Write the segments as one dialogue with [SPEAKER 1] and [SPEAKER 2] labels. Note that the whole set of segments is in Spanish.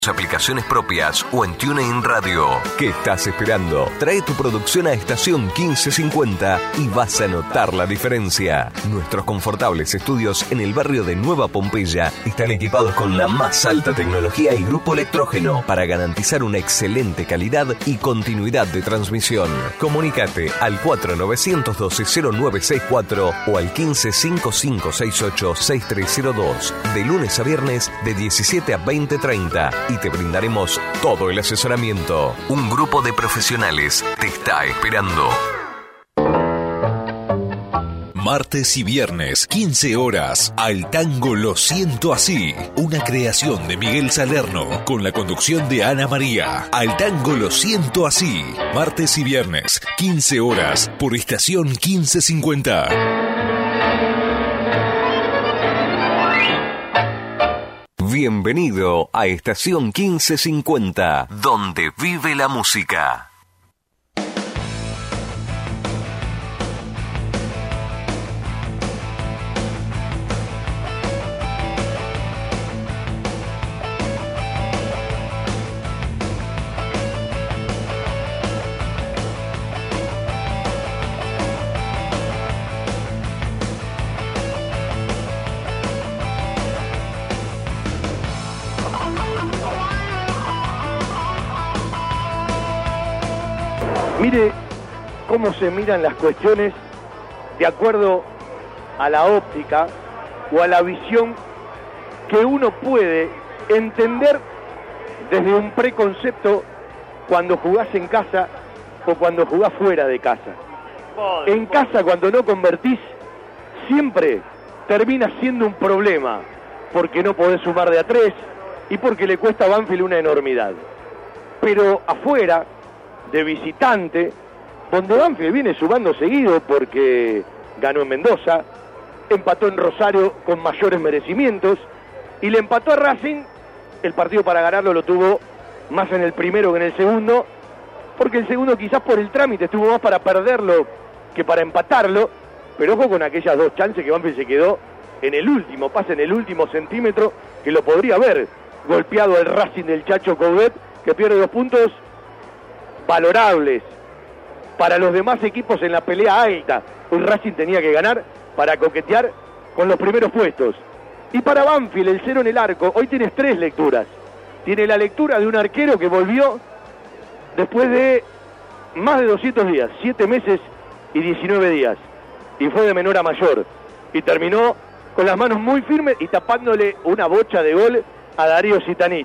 [SPEAKER 1] aplicaciones propias o en TuneIn Radio. ¿Qué estás esperando? Trae tu producción a Estación 1550 y vas a notar la diferencia. Nuestros confortables estudios en el barrio de Nueva Pompeya están equipados con la más alta tecnología y grupo electrógeno para garantizar una excelente calidad y continuidad de transmisión. Comunícate al 4912-0964 o al 155568-6302 de lunes a viernes de 17 a 20:30. Y te brindaremos todo el asesoramiento. Un grupo de profesionales te está esperando.
[SPEAKER 2] Martes y viernes, 15 horas, Al Tango Lo Siento Así. Una creación de Miguel Salerno, con la conducción de Ana María. Al Tango Lo Siento Así. Martes y viernes, 15 horas, por Estación 1550.
[SPEAKER 1] Bienvenido a Estación 1550, donde vive la música.
[SPEAKER 3] Mire cómo se miran las cuestiones de acuerdo a la óptica o a la visión que uno puede entender desde un preconcepto cuando jugás en casa o cuando jugás fuera de casa. En casa, cuando no convertís, siempre termina siendo un problema, porque no podés sumar de a tres y porque le cuesta a Banfield una enormidad. Pero afuera, de visitante, donde Banfield viene sumando seguido porque ganó en Mendoza, empató en Rosario con mayores merecimientos y le empató a Racing. El partido para ganarlo lo tuvo más en el primero que en el segundo, porque el segundo quizás por el trámite estuvo más para perderlo que para empatarlo, pero ojo con aquellas dos chances que Banfield se quedó en el último pase, en el último centímetro, que lo podría haber golpeado el Racing del Chacho Coudet, que pierde 2 puntos valorables para los demás equipos en la pelea alta. Hoy Racing tenía que ganar para coquetear con los primeros puestos. Y para Banfield, el 0 en el arco, hoy tienes 3 lecturas. Tiene la lectura de un arquero que volvió después de más de 200 días, 7 meses y 19 días, y fue de menor a mayor, y terminó con las manos muy firmes y tapándole una bocha de gol a Darío Zitanich.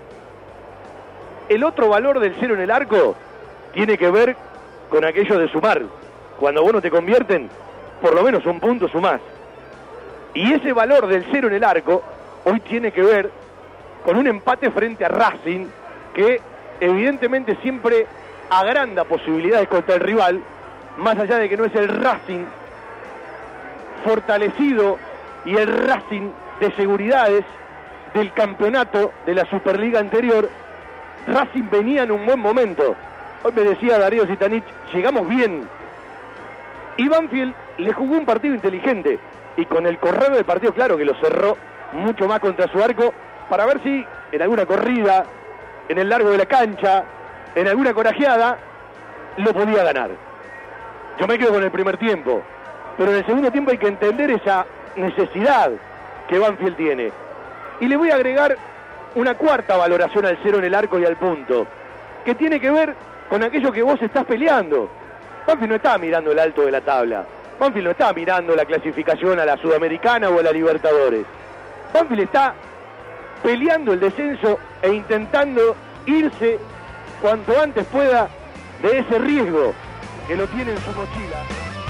[SPEAKER 3] El otro valor del 0 en el arco tiene que ver con aquello de sumar. Cuando vos no te convierten, por lo menos un punto sumás. Y ese valor del 0 en el arco hoy tiene que ver con un empate frente a Racing, que evidentemente siempre agranda posibilidades contra el rival, más allá de que no es el Racing fortalecido y el Racing de seguridades del campeonato de la Superliga anterior. Racing venía en un buen momento. Hoy me decía Darío Zitanich, llegamos bien. Y Banfield le jugó un partido inteligente. Y con el correr del partido, claro que lo cerró mucho más contra su arco, para ver si en alguna corrida, en el largo de la cancha, en alguna corajeada, lo podía ganar. Yo me quedo con el primer tiempo. Pero en el segundo tiempo hay que entender esa necesidad que Banfield tiene. Y le voy a agregar una cuarta valoración al 0 en el arco y al punto, que tiene que ver con aquello que vos estás peleando. Banfield no está mirando el alto de la tabla. Banfield no está mirando la clasificación a la Sudamericana o a la Libertadores. Banfield está peleando el descenso e intentando irse cuanto antes pueda de ese riesgo que lo tiene en su mochila.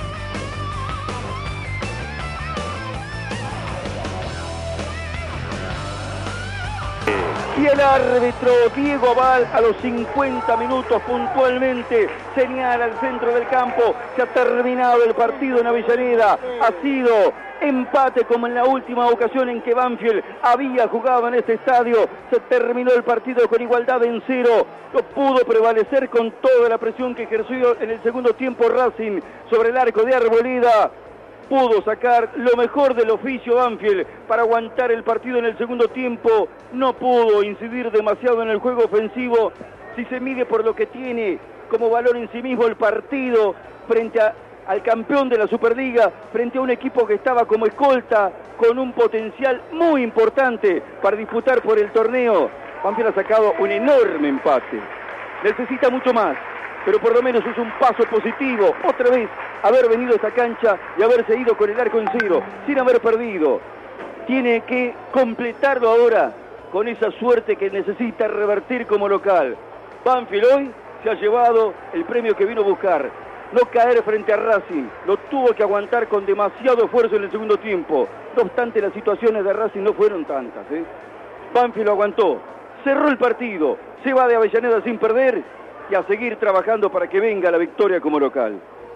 [SPEAKER 4] Y el árbitro Diego Abal a los 50 minutos puntualmente señala al centro del campo. Se ha terminado el partido en Avellaneda. Ha sido empate como en la última ocasión en que Banfield había jugado en este estadio. Se terminó el partido con igualdad en 0. No pudo prevalecer con toda la presión que ejerció en el segundo tiempo Racing sobre el arco de Arboleda. pudo sacar lo mejor del oficio Banfield para aguantar el partido en el segundo tiempo. No pudo incidir demasiado en el juego ofensivo. Si se mide por lo que tiene como valor en sí mismo el partido frente al campeón de la Superliga, frente a un equipo que estaba como escolta, con un potencial muy importante para disputar por el torneo, Banfield ha sacado un enorme empate. Necesita mucho más, pero por lo menos es un paso positivo. Otra vez haber venido a esta cancha y haberse ido con el arco en cero, sin haber perdido. Tiene que completarlo ahora con esa suerte que necesita revertir como local. Banfield hoy se ha llevado el premio que vino a buscar. No caer frente a Racing, lo tuvo que aguantar con demasiado esfuerzo en el segundo tiempo. No obstante, las situaciones de Racing no fueron tantas. Banfield lo aguantó, cerró el partido, se va de Avellaneda sin perder y a seguir trabajando para que venga la victoria como local.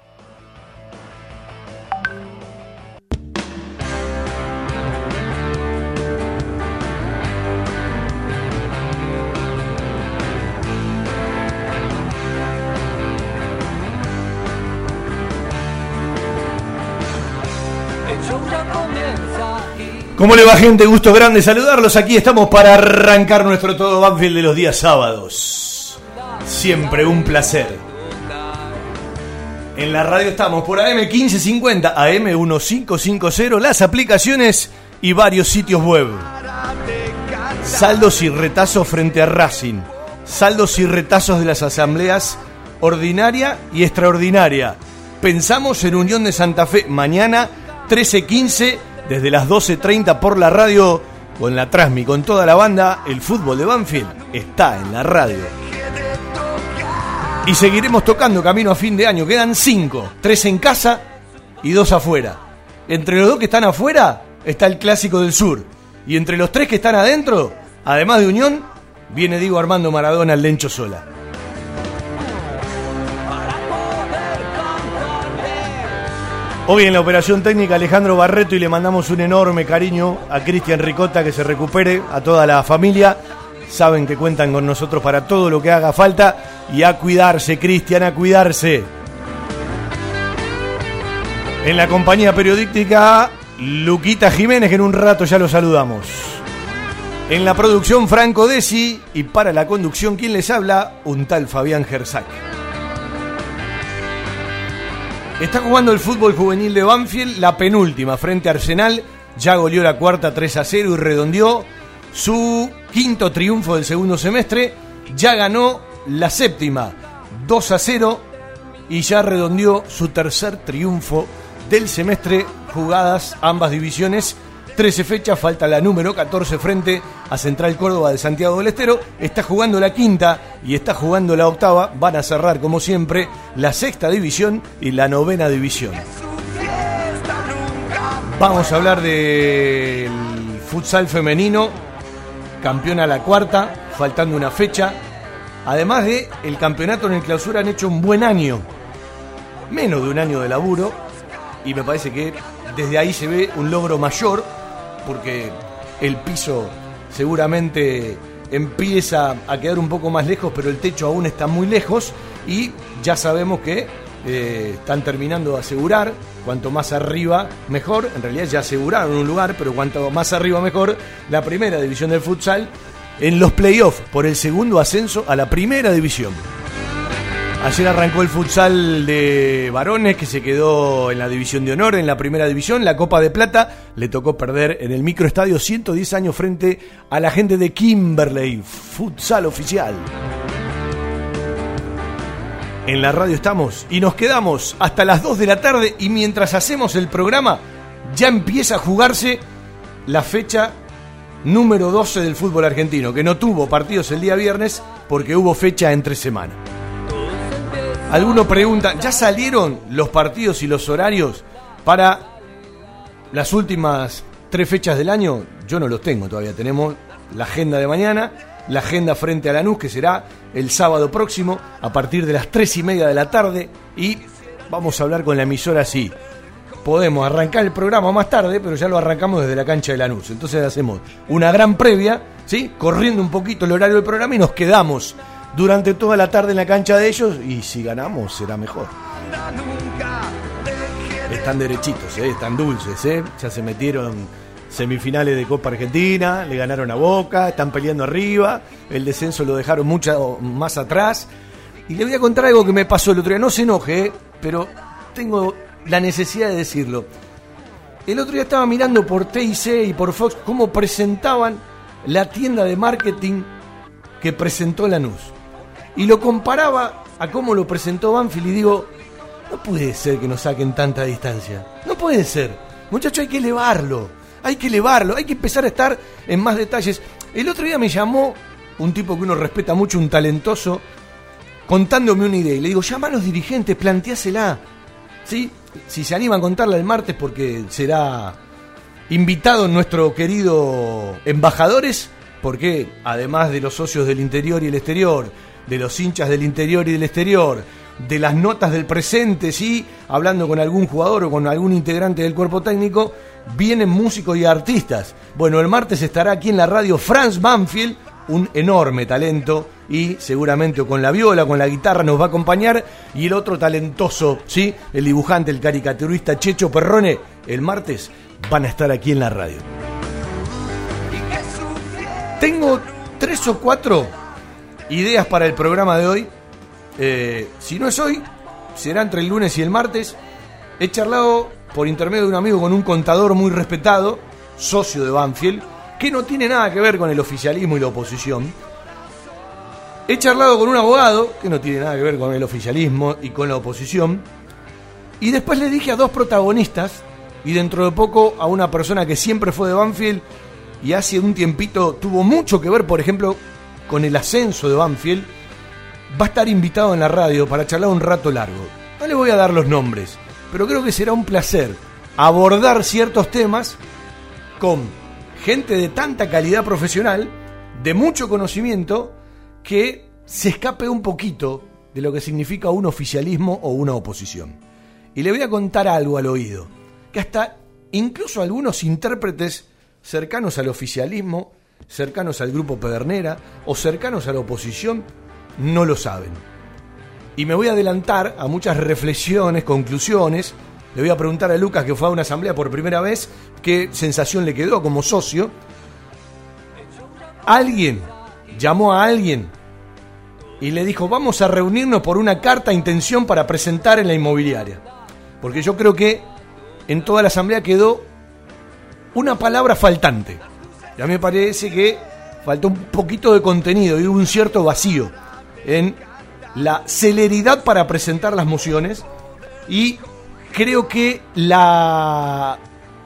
[SPEAKER 5] ¿Cómo le va, gente? Gusto grande saludarlos. Aquí estamos para arrancar nuestro Todo Banfield de los días sábados. Siempre un placer. En la radio estamos por AM 1550, AM 1550, las aplicaciones y varios sitios web. Saldos y retazos frente a Racing. Saldos y retazos de las asambleas ordinaria y extraordinaria. Pensamos en Unión de Santa Fe mañana 13:15 desde las 12:30 por la radio con la Transmi, con toda la banda. El fútbol de Banfield está en la radio. Y seguiremos tocando camino a fin de año. Quedan 5, 3 en casa y 2 afuera. Entre los 2 que están afuera está el Clásico del Sur. Y entre los 3 que están adentro, además de Unión, viene Diego Armando Maradona al Lencho Sola. Hoy en la operación técnica Alejandro Barreto, y le mandamos un enorme cariño a Cristian Ricota, que se recupere, a toda la familia. Saben que cuentan con nosotros para todo lo que haga falta. Y a cuidarse, Cristian, a cuidarse. En la compañía periodística, Luquita Jiménez, que en un rato ya lo saludamos. En la producción, Franco Desi. Y para la conducción, ¿quién les habla? Un tal Fabián Gersac. Está jugando el fútbol juvenil de Banfield, la penúltima frente a Arsenal. Ya goleó la cuarta 3-0 y redondeó su quinto triunfo del segundo semestre. Ya ganó la séptima 2-0 y ya redondeó su tercer triunfo del semestre. Jugadas ambas divisiones, 13 fechas, falta la número 14 frente a Central Córdoba de Santiago del Estero. Está jugando la quinta y está jugando la octava. Van a cerrar, como siempre, la sexta división y la novena división. Vamos a hablar del futsal femenino, campeona la cuarta, faltando una fecha. Además de el campeonato en el Clausura, han hecho un buen año, menos de un año de laburo, y me parece que desde ahí se ve un logro mayor, porque el piso seguramente empieza a quedar un poco más lejos, pero el techo aún está muy lejos, y ya sabemos que están terminando de asegurar, cuanto más arriba mejor. En realidad ya aseguraron un lugar, pero cuanto más arriba mejor, la primera división del futsal en los playoffs por el segundo ascenso a la primera división. Ayer arrancó el futsal de varones, que se quedó en la división de honor, en la primera división. La Copa de Plata le tocó perder en el microestadio 110 años frente a la gente de Kimberley. Futsal oficial. En la radio estamos y nos quedamos hasta las 2 de la tarde, y mientras hacemos el programa ya empieza a jugarse la fecha número 12 del fútbol argentino, que no tuvo partidos el día viernes porque hubo fecha entre semana. Algunos preguntan, ¿ya salieron los partidos y los horarios para las últimas 3 fechas del año? Yo no los tengo todavía. Tenemos la agenda de mañana, la agenda frente a Lanús, que será el sábado próximo a partir de las 3:30 de la tarde, y vamos a hablar con la emisora así. Podemos arrancar el programa más tarde, pero ya lo arrancamos desde la cancha de Lanús. Entonces hacemos una gran previa, ¿sí?, corriendo un poquito el horario del programa, y nos quedamos durante toda la tarde en la cancha de ellos, y si ganamos será mejor. Están derechitos, están dulces, ya se metieron semifinales de Copa Argentina, le ganaron a Boca, están peleando arriba, el descenso lo dejaron mucho más atrás. Y le voy a contar algo que me pasó el otro día, no se enoje, pero tengo la necesidad de decirlo. El otro día estaba mirando por TIC y por Fox cómo presentaban la tienda de marketing que presentó Lanús. Y lo comparaba a cómo lo presentó Banfield y digo, no puede ser que nos saquen tanta distancia. No puede ser. Muchachos, hay que elevarlo, hay que empezar a estar en más detalles. El otro día me llamó un tipo que uno respeta mucho, un talentoso, contándome una idea. Y le digo, llama a los dirigentes, planteásela. ¿Sí? Si se animan a contarla el martes, porque será invitado nuestro querido Embajadores, porque además de los socios del interior y el exterior, de los hinchas del interior y del exterior, de las notas del presente, ¿sí? Hablando con algún jugador o con algún integrante del cuerpo técnico, vienen músicos y artistas. Bueno, el martes estará aquí en la radio Franz Banfield, un enorme talento, y seguramente con la viola, con la guitarra nos va a acompañar, y el otro talentoso, ¿sí? El dibujante, el caricaturista Checho Perrone, el martes van a estar aquí en la radio. Tengo 3 o 4 ideas para el programa de hoy. Si no es hoy, será entre el lunes y el martes. He charlado por intermedio de un amigo con un contador muy respetado, socio de Banfield, que no tiene nada que ver con el oficialismo y la oposición. He charlado con un abogado que no tiene nada que ver con el oficialismo y con la oposición. Y después le dije a 2 protagonistas, y dentro de poco a una persona que siempre fue de Banfield y hace un tiempito tuvo mucho que ver, por ejemplo, con el ascenso de Banfield. Va a estar invitado en la radio para charlar un rato largo. No le voy a dar los nombres, pero creo que será un placer abordar ciertos temas con gente de tanta calidad profesional, de mucho conocimiento, que se escape un poquito de lo que significa un oficialismo o una oposición. Y le voy a contar algo al oído, que hasta incluso algunos intérpretes cercanos al oficialismo, cercanos al grupo Pedernera o cercanos a la oposición no lo saben. Y me voy a adelantar a muchas reflexiones, conclusiones. Le voy a preguntar a Lucas, que fue a una asamblea por primera vez, qué sensación le quedó como socio. Alguien llamó a alguien y le dijo, vamos a reunirnos por una carta de intención para presentar en la inmobiliaria. Porque yo creo que en toda la asamblea quedó una palabra faltante. Y a mí me parece que faltó un poquito de contenido y hubo un cierto vacío en la celeridad para presentar las mociones, y creo que la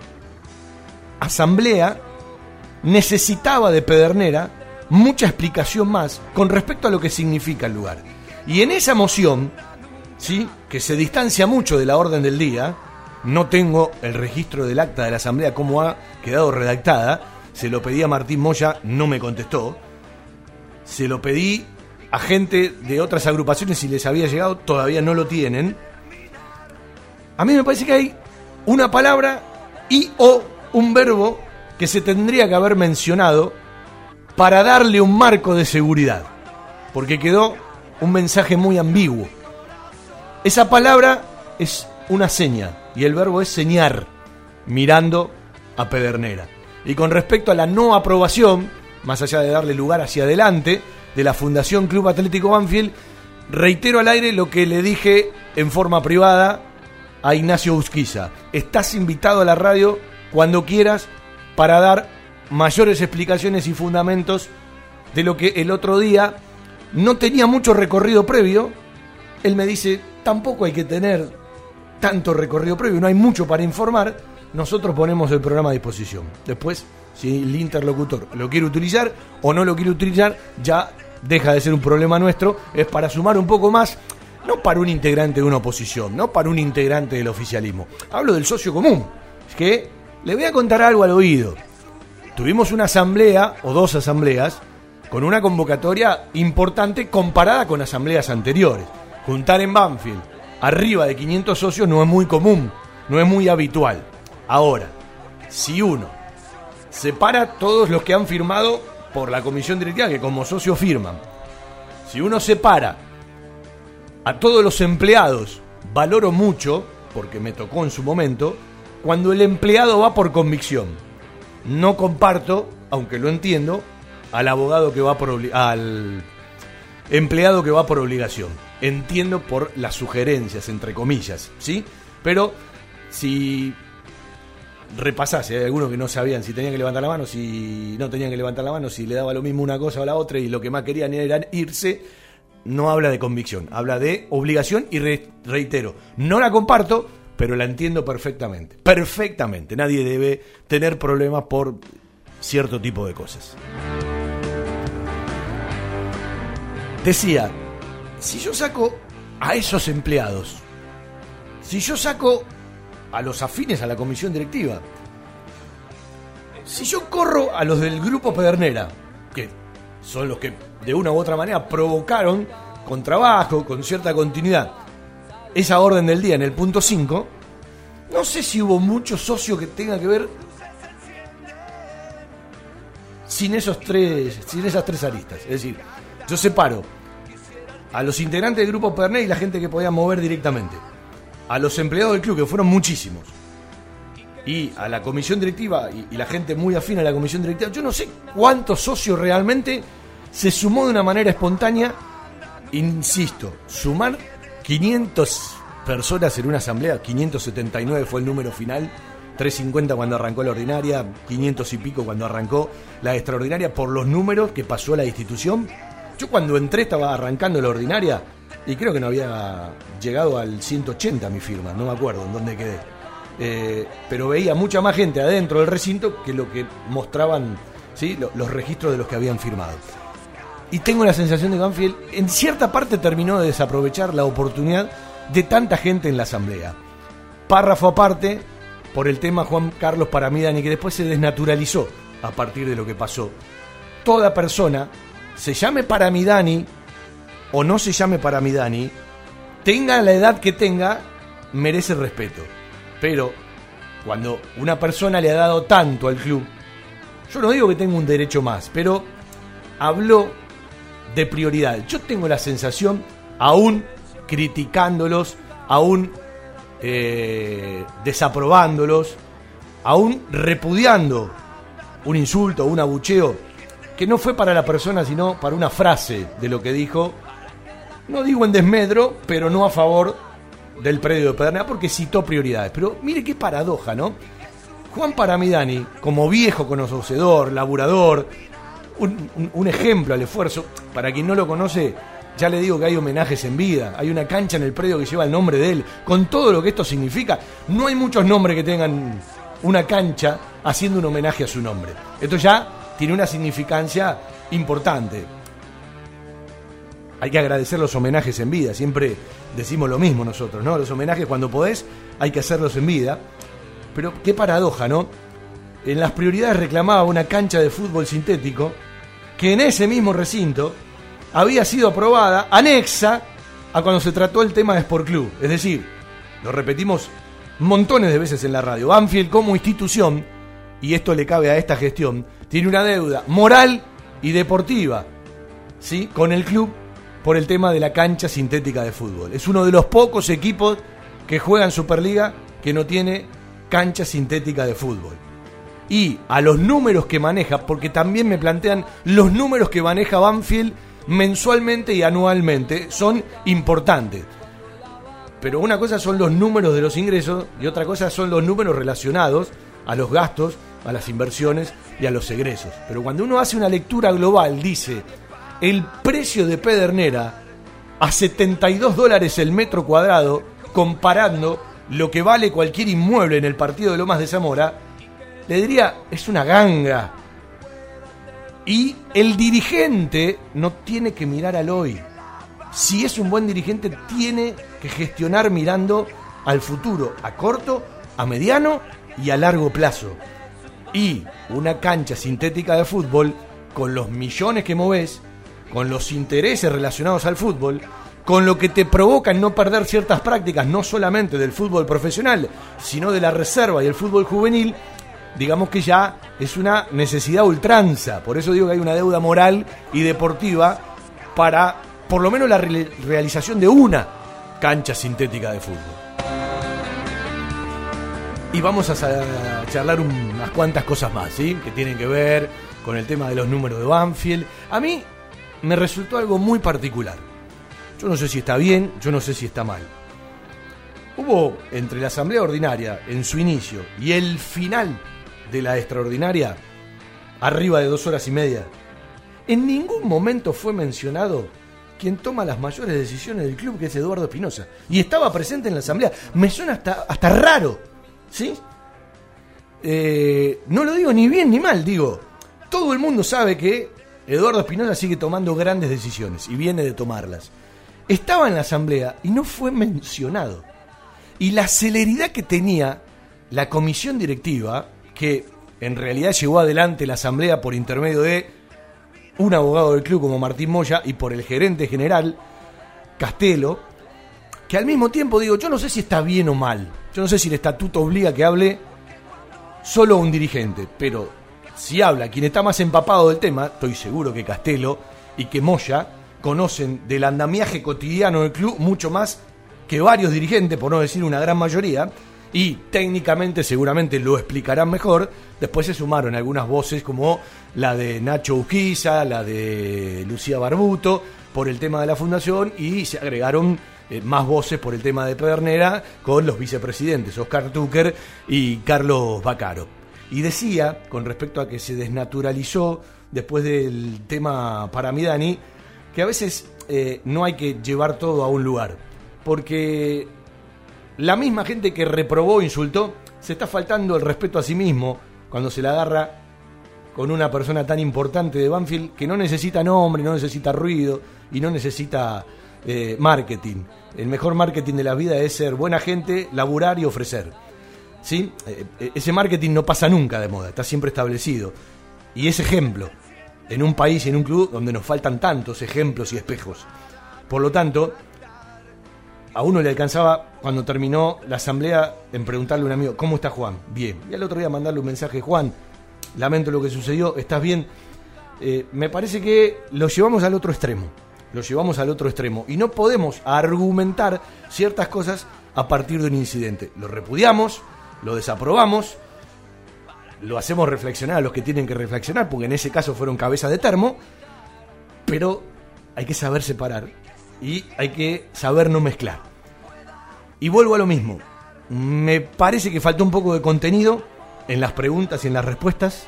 [SPEAKER 5] asamblea necesitaba de Pedernera mucha explicación más con respecto a lo que significa el lugar. Y en esa moción, ¿sí?, que se distancia mucho de la orden del día, no tengo el registro del acta de la asamblea, cómo ha quedado redactada, se lo pedí a Martín Moya, no me contestó, se lo pedí a gente de otras agrupaciones si les había llegado, todavía no lo tienen. A mí me parece que hay una palabra y o un verbo que se tendría que haber mencionado para darle un marco de seguridad, porque quedó un mensaje muy ambiguo. Esa palabra es una seña y el verbo es señar, mirando a Pedernera. Y con respecto a la no aprobación, más allá de darle lugar hacia adelante, de la Fundación Club Atlético Banfield, reitero al aire lo que le dije en forma privada a Ignacio Busquiza. Estás invitado a la radio cuando quieras para dar mayores explicaciones y fundamentos de lo que el otro día no tenía mucho recorrido previo. Él me dice, tampoco hay que tener tanto recorrido previo, no hay mucho para informar, nosotros ponemos el programa a disposición. Después, si el interlocutor lo quiere utilizar o no lo quiere utilizar, ya deja de ser un problema nuestro, es para sumar un poco más, no para un integrante de una oposición, no para un integrante del oficialismo. Hablo del socio común, es que le voy a contar algo al oído. Tuvimos una asamblea, o 2 asambleas, con una convocatoria importante comparada con asambleas anteriores. Juntar en Banfield arriba de 500 socios no es muy común, no es muy habitual. Ahora, si uno separa todos los que han firmado por la comisión directiva, que como socios firman, si uno separa a todos los empleados, valoro mucho, porque me tocó en su momento, cuando el empleado va por convicción. No comparto, aunque lo entiendo, al abogado que va al empleado que va por obligación. Entiendo por las sugerencias, entre comillas, ¿sí? Pero si repasás, si hay algunos que no sabían si tenían que levantar la mano, si no tenían que levantar la mano, si le daba lo mismo una cosa o la otra y lo que más querían era irse, no habla de convicción, habla de obligación y reitero, no la comparto, pero la entiendo perfectamente. Perfectamente, nadie debe tener problemas por cierto tipo de cosas. Decía, si yo saco a esos empleados, si yo saco a los afines a la comisión directiva, si yo corro a los del grupo Pedernera, que son los que de una u otra manera provocaron con trabajo, con cierta continuidad, esa orden del día en el punto 5, no sé si hubo mucho socio que tenga que ver sin esas tres aristas. Es decir, yo separo a los integrantes del grupo Pedernera y la gente que podía mover directamente, a los empleados del club, que fueron muchísimos, y a la comisión directiva y la gente muy afín a la comisión directiva. Yo no sé cuántos socios realmente se sumó de una manera espontánea. Insisto, sumar 500 personas en una asamblea, 579 fue el número final, 350 cuando arrancó la ordinaria, 500 y pico cuando arrancó la extraordinaria, por los números que pasó la institución. Yo cuando entré estaba arrancando la ordinaria y creo que no había llegado al 180 mi firma, no me acuerdo en dónde quedé. Pero veía mucha más gente adentro del recinto que lo que mostraban, ¿sí?, los registros de los que habían firmado. Y tengo la sensación de que Banfield en cierta parte terminó de desaprovechar la oportunidad de tanta gente en la asamblea. Párrafo aparte, por el tema Juan Carlos Paramidani, que después se desnaturalizó a partir de lo que pasó. Toda persona, se llame Paramidani o no se llame Paramidani, tenga la edad que tenga, merece respeto. Pero cuando una persona le ha dado tanto al club, yo no digo que tenga un derecho más, pero habló de prioridad. Yo tengo la sensación, aún criticándolos, aún desaprobándolos, aún repudiando un insulto, un abucheo, que no fue para la persona, sino para una frase de lo que dijo, no digo en desmedro, pero no a favor del predio de Pedernera, porque citó prioridades. Pero mire qué paradoja, ¿no? Juan Paramidani, como viejo conocedor, laburador, un ejemplo al esfuerzo. Para quien no lo conoce, ya le digo que hay homenajes en vida. Hay una cancha en el predio que lleva el nombre de él, con todo lo que esto significa. No hay muchos nombres que tengan una cancha haciendo un homenaje a su nombre. Esto ya tiene una significancia importante. Hay que agradecer los homenajes en vida. Siempre decimos lo mismo nosotros, ¿no? Los homenajes, cuando podés, hay que hacerlos en vida. Pero qué paradoja, ¿no? En las prioridades reclamaba una cancha de fútbol sintético que en ese mismo recinto había sido aprobada, anexa a cuando se trató el tema de Sport Club. Es decir, lo repetimos montones de veces en la radio, Banfield como institución, y esto le cabe a esta gestión, tiene una deuda moral y deportiva, ¿sí?, con el club por el tema de la cancha sintética de fútbol. Es uno de los pocos equipos que juegan Superliga que no tiene cancha sintética de fútbol. Y a los números que maneja, porque también me plantean los números que maneja Banfield mensualmente y anualmente, son importantes. Pero una cosa son los números de los ingresos y otra cosa son los números relacionados a los gastos, a las inversiones y a los egresos. Pero cuando uno hace una lectura global, dice, el precio de Pedernera a $72 el metro cuadrado, comparando lo que vale cualquier inmueble en el partido de Lomas de Zamora, le diría, es una ganga. Y el dirigente no tiene que mirar al hoy. Si es un buen dirigente, tiene que gestionar mirando al futuro, a corto, a mediano y a largo plazo. Y una cancha sintética de fútbol, con los millones que movés, con los intereses relacionados al fútbol, con lo que te provoca no perder ciertas prácticas, no solamente del fútbol profesional, sino de la reserva y el fútbol juvenil, digamos que ya es una necesidad ultranza. Por eso digo que hay una deuda moral y deportiva para, por lo menos, la realización de una cancha sintética de fútbol. Y vamos a charlar unas cuantas cosas más, ¿sí? Que tienen que ver con el tema de los números de Banfield. A mí me resultó algo muy particular. Yo no sé si está bien, yo no sé si está mal. Hubo entre la asamblea ordinaria en su inicio y el final de la extraordinaria, arriba de 2 horas y media, en ningún momento fue mencionado quien toma las mayores decisiones del club, que es Eduardo Espinosa. Y estaba presente en la asamblea. Me suena hasta raro, ¿sí? No lo digo ni bien ni mal, digo. Todo el mundo sabe que Eduardo Espinosa sigue tomando grandes decisiones y viene de tomarlas. Estaba en la asamblea y no fue mencionado. Y la celeridad que tenía la comisión directiva, que en realidad llevó adelante la asamblea por intermedio de un abogado del club como Martín Moya y por el gerente general, Castelo, que al mismo tiempo digo, yo no sé si está bien o mal, yo no sé si el estatuto obliga a que hable solo un dirigente, pero si habla quien está más empapado del tema, estoy seguro que Castelo y que Moya conocen del andamiaje cotidiano del club mucho más que varios dirigentes, por no decir una gran mayoría, y técnicamente seguramente lo explicarán mejor. Después se sumaron algunas voces como la de Nacho Urquiza, la de Lucía Barbuto por el tema de la fundación, y se agregaron más voces por el tema de Pedernera con los vicepresidentes Oscar Tucker y Carlos Baccaro. Y decía, con respecto a que se desnaturalizó después del tema Paramidani, que a veces no hay que llevar todo a un lugar, porque la misma gente que reprobó, insultó, se está faltando el respeto a sí mismo cuando se la agarra con una persona tan importante de Banfield, que no necesita nombre, no necesita ruido y no necesita marketing. El mejor marketing de la vida es ser buena gente, laburar y ofrecer, ¿sí? Ese marketing no pasa nunca de moda, está siempre establecido. Y es ejemplo en un país y en un club donde nos faltan tantos ejemplos y espejos. Por lo tanto, a uno le alcanzaba, cuando terminó la asamblea, en preguntarle a un amigo, ¿cómo está Juan? Bien. Y al otro día mandarle un mensaje, Juan, lamento lo que sucedió, ¿estás bien? Me parece que lo llevamos al otro extremo. Y no podemos argumentar ciertas cosas a partir de un incidente. Lo repudiamos, lo desaprobamos, lo hacemos reflexionar a los que tienen que reflexionar, porque en ese caso fueron cabezas de termo, pero hay que saber separar y hay que saber no mezclar. Y vuelvo a lo mismo. Me parece que faltó un poco de contenido en las preguntas y en las respuestas.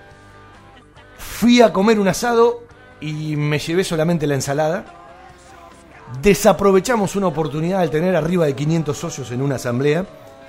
[SPEAKER 5] Fui a comer un asado y me llevé solamente la ensalada. Desaprovechamos una oportunidad al tener arriba de 500 socios en una asamblea.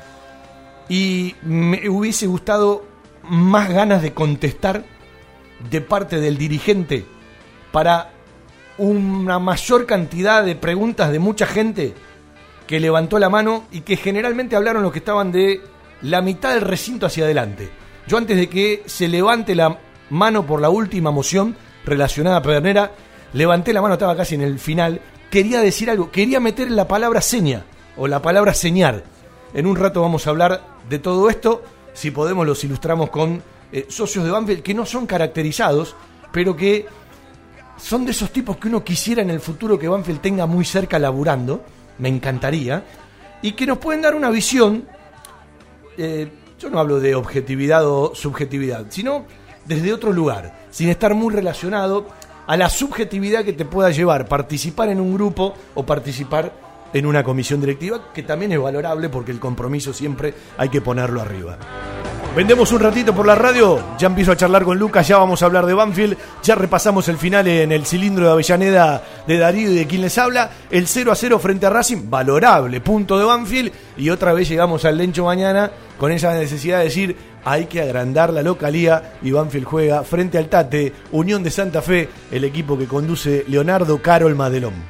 [SPEAKER 5] Y me hubiese gustado más ganas de contestar de parte del dirigente para una mayor cantidad de preguntas de mucha gente que levantó la mano y que generalmente hablaron los que estaban de la mitad del recinto hacia adelante. Yo, antes de que se levante la mano por la última moción relacionada a Pedernera, levanté la mano, estaba casi en el final, quería decir algo, quería meter la palabra seña o la palabra señar. En un rato vamos a hablar de todo esto, si podemos los ilustramos con socios de Banfield que no son caracterizados, pero que son de esos tipos que uno quisiera en el futuro que Banfield tenga muy cerca laburando, me encantaría, y que nos pueden dar una visión, yo no hablo de objetividad o subjetividad, sino desde otro lugar, sin estar muy relacionado a la subjetividad que te pueda llevar participar en un grupo o participar en una comisión directiva, que también es valorable porque el compromiso siempre hay que ponerlo arriba. Vendemos un ratito por la radio, ya empiezo a charlar con Lucas, ya vamos a hablar de Banfield, ya repasamos el final en el cilindro de Avellaneda de Darío y de quien les habla, el 0-0 frente a Racing, valorable punto de Banfield, y otra vez llegamos al Lencho mañana con esa necesidad de decir, hay que agrandar la localía, y Banfield juega frente al Tate, Unión de Santa Fe, el equipo que conduce Leonardo Carol Madelón.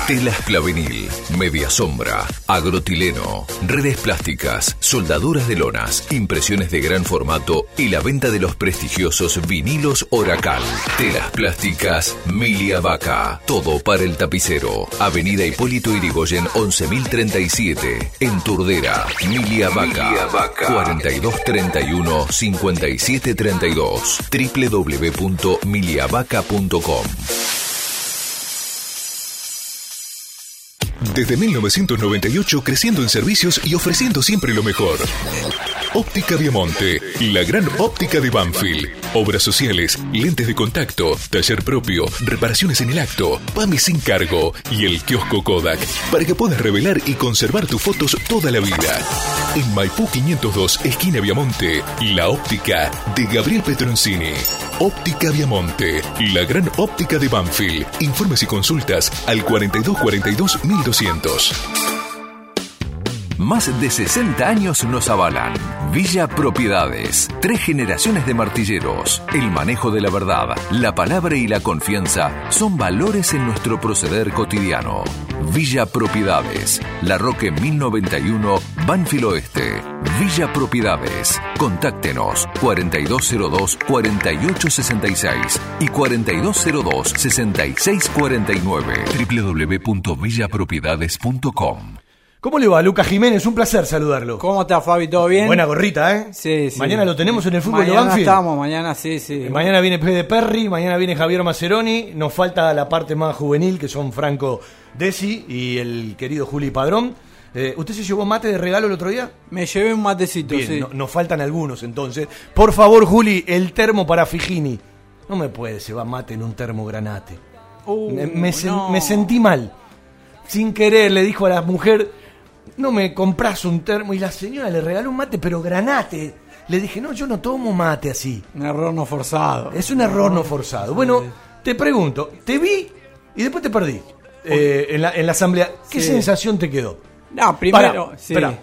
[SPEAKER 2] Telas Plavenil, Media Sombra, Agrotileno, redes plásticas, soldaduras de lonas, impresiones de gran formato y la venta de los prestigiosos vinilos Oracal. Telas plásticas Milia Vaca, todo para el tapicero. Avenida Hipólito Yrigoyen 11.037, en Turdera. Milia Vaca, 4231-5732, www.miliavaca.com. Desde 1998 creciendo en servicios y ofreciendo siempre lo mejor. Óptica Viamonte, la gran óptica de Banfield. Obras sociales, lentes de contacto, taller propio, reparaciones en el acto, PAMI sin cargo y el kiosco Kodak para que puedas revelar y conservar tus fotos toda la vida. En Maipú 502, esquina Viamonte, la óptica de Gabriel Petroncini. Óptica Viamonte, la gran óptica de Banfield. Informes y consultas al 4242-1200.
[SPEAKER 1] Más de 60 años nos avalan. Villa Propiedades. 3 generaciones de martilleros. El manejo de la verdad, la palabra y la confianza son valores en nuestro proceder cotidiano. Villa Propiedades. La Roque 1091, Banfield Oeste. Villa Propiedades. Contáctenos 4202-4866 y 4202-6649. www.villapropiedades.com.
[SPEAKER 5] ¿Cómo le va, Lucas Jiménez? Un placer saludarlo.
[SPEAKER 6] ¿Cómo está, Fabi? ¿Todo bien?
[SPEAKER 5] Buena gorrita, ¿eh?
[SPEAKER 6] Sí, sí.
[SPEAKER 5] Mañana lo tenemos en el fútbol de
[SPEAKER 6] Banfield.
[SPEAKER 5] Banfield.
[SPEAKER 6] Estamos, mañana sí.
[SPEAKER 5] Mañana viene Pede Perry, mañana viene Javier Maceroni. Nos falta la parte más juvenil, que son Franco Desi y el querido Juli Padrón. ¿Usted se llevó mate de regalo el otro día?
[SPEAKER 6] Me llevé un matecito,
[SPEAKER 5] Bien,
[SPEAKER 6] sí.
[SPEAKER 5] Nos faltan algunos, entonces. Por favor, Juli, el termo para Figini. No me puede llevar mate en un termo Granate. Me sentí mal. Sin querer le dijo a la mujer: no me compras un termo. Y la señora le regaló un mate, pero Granate. Le dije: no, yo no tomo mate así.
[SPEAKER 6] Un error no forzado.
[SPEAKER 5] Es un error no forzado. Bueno, te pregunto, te vi y después te perdí en la asamblea. ¿Qué sensación te quedó?
[SPEAKER 6] No, primero,
[SPEAKER 5] Pará.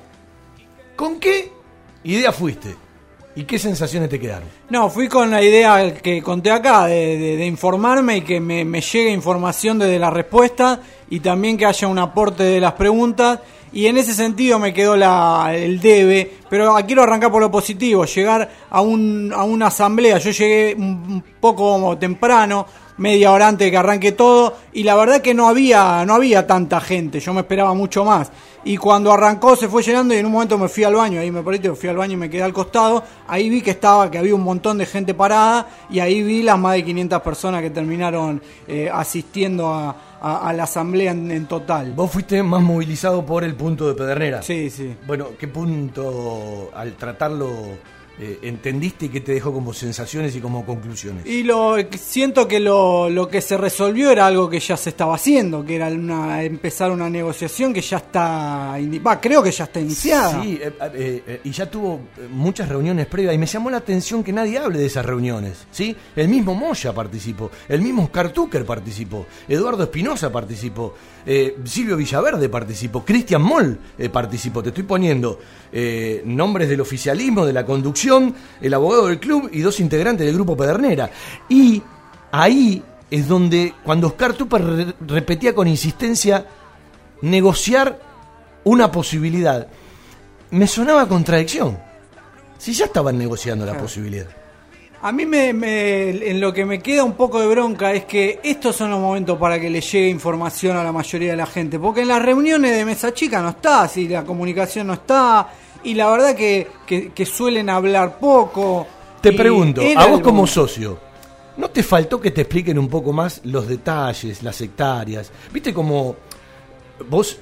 [SPEAKER 5] ¿Con qué idea fuiste? ¿Y qué sensaciones te quedaron?
[SPEAKER 6] No, fui con la idea que conté acá, de informarme y que me llegue información desde la respuesta y también que haya un aporte de las preguntas. Y en ese sentido me quedó el debe, pero quiero arrancar por lo positivo, llegar a una asamblea. Yo llegué un poco temprano, media hora antes de que arranque todo, y la verdad que no había tanta gente, yo me esperaba mucho más. Y cuando arrancó se fue llenando y en un momento me fui al baño, ahí me perdí, fui al baño y me quedé al costado, ahí vi que había un montón de gente parada y ahí vi las más de 500 personas que terminaron asistiendo a la asamblea en total.
[SPEAKER 5] Vos fuiste más movilizado por el punto de Pedernera.
[SPEAKER 6] Sí.
[SPEAKER 5] Bueno, ¿qué punto al tratarlo entendiste y qué te dejó como sensaciones y como conclusiones?
[SPEAKER 6] Y siento que lo que se resolvió era algo que ya se estaba haciendo, que era empezar una negociación que ya está, creo que ya está iniciada.
[SPEAKER 5] Sí, y ya tuvo muchas reuniones previas y me llamó la atención que nadie hable de esas reuniones, ¿sí? El mismo Moya participó, el mismo Oscar Tucker participó, Eduardo Espinosa participó, Silvio Villaverde participó, Cristian Moll participó. Te estoy poniendo nombres del oficialismo, de la conducción, el abogado del club y 2 integrantes del grupo Pedernera. Y ahí es donde, cuando Oscar Tucker repetía con insistencia negociar una posibilidad, me sonaba contradicción. Si ya estaban negociando la posibilidad.
[SPEAKER 6] A mí en lo que me queda un poco de bronca es que estos son los momentos para que le llegue información a la mayoría de la gente, porque en las reuniones de mesa chica no está, si la comunicación no está, y la verdad que suelen hablar poco.
[SPEAKER 5] Te pregunto, a vos como socio, ¿no te faltó que te expliquen un poco más los detalles, las hectáreas? ¿Viste cómo vos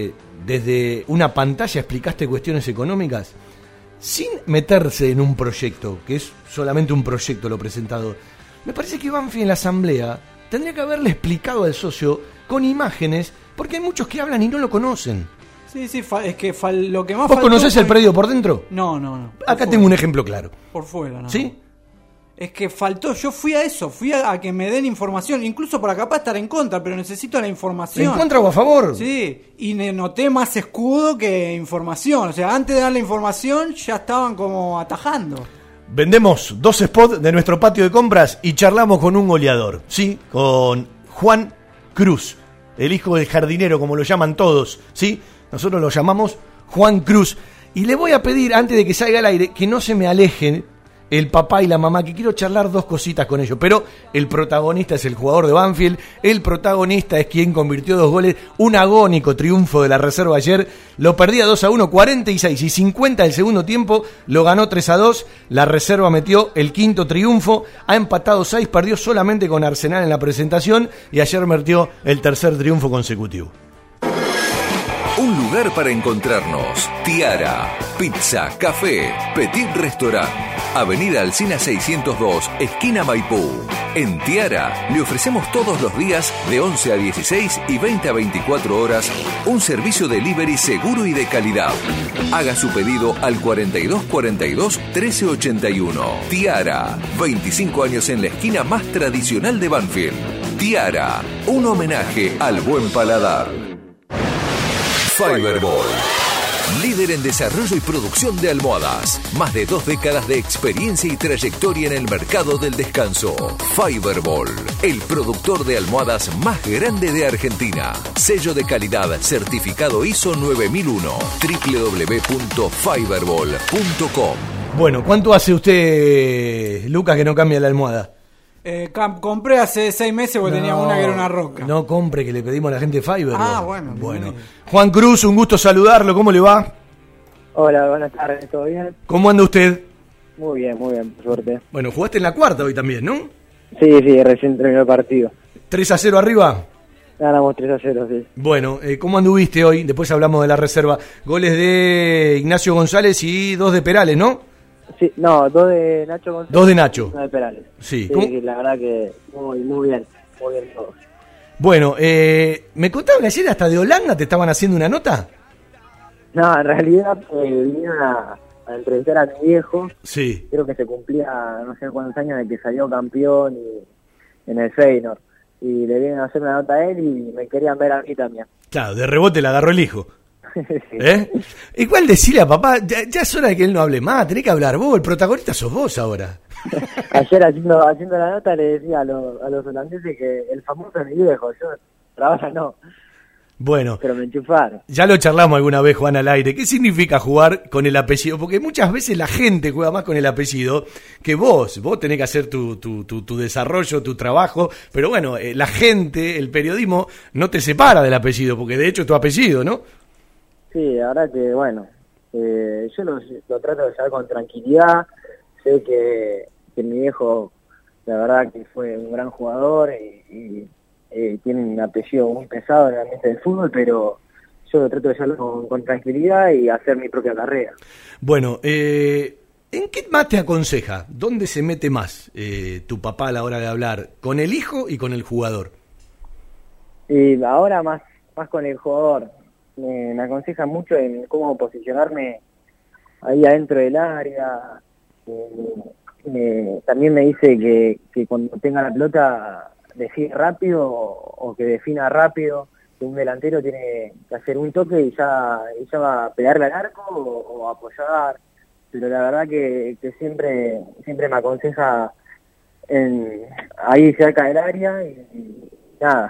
[SPEAKER 5] desde una pantalla explicaste cuestiones económicas? Sin meterse en un proyecto, que es solamente un proyecto lo presentado. Me parece que Banfield en la asamblea tendría que haberle explicado al socio con imágenes, porque hay muchos que hablan y no lo conocen.
[SPEAKER 6] Sí, es que lo que más
[SPEAKER 5] ¿Vos conocés el predio por dentro?
[SPEAKER 6] No.
[SPEAKER 5] Acá tengo un ejemplo claro.
[SPEAKER 6] Por fuera, ¿no?
[SPEAKER 5] ¿Sí?
[SPEAKER 6] Es que faltó, yo fui a eso, fui a que me den información, incluso para capaz estar en contra, pero necesito la información.
[SPEAKER 5] ¿En contra o a favor?
[SPEAKER 6] Sí, y noté más escudo que información, o sea, antes de dar la información ya estaban como atajando.
[SPEAKER 5] Vendemos 2 spots de nuestro patio de compras y charlamos con un goleador, ¿sí? Con Juan Cruz. el hijo del jardinero, como lo llaman todos, ¿sí? Nosotros lo llamamos Juan Cruz. Y le voy a pedir, antes de que salga al aire, que no se me alejen el papá y la mamá, que quiero charlar dos cositas con ellos. Pero el protagonista es el jugador de Banfield, el protagonista es quien convirtió 2 goles, un agónico triunfo de la reserva ayer, lo perdía 2-1, 46 y 50 del segundo tiempo, lo ganó 3-2, la reserva metió el quinto triunfo, ha empatado 6, perdió solamente con Arsenal en la presentación y ayer metió el tercer triunfo consecutivo.
[SPEAKER 2] Un lugar para encontrarnos. Tiara, pizza, café, petit restaurant. Avenida Alsina 602, esquina Maipú. En Tiara le ofrecemos todos los días de 11 a 16 y 20 a 24 horas un servicio delivery seguro y de calidad. Haga su pedido al 4242 1381. Tiara, 25 años en la esquina más tradicional de Banfield. Tiara, un homenaje al buen paladar. Fiberball, líder en desarrollo y producción de almohadas. Más de 2 décadas de experiencia y trayectoria en el mercado del descanso. Fiberball, el productor de almohadas más grande de Argentina. Sello de calidad certificado ISO 9001. www.fiberball.com.
[SPEAKER 5] Bueno, ¿cuánto hace usted, Lucas, que no cambia la almohada?
[SPEAKER 6] Compré hace 6 meses porque tenía una que era una roca.
[SPEAKER 5] No compre, que le pedimos a la gente de Fiberball.
[SPEAKER 6] Ah, bueno.
[SPEAKER 5] Juan Cruz, un gusto saludarlo, ¿cómo le va?
[SPEAKER 7] Hola, buenas tardes, ¿todo bien?
[SPEAKER 5] ¿Cómo anda usted?
[SPEAKER 7] Muy bien, por suerte.
[SPEAKER 5] Bueno, jugaste en la cuarta hoy también, ¿no?
[SPEAKER 7] Sí, recién terminó el partido.
[SPEAKER 5] 3-0 arriba.
[SPEAKER 7] Ganamos 3-0, sí.
[SPEAKER 5] Bueno, ¿cómo anduviste hoy? Después hablamos de la reserva. Goles de Ignacio González y 2 de Perales, ¿no?
[SPEAKER 7] Sí, no, 2 de Nacho González.
[SPEAKER 5] 2 de Nacho.
[SPEAKER 7] 1 de Perales.
[SPEAKER 5] Sí.
[SPEAKER 7] Sí, la verdad que muy bien todos.
[SPEAKER 5] Bueno, me contaron que ayer hasta de Holanda te estaban haciendo una nota.
[SPEAKER 7] No, en realidad vinieron a entrevistar a mi viejo.
[SPEAKER 5] Sí.
[SPEAKER 7] Creo que se cumplía no sé cuántos años de que salió campeón en el Feyenoord. Y le vienen a hacer una nota a él y me querían ver a mí también.
[SPEAKER 5] Claro, de rebote la agarró el hijo.
[SPEAKER 7] Sí.
[SPEAKER 5] Igual decirle a papá, ya es hora de que él no hable más, tenés que hablar vos, el protagonista sos vos ahora.
[SPEAKER 7] Ayer haciendo la nota le decía a los holandeses que el famoso es mi viejo, yo ahora no.
[SPEAKER 5] Bueno,
[SPEAKER 7] pero me enchufaron.
[SPEAKER 5] Ya lo charlamos alguna vez, Juan, al aire. ¿Qué significa jugar con el apellido? Porque muchas veces la gente juega más con el apellido que vos. Vos tenés que hacer tu desarrollo, tu trabajo, pero bueno, la gente, el periodismo, no te separa del apellido, porque de hecho es tu apellido, ¿no?
[SPEAKER 7] Sí, la verdad que, bueno, yo lo trato de llevar con tranquilidad. Sé que mi viejo, la verdad que fue un gran jugador y tiene un apellido muy pesado en el ambiente del fútbol, pero yo lo trato de llevarlo con tranquilidad y hacer mi propia carrera.
[SPEAKER 5] Bueno, ¿en qué más te aconseja? ¿Dónde se mete más tu papá a la hora de hablar? ¿Con el hijo y con el jugador?
[SPEAKER 7] Y ahora más con el jugador. Me aconseja mucho en cómo posicionarme ahí adentro del área. También me dice que cuando tenga la pelota define rápido o que defina rápido, que un delantero tiene que hacer un toque y ya va a pegarle al arco o apoyar, pero la verdad que siempre me aconseja ahí cerca del área y nada.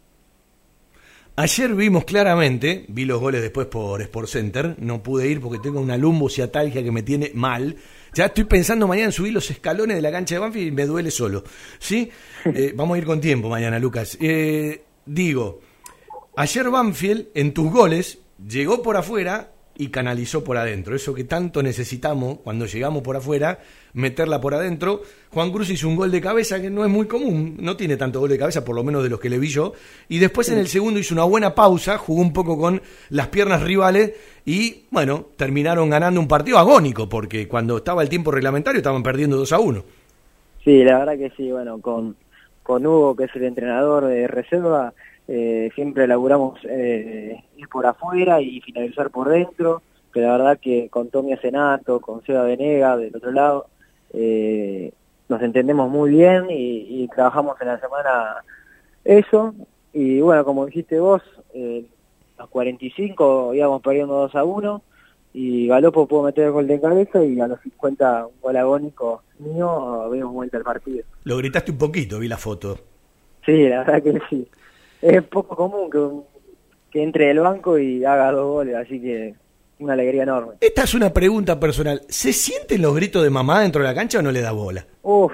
[SPEAKER 5] Ayer vimos claramente, vi los goles después por SportsCenter, no pude ir porque tengo una lumbociatalgia que me tiene mal. Ya estoy pensando mañana en subir los escalones de la cancha de Banfield y me duele solo, ¿sí? Vamos a ir con tiempo mañana, Lucas. Digo, ayer Banfield, en tus goles, llegó por afuera y canalizó por adentro. Eso que tanto necesitamos cuando llegamos por afuera, meterla por adentro. Juan Cruz hizo un gol de cabeza que no es muy común, no tiene tanto gol de cabeza, por lo menos de los que le vi yo. Y después en el segundo hizo una buena pausa, jugó un poco con las piernas rivales y, bueno, terminaron ganando un partido agónico, porque cuando estaba el tiempo reglamentario estaban perdiendo 2-1.
[SPEAKER 7] Sí, la verdad que sí, bueno, con Hugo, que es el entrenador de reserva, siempre laburamos ir por afuera y finalizar por dentro, que la verdad que con Tommy Acenato, con Seba Venega del otro lado, nos entendemos muy bien y trabajamos en la semana eso, y bueno, como dijiste vos, a los 45 íbamos perdiendo 2-1 y Galopo pudo meter el gol de cabeza y a los 50 un gol agónico mío, habíamos vuelto al partido.
[SPEAKER 5] Lo gritaste un poquito, vi la foto.
[SPEAKER 7] Sí, la verdad que sí. es poco común que entre del banco y haga 2 goles, así que una alegría enorme.
[SPEAKER 5] Esta es una pregunta personal. ¿Se sienten los gritos de mamá dentro de la cancha o no le da bola?
[SPEAKER 7] Uf.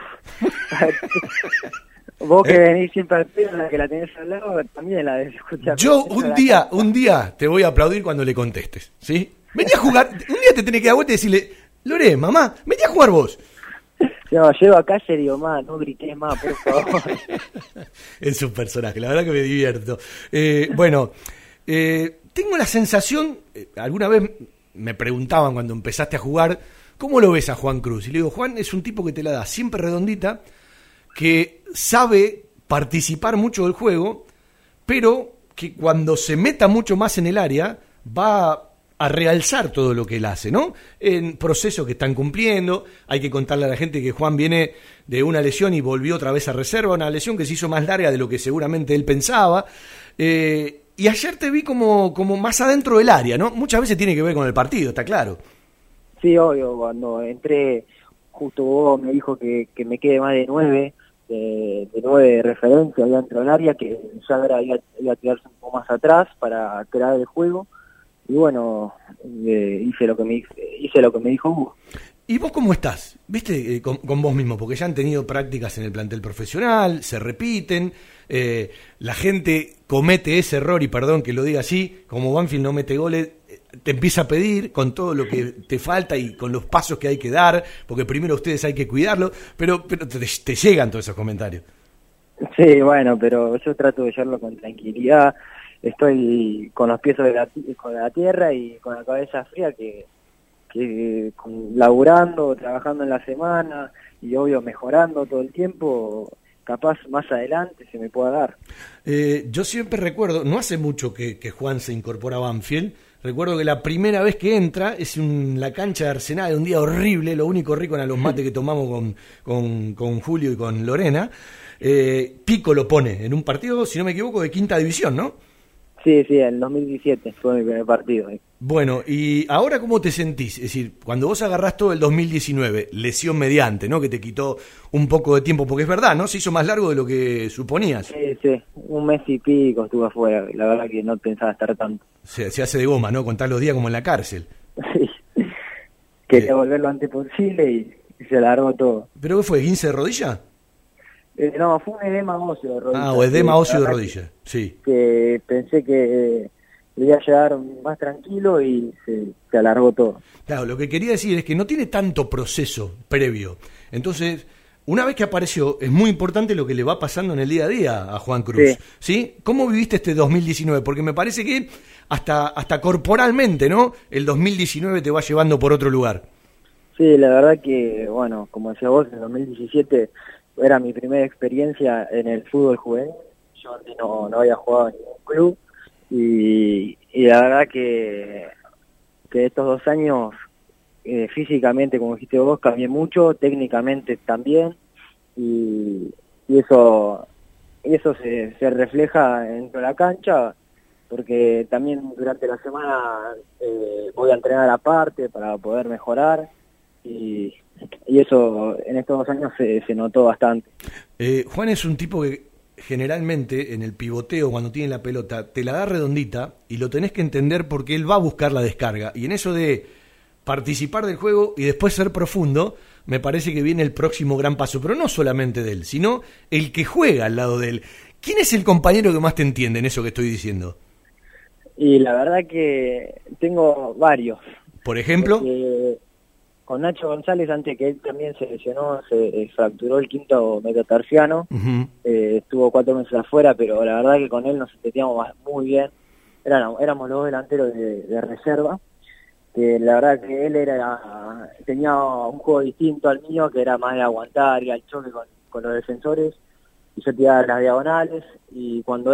[SPEAKER 7] Vos que venís siempre al pelo, la que la tenés al lado, también la debes escuchar.
[SPEAKER 5] Yo un día te voy a aplaudir cuando le contestes, ¿sí? Vení a jugar, un día te tenés que dar vuelta y decirle, Lore, mamá, vení a jugar vos.
[SPEAKER 7] No, llego a casa y digo, no grites más, por favor.
[SPEAKER 5] Es un personaje, la verdad que me divierto. Tengo la sensación, alguna vez me preguntaban cuando empezaste a jugar, ¿cómo lo ves a Juan Cruz? Y le digo, Juan es un tipo que te la da siempre redondita, que sabe participar mucho del juego, pero que cuando se meta mucho más en el área, va a realzar todo lo que él hace, ¿no? En procesos que están cumpliendo, hay que contarle a la gente que Juan viene de una lesión y volvió otra vez a reserva, una lesión que se hizo más larga de lo que seguramente él pensaba, y ayer te vi como más adentro del área, ¿no? Muchas veces tiene que ver con el partido, está claro.
[SPEAKER 7] Sí, obvio, cuando entré, justo vos me dijo que me quede más de 9, de 9 de referencia allá dentro del área, que ya ahora iba a tirarse un poco más atrás para crear el juego, y bueno, hice lo que me dijo Hugo.
[SPEAKER 5] ¿Y vos cómo estás? ¿Viste? Con vos mismo, porque ya han tenido prácticas en el plantel profesional, se repiten, la gente comete ese error, y perdón que lo diga así, como Banfield no mete goles, te empieza a pedir con todo lo que te falta y con los pasos que hay que dar, porque primero ustedes hay que cuidarlo, pero te llegan todos esos comentarios.
[SPEAKER 7] Sí, bueno, pero yo trato de llevarlo con tranquilidad, estoy con los pies sobre la tierra y con la cabeza fría, que laburando, trabajando en la semana y obvio mejorando todo el tiempo, capaz más adelante se me pueda dar.
[SPEAKER 5] Yo siempre recuerdo, no hace mucho que Juan se incorpora a Banfield, recuerdo que la primera vez que entra es en la cancha de Arsenal, un día horrible, lo único rico eran los mates que tomamos con Julio y con Lorena. Pico lo pone en un partido, si no me equivoco, de quinta división, ¿no?
[SPEAKER 7] Sí, en 2017 fue mi primer partido.
[SPEAKER 5] Bueno, ¿y ahora cómo te sentís? Es decir, cuando vos agarrás todo el 2019, lesión mediante, ¿no? Que te quitó un poco de tiempo, porque es verdad, ¿no? Se hizo más largo de lo que suponías.
[SPEAKER 7] Sí, 1 mes y pico estuve afuera, la verdad que no pensaba estar tanto.
[SPEAKER 5] Se hace de goma, ¿no? Contás los días como en la cárcel.
[SPEAKER 7] Sí, quería volver lo antes posible y se alargó todo.
[SPEAKER 5] ¿Pero qué fue, 15 de rodilla?
[SPEAKER 7] No, fue un edema óseo de rodilla.
[SPEAKER 5] Ah, o edema óseo de rodilla, sí.
[SPEAKER 7] Que pensé que iba a llegar más tranquilo y se alargó todo.
[SPEAKER 5] Claro, lo que quería decir es que no tiene tanto proceso previo. Entonces, una vez que apareció, es muy importante lo que le va pasando en el día a día a Juan Cruz. ¿Sí? ¿Cómo viviste este 2019? Porque me parece que hasta corporalmente, ¿no? El 2019 te va llevando por otro lugar.
[SPEAKER 7] Sí, la verdad que, bueno, como decía vos, en 2017 era mi primera experiencia en el fútbol juvenil. Yo antes no había jugado en ningún club y la verdad que estos 2 años físicamente, como dijiste vos, cambié mucho, técnicamente también, y eso se refleja dentro de la cancha, porque también durante la semana voy a entrenar aparte para poder mejorar, y eso en estos 2 años se notó bastante.
[SPEAKER 5] Juan es un tipo que generalmente en el pivoteo, cuando tiene la pelota, te la da redondita y lo tenés que entender porque él va a buscar la descarga, y en eso de participar del juego y después ser profundo, me parece que viene el próximo gran paso, pero no solamente de él, sino el que juega al lado de él. ¿Quién es el compañero que más te entiende en eso que estoy diciendo?
[SPEAKER 7] Y la verdad que tengo varios.
[SPEAKER 5] ¿Por ejemplo?
[SPEAKER 7] Porque con Nacho González, antes que él también se lesionó, se fracturó el quinto metatarsiano, estuvo 4 meses afuera, pero la verdad que con él nos entendíamos muy bien. Éramos los 2 delanteros de reserva, que la verdad que él tenía un juego distinto al mío, que era más de aguantar y al choque con los defensores, y yo tiraba las diagonales, y cuando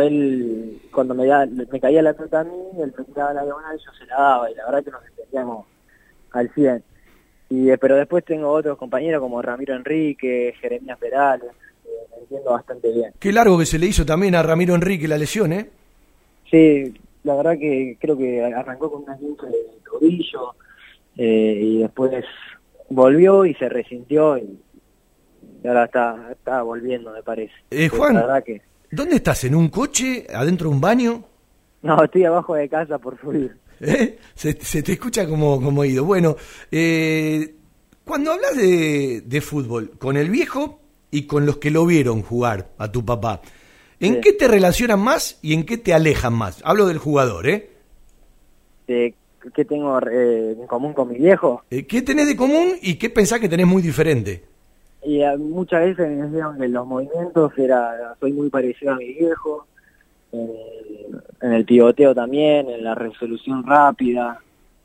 [SPEAKER 7] me caía la pelota a mí, él me tiraba la diagonal, yo se la daba, y la verdad que nos entendíamos al 100. Pero después tengo otros compañeros como Ramiro Enrique, Jeremías Perales, me entiendo bastante bien.
[SPEAKER 5] Qué largo que se le hizo también a Ramiro Enrique la lesión, ¿eh?
[SPEAKER 7] Sí, la verdad que creo que arrancó con una esguince de tobillo, y después volvió y se resintió, y ahora está volviendo, me parece.
[SPEAKER 5] Juan,
[SPEAKER 7] la verdad que
[SPEAKER 5] ¿Dónde estás? ¿En un coche? ¿Adentro de un baño?
[SPEAKER 7] No, estoy abajo de casa por subir.
[SPEAKER 5] Se te escucha como oído. Bueno, cuando hablas de fútbol, con el viejo y con los que lo vieron jugar a tu papá, ¿en
[SPEAKER 7] Sí.
[SPEAKER 5] qué te relacionan más y en qué te alejan más? Hablo del jugador, ¿eh?
[SPEAKER 7] ¿Qué tengo en común con mi viejo?
[SPEAKER 5] ¿Qué tenés de común y qué pensás que tenés muy diferente?
[SPEAKER 7] Y muchas veces me decían que en los movimientos soy muy parecido a mi viejo, en el pivoteo también, en la resolución rápida,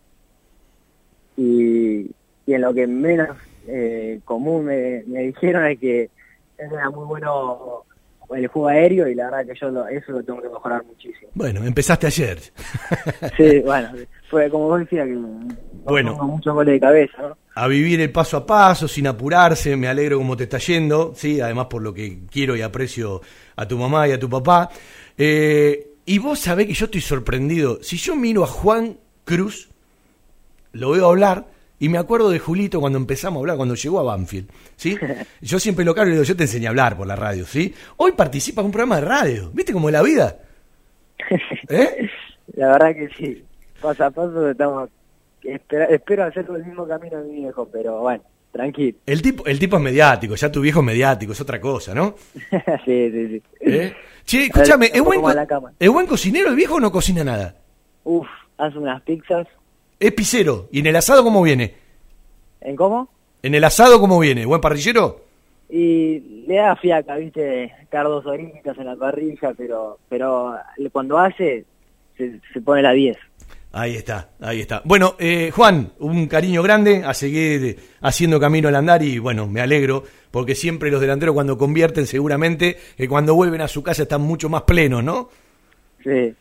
[SPEAKER 7] y en lo que menos común me dijeron es que era muy bueno el juego aéreo, y la verdad que eso lo tengo que mejorar muchísimo.
[SPEAKER 5] Bueno, empezaste ayer.
[SPEAKER 7] Sí, bueno, fue como vos decías, que
[SPEAKER 5] Bueno.
[SPEAKER 7] pongo muchos goles de cabeza, ¿no?
[SPEAKER 5] A vivir el paso a paso, sin apurarse, me alegro como te está yendo, ¿sí? Además por lo que quiero y aprecio a tu mamá y a tu papá. Y vos sabés que yo estoy sorprendido. Si yo miro a Juan Cruz, lo veo hablar, y me acuerdo de Julito cuando empezamos a hablar, cuando llegó a Banfield, ¿sí? Yo siempre lo caro y le digo, yo te enseñé a hablar por la radio, ¿sí? Hoy participa en un programa de radio, ¿viste cómo es la vida? ¿Eh?
[SPEAKER 7] La verdad que sí, paso a paso estamos... Espero hacer el mismo camino de mi viejo, pero bueno, tranquilo.
[SPEAKER 5] El tipo es mediático, ya tu viejo es mediático, es otra cosa, ¿no?
[SPEAKER 7] Sí.
[SPEAKER 5] Che, escúchame, ¿es buen,
[SPEAKER 7] Como la cama.
[SPEAKER 5] ¿es buen cocinero el viejo o no cocina nada?
[SPEAKER 7] Uf, hace unas pizzas.
[SPEAKER 5] Es pizzero. ¿Y en el asado cómo viene?
[SPEAKER 7] ¿En cómo?
[SPEAKER 5] ¿En el asado cómo viene? ¿Buen parrillero?
[SPEAKER 7] Y le da fiaca, viste, cardos horitas en la parrilla, pero cuando hace, se pone la 10.
[SPEAKER 5] Ahí está. Bueno, Juan, un cariño grande, a seguir haciendo camino al andar, y bueno, me alegro, porque siempre los delanteros cuando convierten, seguramente, cuando vuelven a su casa están mucho más plenos, ¿no?
[SPEAKER 7] Sí.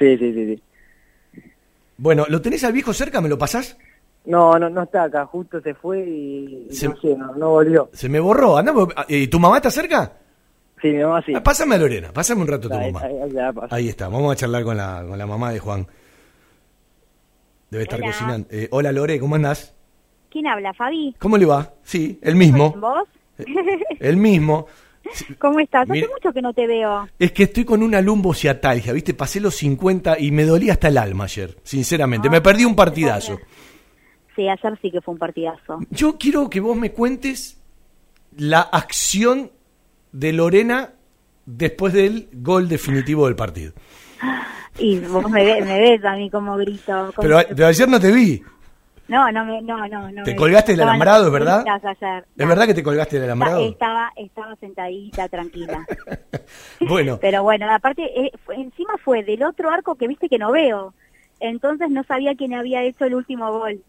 [SPEAKER 5] Bueno, ¿lo tenés al viejo cerca? ¿Me lo pasás?
[SPEAKER 7] No está acá, justo se fue y no volvió.
[SPEAKER 5] Se me borró. Andamos. ¿Y tu mamá está cerca?
[SPEAKER 7] Sí, mi mamá sí.
[SPEAKER 5] Pásame a Lorena, pásame un rato a tu mamá.
[SPEAKER 7] Ahí la paso.
[SPEAKER 5] Ahí está, vamos a charlar con la mamá de Juan. Debe estar
[SPEAKER 8] Hola.
[SPEAKER 5] cocinando. Hola Lore, ¿cómo andás?
[SPEAKER 8] ¿Quién habla, Fabi?
[SPEAKER 5] ¿Cómo le va? Sí, el mismo.
[SPEAKER 8] ¿Vos?
[SPEAKER 5] El mismo.
[SPEAKER 8] ¿Cómo estás?
[SPEAKER 5] Mira,
[SPEAKER 8] Hace mucho que no te veo.
[SPEAKER 5] es que estoy con una lumbociatalgia, ¿viste? Pasé los 50 y me dolía hasta el alma ayer, sinceramente. Me perdí un partidazo.
[SPEAKER 8] Sí, ayer sí que fue un partidazo.
[SPEAKER 5] Yo quiero que vos me cuentes la acción de Lorena después del gol definitivo del partido.
[SPEAKER 8] Y vos me ves a mí como grito.
[SPEAKER 5] Pero ayer no te vi.
[SPEAKER 8] No.
[SPEAKER 5] ¿Te colgaste del alambrado, es verdad?
[SPEAKER 8] Ayer.
[SPEAKER 5] ¿Es verdad que te colgaste del alambrado?
[SPEAKER 8] Estaba sentadita, tranquila.
[SPEAKER 5] Bueno.
[SPEAKER 8] Pero bueno, aparte, encima fue del otro arco que viste que no veo. Entonces no sabía quién había hecho el último gol.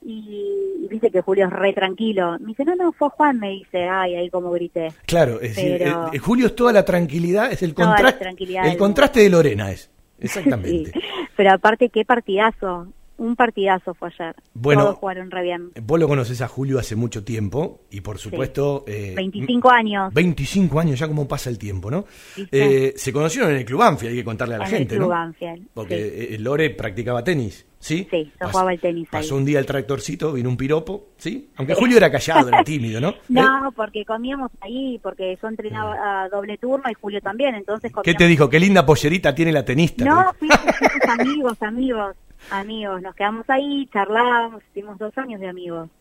[SPEAKER 8] Y viste que Julio es re tranquilo. Me dice, no, fue Juan, me dice. Ay, ahí como grité.
[SPEAKER 5] Claro, es decir, Julio es toda la tranquilidad, es el
[SPEAKER 8] Toda la
[SPEAKER 5] contraste.
[SPEAKER 8] tranquilidad
[SPEAKER 5] El
[SPEAKER 8] del
[SPEAKER 5] contraste de Lorena es. Exactamente.
[SPEAKER 8] Sí. Pero aparte, qué partidazo. Un partidazo fue ayer.
[SPEAKER 5] Bueno,
[SPEAKER 8] todos jugaron re bien.
[SPEAKER 5] Vos lo conocés a Julio hace mucho tiempo y por supuesto...
[SPEAKER 8] 25 años.
[SPEAKER 5] 25 años, ya como pasa el tiempo, ¿no?
[SPEAKER 8] ¿Viste?
[SPEAKER 5] Se conocieron en el Club Banfield, hay que contarle a la
[SPEAKER 8] En
[SPEAKER 5] gente,
[SPEAKER 8] el Club
[SPEAKER 5] ¿no?
[SPEAKER 8] Banfield,
[SPEAKER 5] Porque Lore practicaba tenis, ¿sí?
[SPEAKER 8] Sí, yo jugaba el tenis ahí.
[SPEAKER 5] Pasó un día el tractorcito, vino un piropo, ¿sí? Aunque Julio era callado, era tímido, ¿no?
[SPEAKER 8] No, porque comíamos ahí, porque yo entrenaba a doble turno y Julio también, entonces comíamos.
[SPEAKER 5] ¿Qué te dijo? ¿Qué linda pollerita tiene la tenista?
[SPEAKER 8] No, fuimos amigos, nos quedamos ahí, charlábamos, estuvimos 2 años de amigos.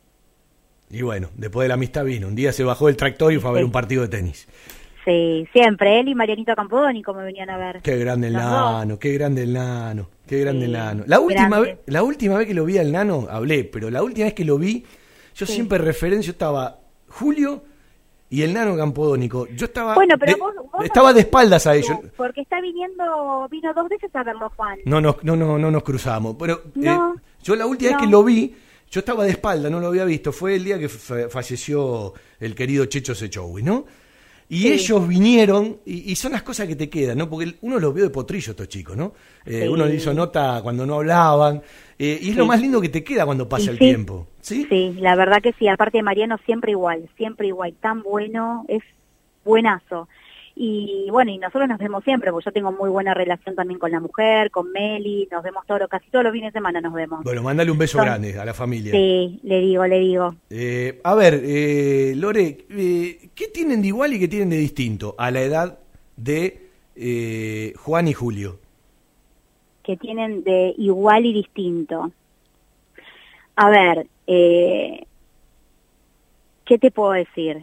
[SPEAKER 5] Y bueno, después de la amistad vino. Un día se bajó del tractor y fue a ver un partido de tenis.
[SPEAKER 8] Sí, siempre, él y Marianito Campodoni como venían a ver.
[SPEAKER 5] Qué grande el
[SPEAKER 8] Los
[SPEAKER 5] nano,
[SPEAKER 8] dos.
[SPEAKER 5] qué grande el nano, qué grande el
[SPEAKER 8] Sí,
[SPEAKER 5] nano.
[SPEAKER 8] grande.
[SPEAKER 5] La última vez que lo vi al nano, hablé, pero la última vez que lo vi, yo siempre referencio, estaba Julio y el nano Campodónico. Yo estaba
[SPEAKER 8] vos
[SPEAKER 5] estaba de espaldas a ellos.
[SPEAKER 8] Porque vino 2 veces a verlo Juan.
[SPEAKER 5] No nos cruzamos, pero
[SPEAKER 8] No,
[SPEAKER 5] yo la última vez que lo vi, yo estaba de espalda, no lo había visto, fue el día que falleció el querido Checho Sechowi, ¿no? Y ellos vinieron, y son las cosas que te quedan, ¿no? Porque uno los vio de potrillo estos chicos, ¿no? Uno le hizo nota cuando no hablaban, y es lo más lindo que te queda cuando pasa el tiempo, ¿sí?
[SPEAKER 8] Sí, la verdad que sí, aparte de Mariano siempre igual, tan bueno, es buenazo. Y bueno, y nosotros nos vemos siempre, porque yo tengo muy buena relación también con la mujer, con Meli, nos vemos casi todos los fines de semana nos vemos.
[SPEAKER 5] Bueno, mándale un beso grande a la familia.
[SPEAKER 8] Sí, le digo.
[SPEAKER 5] A ver, Lore, ¿qué tienen de igual y qué tienen de distinto a la edad de Juan y Julio?
[SPEAKER 8] Que tienen de igual y distinto. A ver, ¿qué te puedo decir?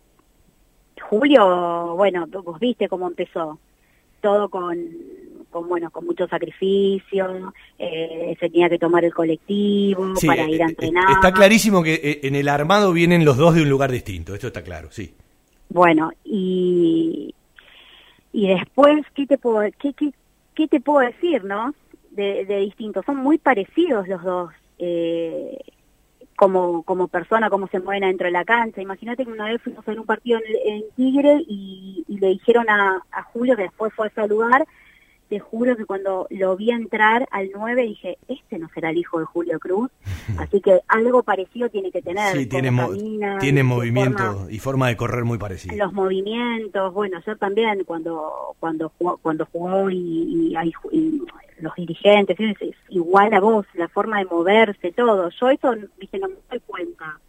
[SPEAKER 8] Julio, bueno, vos viste cómo empezó. Todo con mucho sacrificio, se tenía que tomar el colectivo para ir a entrenar.
[SPEAKER 5] Está clarísimo que en el armado vienen los dos de un lugar distinto, esto está claro, sí.
[SPEAKER 8] Bueno, y después, ¿qué te puedo decir, no? De distinto, son muy parecidos los dos, como persona, cómo se mueven adentro de la cancha. Imagínate que una vez fuimos a ver un partido en Tigre y le dijeron a Julio, que después fue a ese lugar, te juro que cuando lo vi entrar al 9 dije, este no será el hijo de Julio Cruz, así que algo parecido tiene que tener.
[SPEAKER 5] Sí, tiene movimiento y forma de correr muy parecida.
[SPEAKER 8] Los movimientos, bueno, yo también cuando jugó y los dirigentes, es igual a vos, la forma de moverse, todo. Yo eso, viste, no me doy cuenta.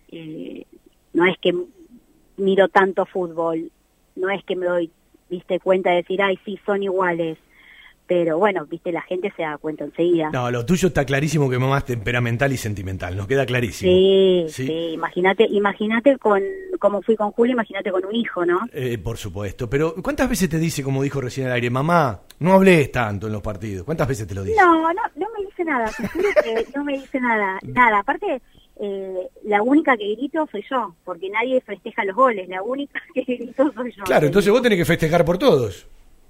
[SPEAKER 8] No es que miro tanto fútbol, no es que me doy, viste, cuenta de decir, ay, sí, son iguales. Pero bueno, viste, la gente se da cuenta enseguida.
[SPEAKER 5] No, lo tuyo está clarísimo que mamá es temperamental y sentimental, nos queda clarísimo.
[SPEAKER 8] Sí, imagínate cómo fui con Julio, imagínate con un hijo, ¿no?
[SPEAKER 5] Por supuesto, pero ¿cuántas veces te dice, como dijo recién al aire, mamá, no hables tanto en los partidos? ¿Cuántas veces te lo dice?
[SPEAKER 8] No me dice nada, te juro que no me dice nada. Aparte, la única que grito soy yo, porque nadie festeja los goles, la única que grito soy yo.
[SPEAKER 5] Claro, entonces vos tenés que festejar por todos.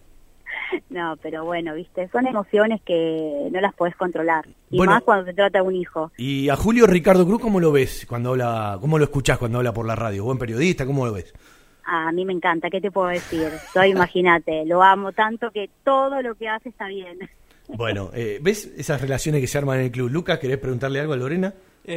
[SPEAKER 8] No, pero bueno, viste, son emociones que no las podés controlar. Y
[SPEAKER 5] bueno,
[SPEAKER 8] más cuando se trata de un hijo.
[SPEAKER 5] ¿Y a Julio Ricardo Cruz cómo lo ves cuando habla? ¿Cómo lo escuchás cuando habla por la radio? ¿Buen periodista? ¿Cómo lo ves?
[SPEAKER 8] A mí me encanta, ¿qué te puedo decir? Imagínate, lo amo tanto que todo lo que hace está bien.
[SPEAKER 5] Bueno, ¿ves esas relaciones que se arman en el club? Lucas, ¿querés preguntarle algo a Lorena?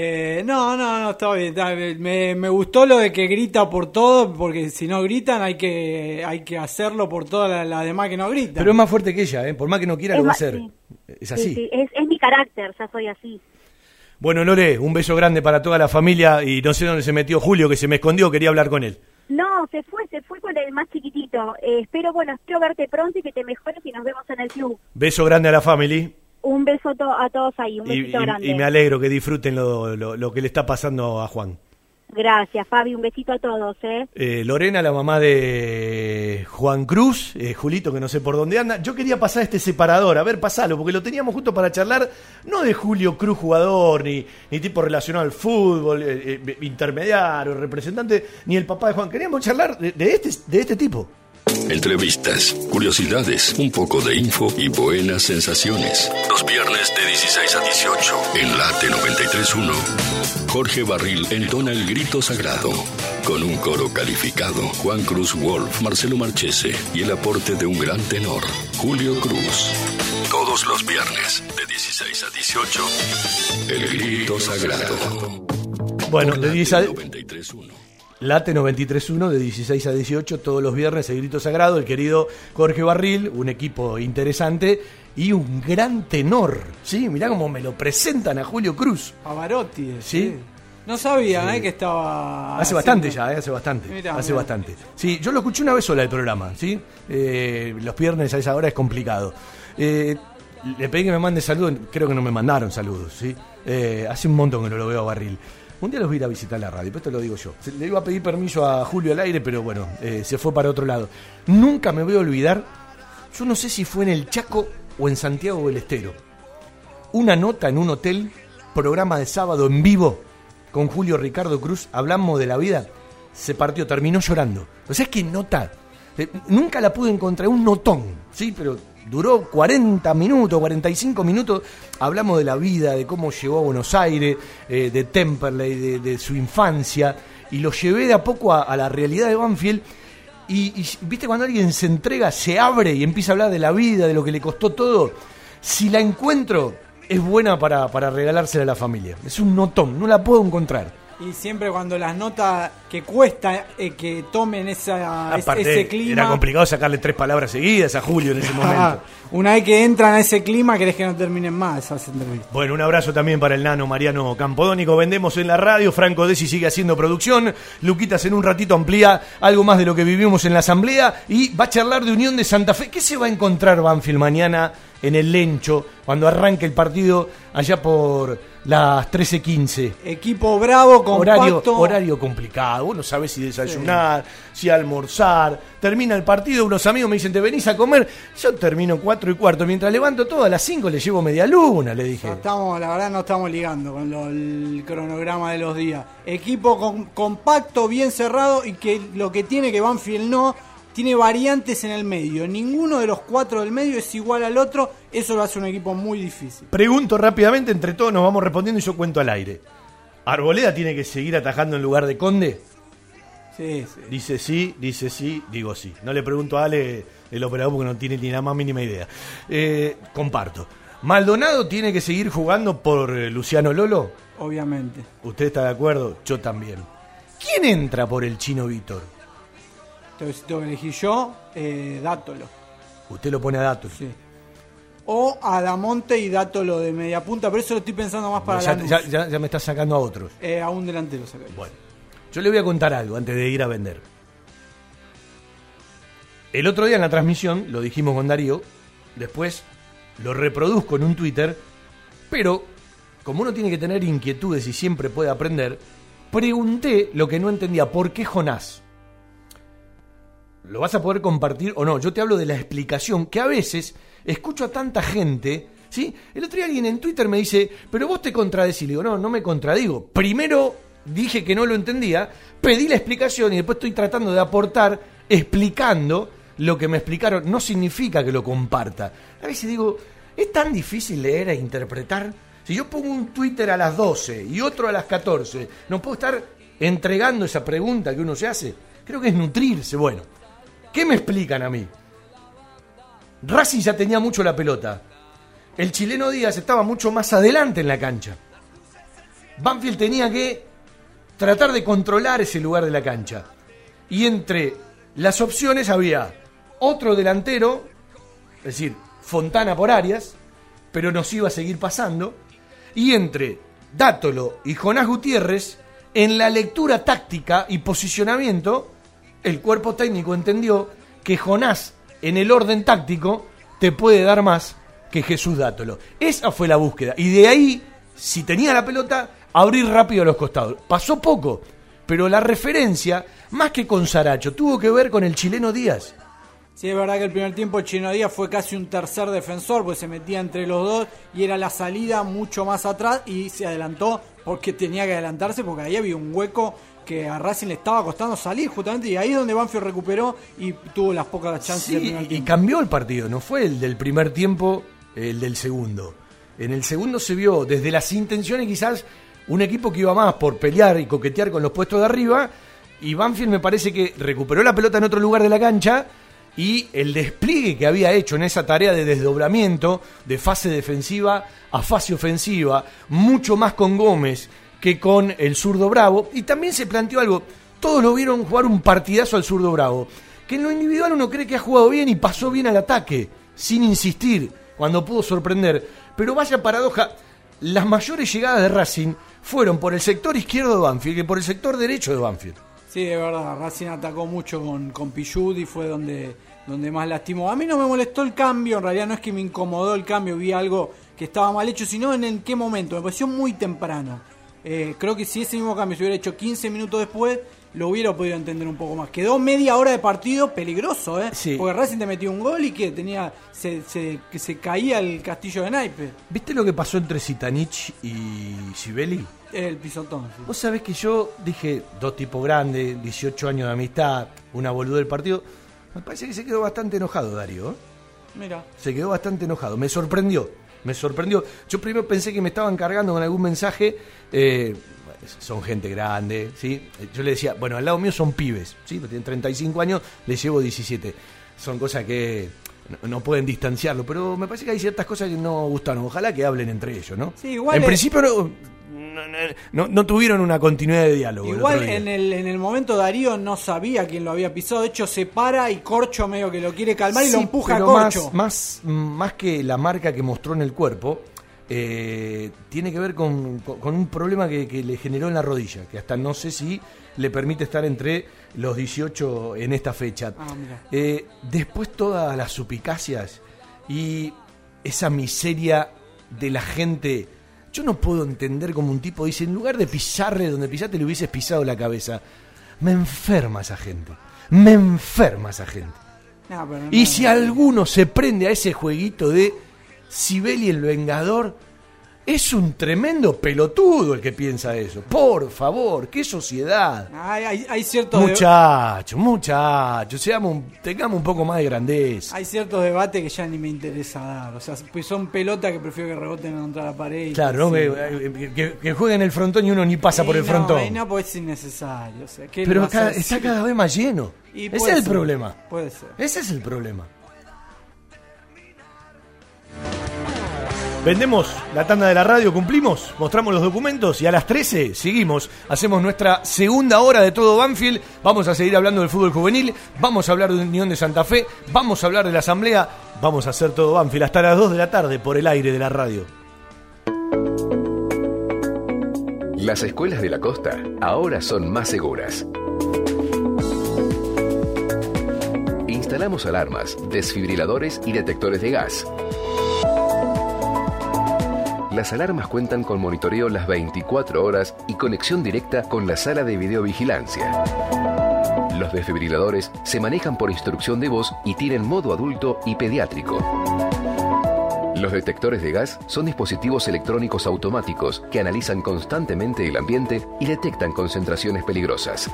[SPEAKER 6] No, está bien. Me gustó lo de que grita por todo, porque si no gritan hay que hacerlo por todas las demás que no gritan.
[SPEAKER 5] Pero es más fuerte que ella, por más que no quiera lo va a hacer.
[SPEAKER 8] Sí.
[SPEAKER 5] Es así.
[SPEAKER 8] Sí, es mi carácter, ya soy así.
[SPEAKER 5] Bueno, Lore, un beso grande para toda la familia y no sé dónde se metió Julio, que se me escondió, quería hablar con él.
[SPEAKER 8] No, se fue con el más chiquitito. Espero verte pronto y que te mejores y nos vemos en el club.
[SPEAKER 5] Beso grande a la family.
[SPEAKER 8] Un beso a todos ahí, un besito grande.
[SPEAKER 5] Y me alegro que disfruten lo que le está pasando a Juan.
[SPEAKER 8] Gracias, Fabi, un besito a todos.
[SPEAKER 5] Lorena, la mamá de Juan Cruz, Julito, que no sé por dónde anda. Yo quería pasar este separador, a ver, pasalo, porque lo teníamos justo para charlar, no de Julio Cruz jugador, ni tipo relacionado al fútbol, intermediario, representante, ni el papá de Juan. Queríamos charlar de este tipo.
[SPEAKER 2] Entrevistas, curiosidades, un poco de info y buenas sensaciones. Los viernes de 16 a 18 en Late 93.1. Jorge Barril entona el grito sagrado con un coro calificado. Juan Cruz Wolf, Marcelo Marchese y el aporte de un gran tenor, Julio Cruz. Todos los viernes de 16 a 18, el grito sagrado.
[SPEAKER 5] Bueno, de 10 a
[SPEAKER 2] 93.1.
[SPEAKER 5] Late 93.1 de 16 a 18 todos los viernes, el grito sagrado, el querido Jorge Barril, un equipo interesante y un gran tenor, ¿sí? Mirá cómo me lo presentan a Julio Cruz.
[SPEAKER 6] Pavarotti,
[SPEAKER 5] ¿sí?
[SPEAKER 6] No sabía, que estaba...
[SPEAKER 5] Hace bastante ya, hace bastante. Mirá. Bastante. Sí, yo lo escuché una vez sola el programa, ¿sí? Los viernes a esa hora es complicado. Le pedí que me mande saludos, creo que no me mandaron saludos, ¿sí? Hace un montón que no lo veo a Barril. Un día los voy a ir a visitar la radio, pero esto lo digo yo. Le iba a pedir permiso a Julio al aire, pero bueno, se fue para otro lado. Nunca me voy a olvidar, yo no sé si fue en el Chaco o en Santiago del Estero, una nota en un hotel, programa de sábado en vivo, con Julio Ricardo Cruz, hablamos de la vida, se partió, terminó llorando. O sea, es que nota, nunca la pude encontrar, un notón, ¿sí? Pero duró 40 minutos, 45 minutos, hablamos de la vida, de cómo llegó a Buenos Aires, de Temperley, de su infancia, y lo llevé de a poco a la realidad de Banfield, y viste cuando alguien se entrega, se abre y empieza a hablar de la vida, de lo que le costó todo. Si la encuentro, es buena para regalársela a la familia. Es un notón, no la puedo encontrar.
[SPEAKER 6] Y siempre cuando las notas que cuesta que tomen ese clima.
[SPEAKER 5] Era complicado sacarle 3 palabras seguidas a Julio en ese momento.
[SPEAKER 6] Una vez que entran a ese clima, querés que no terminen más esas entrevistas.
[SPEAKER 5] Bueno, un abrazo también para el nano Mariano Campodónico. Vendemos en la radio. Franco Desi sigue haciendo producción. Luquitas en un ratito amplía algo más de lo que vivimos en la asamblea. Y va a charlar de Unión de Santa Fe. ¿Qué se va a encontrar Banfield mañana en el Lencho cuando arranque el partido allá por las 13:15?
[SPEAKER 6] Equipo bravo, compacto.
[SPEAKER 5] Horario complicado. Uno sabe si desayunar, si almorzar. Termina el partido, unos amigos me dicen, ¿te venís a comer? Yo termino 4:15. Mientras levanto todo, a las 5 le llevo media luna, le dije.
[SPEAKER 6] La verdad no estamos ligando con el cronograma de los días. Equipo compacto, bien cerrado, y que lo que tiene que Banfield no... Tiene variantes en el medio. Ninguno de los 4 del medio es igual al otro. Eso lo hace un equipo muy difícil.
[SPEAKER 5] Pregunto rápidamente, entre todos nos vamos respondiendo y yo cuento al aire. ¿Arboleda tiene que seguir atajando en lugar de Conde?
[SPEAKER 6] Sí.
[SPEAKER 5] Dice sí, digo sí. No le pregunto a Ale, el operador, porque no tiene ni la más mínima idea. Comparto. ¿Maldonado tiene que seguir jugando por Luciano Lolo?
[SPEAKER 6] Obviamente.
[SPEAKER 5] ¿Usted está de acuerdo? Yo también. ¿Quién entra por el Chino Vítor?
[SPEAKER 6] Entonces tengo que elegir yo, Dátolo.
[SPEAKER 5] Usted lo pone a Dátolo.
[SPEAKER 6] Sí. O a Damonte y Dátolo de media punta, pero eso lo estoy pensando más para
[SPEAKER 5] ya me está sacando a otros.
[SPEAKER 6] A un delantero sacaría.
[SPEAKER 5] Bueno, yo le voy a contar algo antes de ir a vender. El otro día en la transmisión, lo dijimos con Darío, después lo reproduzco en un Twitter, pero como uno tiene que tener inquietudes y siempre puede aprender, pregunté lo que no entendía. ¿Por qué Jonás? ¿Lo vas a poder compartir o no? Yo te hablo de la explicación, que a veces escucho a tanta gente, ¿sí? El otro día alguien en Twitter me dice, pero vos te contradecís. Le digo, no me contradigo. Primero dije que no lo entendía, pedí la explicación y después estoy tratando de aportar explicando lo que me explicaron. No significa que lo comparta. A veces digo, ¿es tan difícil leer e interpretar? Si yo pongo un Twitter a las 12 y otro a las 14, ¿no puedo estar entregando esa pregunta que uno se hace? Creo que es nutrirse. Bueno, ¿qué me explican a mí? Racing ya tenía mucho la pelota. El chileno Díaz estaba mucho más adelante en la cancha. Banfield tenía que tratar de controlar ese lugar de la cancha. Y entre las opciones había otro delantero, es decir, Fontana por Arias, pero nos iba a seguir pasando. Y entre Dátolo y Jonás Gutiérrez, en la lectura táctica y posicionamiento, el cuerpo técnico entendió que Jonás, en el orden táctico, te puede dar más que Jesús Dátolo. Esa fue la búsqueda. Y de ahí, si tenía la pelota, abrir rápido a los costados. Pasó poco, pero la referencia, más que con Saracho, tuvo que ver con el chileno Díaz.
[SPEAKER 6] Sí, es verdad que el primer tiempo Chino Díaz fue casi un tercer defensor, pues se metía entre los dos y era la salida mucho más atrás y se adelantó porque tenía que adelantarse, porque ahí había un hueco que a Racing le estaba costando salir justamente, y ahí es donde Banfield recuperó y tuvo las pocas chances del primer tiempo. Y
[SPEAKER 5] cambió el partido, no fue el del primer tiempo, el del segundo. En el segundo se vio desde las intenciones quizás un equipo que iba más por pelear y coquetear con los puestos de arriba, y Banfield me parece que recuperó la pelota en otro lugar de la cancha, y el despliegue que había hecho en esa tarea de desdoblamiento, de fase defensiva a fase ofensiva, mucho más con Gómez que con el zurdo Bravo. Y también se planteó algo, todos lo vieron jugar un partidazo al zurdo Bravo, que en lo individual uno cree que ha jugado bien y pasó bien al ataque, sin insistir, cuando pudo sorprender. Pero vaya paradoja, las mayores llegadas de Racing fueron por el sector izquierdo de Banfield que por el sector derecho de Banfield.
[SPEAKER 6] Sí, es verdad, Racing atacó mucho con Pichud y fue donde más lastimó. A mí no me molestó el cambio, en realidad no es que me incomodó el cambio, vi algo que estaba mal hecho, sino en qué momento, me pareció muy temprano. Creo que si ese mismo cambio se hubiera hecho 15 minutos después, lo hubiera podido entender un poco más. Quedó media hora de partido peligroso,
[SPEAKER 5] sí.
[SPEAKER 6] Porque Racing te metió un gol y que se caía el castillo de naipes.
[SPEAKER 5] ¿Viste lo que pasó entre Zitanich y Sibeli?
[SPEAKER 6] El pisotón. Sí.
[SPEAKER 5] Vos sabés que yo dije, dos tipos grandes, 18 años de amistad, una boluda del partido. Me parece que se quedó bastante enojado, Darío.
[SPEAKER 6] Mira.
[SPEAKER 5] Se quedó bastante enojado. Me sorprendió. Yo primero pensé que me estaban cargando con algún mensaje. Son gente grande, ¿sí? Yo le decía, bueno, al lado mío son pibes, ¿sí? Tienen 35 años, les llevo 17. Son cosas que no pueden distanciarlo, pero me parece que hay ciertas cosas que no gustaron. Ojalá que hablen entre ellos, ¿no?
[SPEAKER 6] Sí, igual
[SPEAKER 5] en principio no tuvieron una continuidad de diálogo.
[SPEAKER 6] Igual en el momento Darío no sabía quién lo había pisado. De hecho se para y Corcho medio que lo quiere calmar y lo empuja a Corcho.
[SPEAKER 5] Más que la marca que mostró en el cuerpo, tiene que ver con un problema que le generó en la rodilla, que hasta no sé si le permite estar entre los 18 en esta fecha. Después todas las suspicacias y esa miseria de la gente, yo no puedo entender como un tipo dice, en lugar de pisarle donde pisaste le hubieses pisado la cabeza. Me enferma esa gente. Y si alguno se prende a ese jueguito de Sibeli el Vengador, es un tremendo pelotudo el que piensa eso. Por favor, qué sociedad.
[SPEAKER 6] Hay ciertos
[SPEAKER 5] muchachos, tengamos un poco más de grandeza.
[SPEAKER 6] Hay ciertos debates que ya ni me interesa dar. O sea, pues son pelotas que prefiero que reboten contra la pared.
[SPEAKER 5] Claro, que jueguen el frontón y uno ni pasa por el frontón.
[SPEAKER 6] No, pues es innecesario. O sea,
[SPEAKER 5] pero está cada vez más lleno. Ese es el problema.
[SPEAKER 6] Puede ser.
[SPEAKER 5] Ese es el problema. Vendemos la tanda de la radio, cumplimos, mostramos los documentos y a las 13 seguimos, hacemos nuestra segunda hora de todo Banfield. Vamos a seguir hablando del fútbol juvenil, vamos a hablar de Unión de Santa Fe, vamos a hablar de la asamblea, vamos a hacer todo Banfield hasta las 2 de la tarde por el aire de la radio.
[SPEAKER 1] Las escuelas de la costa ahora son más seguras. Instalamos alarmas, desfibriladores y detectores de gas. Las alarmas cuentan con monitoreo las 24 horas y conexión directa con la sala de videovigilancia. Los desfibriladores se manejan por instrucción de voz y tienen modo adulto y pediátrico. Los detectores de gas son dispositivos electrónicos automáticos que analizan constantemente el ambiente y detectan concentraciones peligrosas.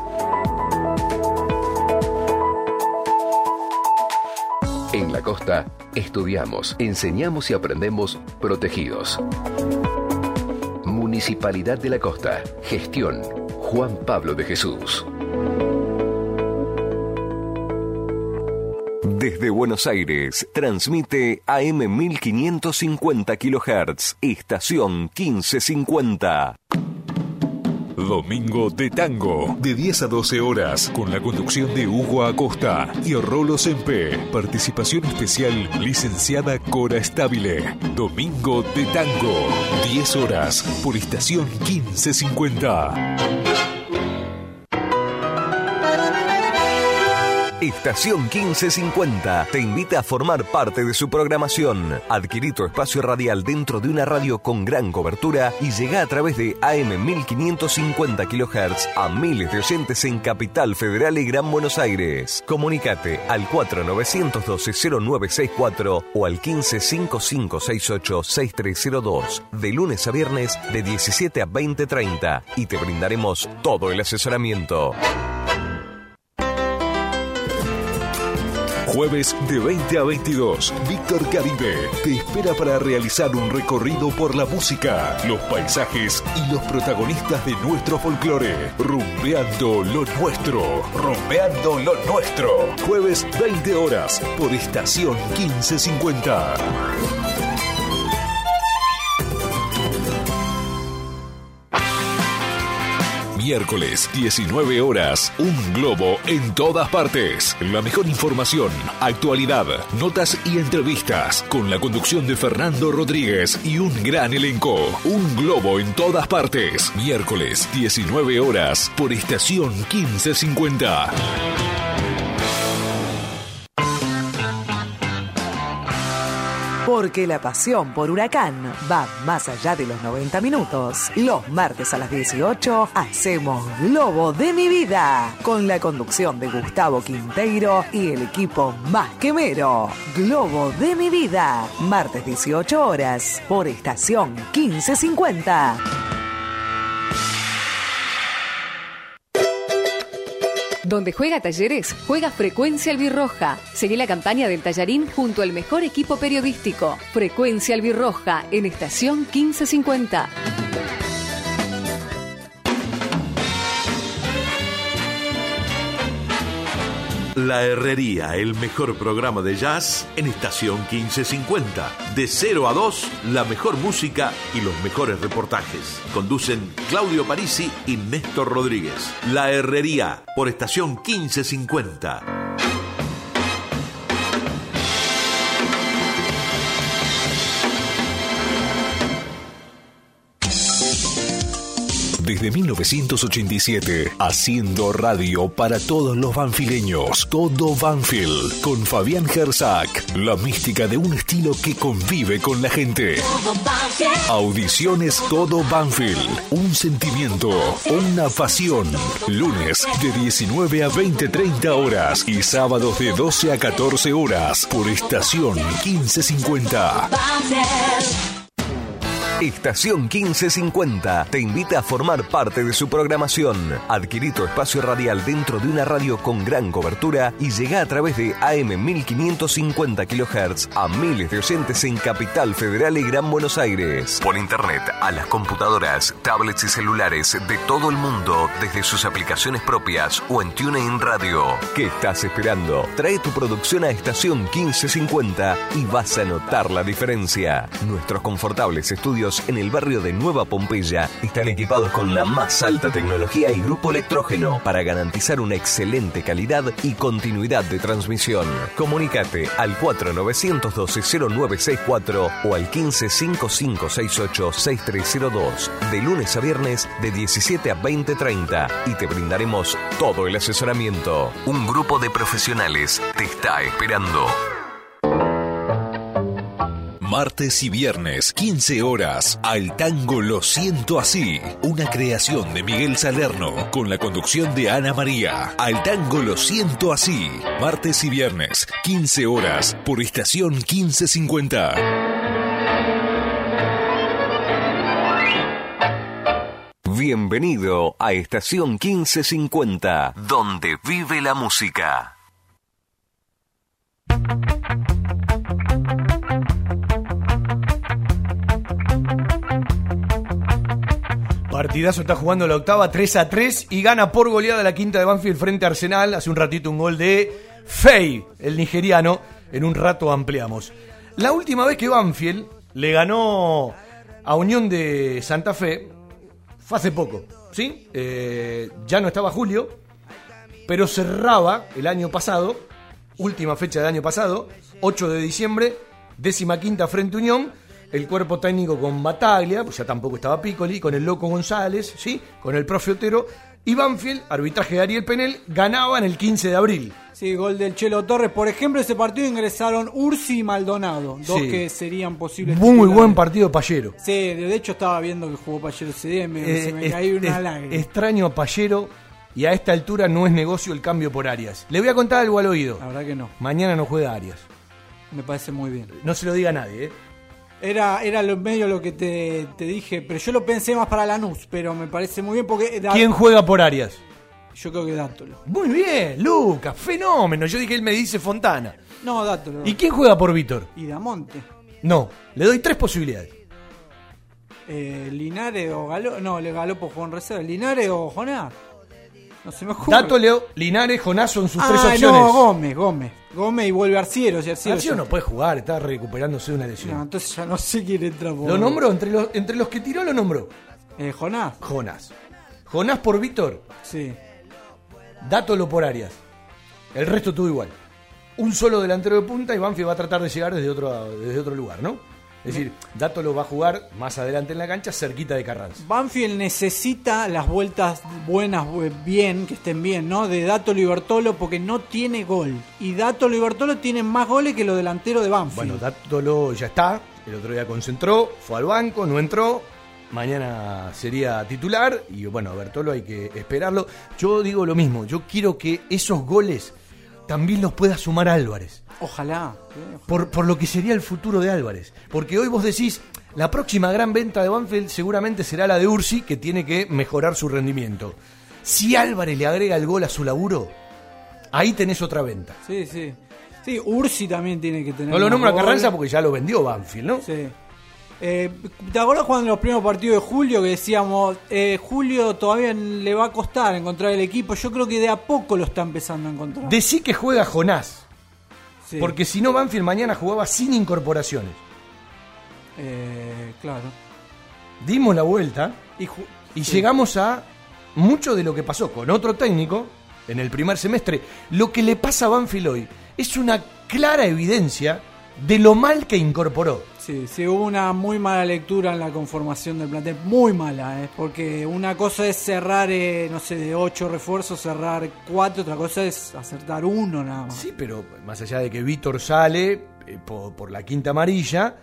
[SPEAKER 1] En la costa, estudiamos, enseñamos y aprendemos protegidos. Municipalidad de la Costa. Gestión Juan Pablo de Jesús. Desde Buenos Aires, transmite AM 1550 kHz, estación 1550.
[SPEAKER 2] Domingo de Tango, de 10 a 12 horas, con la conducción de Hugo Acosta y Rolo Sempe. Participación especial, licenciada Cora Estabile. Domingo de Tango, 10 horas, por estación 1550.
[SPEAKER 1] Estación 1550 te invita a formar parte de su programación. Adquirí tu espacio radial dentro de una radio con gran cobertura y llega a través de AM 1550 kHz a miles de oyentes en Capital Federal y Gran Buenos Aires. Comunícate al 4912-0964 o al 155568-6302 de lunes a viernes de 17 a 20:30 y te brindaremos todo el asesoramiento.
[SPEAKER 2] Jueves de 20 a 22, Víctor Caribe te espera para realizar un recorrido por la música, los paisajes y los protagonistas de nuestro folclore. Rumbeando lo nuestro. Rumbeando lo nuestro. Jueves 20 horas por estación 1550. Miércoles, 19 horas, Un Globo en todas partes. La mejor información, actualidad, notas y entrevistas. Con la conducción de Fernando Rodríguez y un gran elenco. Un Globo en todas partes. Miércoles, 19 horas, por estación 1550.
[SPEAKER 9] Porque la pasión por Huracán va más allá de los 90 minutos. Los martes a las 18 hacemos Globo de mi vida, con la conducción de Gustavo Quinteiro y el equipo más quemero. Globo de mi vida, martes 18 horas, por estación 1550.
[SPEAKER 10] Donde juega Talleres, juega Frecuencia Albirroja. Seguí la campaña del Tallarín junto al mejor equipo periodístico. Frecuencia Albirroja en estación 1550.
[SPEAKER 11] La Herrería, el mejor programa de jazz en estación 1550. De 0 a 2, la mejor música y los mejores reportajes. Conducen Claudio Parisi y Néstor Rodríguez. La Herrería, por estación 1550.
[SPEAKER 2] Desde 1987, haciendo radio para todos los banfileños. Todo Banfield, con Fabián Herzac. La mística de un estilo que convive con la gente. Audiciones Todo Banfield. Un sentimiento, una pasión. Lunes de 19 a 20:30 horas y sábados de 12 a 14 horas por estación 1550.
[SPEAKER 1] Estación 1550 te invita a formar parte de su programación. Adquirí tu espacio radial dentro de una radio con gran cobertura y llega a través de AM 1550 kHz a miles de oyentes en Capital Federal y Gran Buenos Aires. Por internet, a las computadoras, tablets y celulares de todo el mundo desde sus aplicaciones propias o en TuneIn Radio. ¿Qué estás esperando? Trae tu producción a Estación 1550 y vas a notar la diferencia. Nuestros confortables estudios en el barrio de Nueva Pompeya están equipados con la más alta tecnología y grupo electrógeno para garantizar una excelente calidad y continuidad de transmisión. Comunícate al 4912-0964 o al 155568-6302 de lunes a viernes de 17 a 20:30 y te brindaremos todo el asesoramiento. Un grupo de profesionales te está esperando.
[SPEAKER 2] Martes y viernes, 15 horas, Al Tango Lo Siento Así. Una creación de Miguel Salerno, con la conducción de Ana María. Al Tango Lo Siento Así. Martes y viernes, 15 horas, por estación 1550.
[SPEAKER 1] Bienvenido a Estación 1550, donde vive la música.
[SPEAKER 5] Partidazo, está jugando la octava, 3-3 y gana por goleada la quinta de Banfield frente a Arsenal. Hace un ratito un gol de Fey, el nigeriano. En un rato ampliamos. La última vez que Banfield le ganó a Unión de Santa Fe fue hace poco, ¿sí? Ya no estaba Julio, pero cerraba el año pasado, última fecha del año pasado, 8 de diciembre, 15ª frente a Unión. El cuerpo técnico con Bataglia, pues ya tampoco estaba Piccoli, con el Loco González, ¿sí? Con el profe Otero. Y Banfield, arbitraje de Ariel Penel, ganaban el 15 de abril.
[SPEAKER 6] Sí, gol del Chelo Torres. Por ejemplo, ese partido ingresaron Ursi y Maldonado, dos que serían posibles
[SPEAKER 5] muy
[SPEAKER 6] titulares.
[SPEAKER 5] Buen partido Pallero.
[SPEAKER 6] Sí, de hecho estaba viendo que jugó Pallero ese día y se me cayó una lágrima.
[SPEAKER 5] Extraño a Pallero y a esta altura no es negocio el cambio por Arias. Le voy a contar algo al oído.
[SPEAKER 6] La verdad que no.
[SPEAKER 5] Mañana no juega Arias.
[SPEAKER 6] Me parece muy bien.
[SPEAKER 5] No se lo diga a nadie, ¿eh?
[SPEAKER 6] Era medio lo que te dije, pero yo lo pensé más para Lanús, pero me parece muy bien porque...
[SPEAKER 5] ¿Quién juega por Arias?
[SPEAKER 6] Yo creo que Dátolo.
[SPEAKER 5] Muy bien, Lucas, fenómeno. Yo dije, él me dice Fontana.
[SPEAKER 6] No, Dátolo.
[SPEAKER 5] ¿Y quién juega por Víctor?
[SPEAKER 6] Y Damonte.
[SPEAKER 5] No, le doy 3 posibilidades.
[SPEAKER 6] Linares o Galopo. No, Galopo jugó en reserva. Linares o Jonás. No se me ocurre.
[SPEAKER 5] Dátolo, Linares, Jonás son sus 3 opciones.
[SPEAKER 6] No, Gómez y vuelve Arciero.
[SPEAKER 5] Arciero no puede jugar, está recuperándose de una lesión.
[SPEAKER 6] No, entonces ya no sé quién entra por...
[SPEAKER 5] ¿Lo nombró? Entre los que tiró lo nombró.
[SPEAKER 6] Jonás.
[SPEAKER 5] Jonás por Víctor.
[SPEAKER 6] Sí.
[SPEAKER 5] Dátolo por Arias. El resto todo igual. Un solo delantero de punta y Banfield va a tratar de llegar desde otro lugar, ¿no? Es decir, Dátolo va a jugar más adelante en la cancha, cerquita de Carranza.
[SPEAKER 6] Banfield necesita las vueltas buenas, bien, que estén bien, ¿no? De Dátolo y Bertolo, porque no tiene gol. Y Dátolo y Bertolo tienen más goles que los delanteros de Banfield.
[SPEAKER 5] Bueno, Dátolo ya está. El otro día concentró, fue al banco, no entró. Mañana sería titular. Y bueno, a Bertolo hay que esperarlo. Yo digo lo mismo. Yo quiero que esos goles también los pueda sumar Álvarez.
[SPEAKER 6] Ojalá.
[SPEAKER 5] Por lo que sería el futuro de Álvarez. Porque hoy vos decís, la próxima gran venta de Banfield seguramente será la de Ursi, que tiene que mejorar su rendimiento. Si Álvarez le agrega el gol a su laburo, ahí tenés otra venta.
[SPEAKER 6] Sí, sí. Sí, Ursi también tiene que tener.
[SPEAKER 5] No lo nombro a Carranza porque ya lo vendió Banfield, ¿no?
[SPEAKER 6] Sí. ¿Te acuerdas cuando en los primeros partidos de Julio que decíamos, Julio todavía le va a costar encontrar el equipo? Yo creo que de a poco lo está empezando a encontrar.
[SPEAKER 5] Decí que juega Jonás,
[SPEAKER 6] Sí.
[SPEAKER 5] porque si no Banfield mañana jugaba sin incorporaciones.
[SPEAKER 6] Claro.
[SPEAKER 5] Dimos la vuelta y llegamos a mucho de lo que pasó con otro técnico en el primer semestre. Lo que le pasa a Banfield hoy es una clara evidencia de lo mal que incorporó.
[SPEAKER 6] Sí, hubo una muy mala lectura en la conformación del plantel, muy mala, porque una cosa es cerrar, de 8 refuerzos, cerrar 4, otra cosa es acertar 1 nada más.
[SPEAKER 5] Sí, pero más allá de que Víctor sale por la quinta amarilla,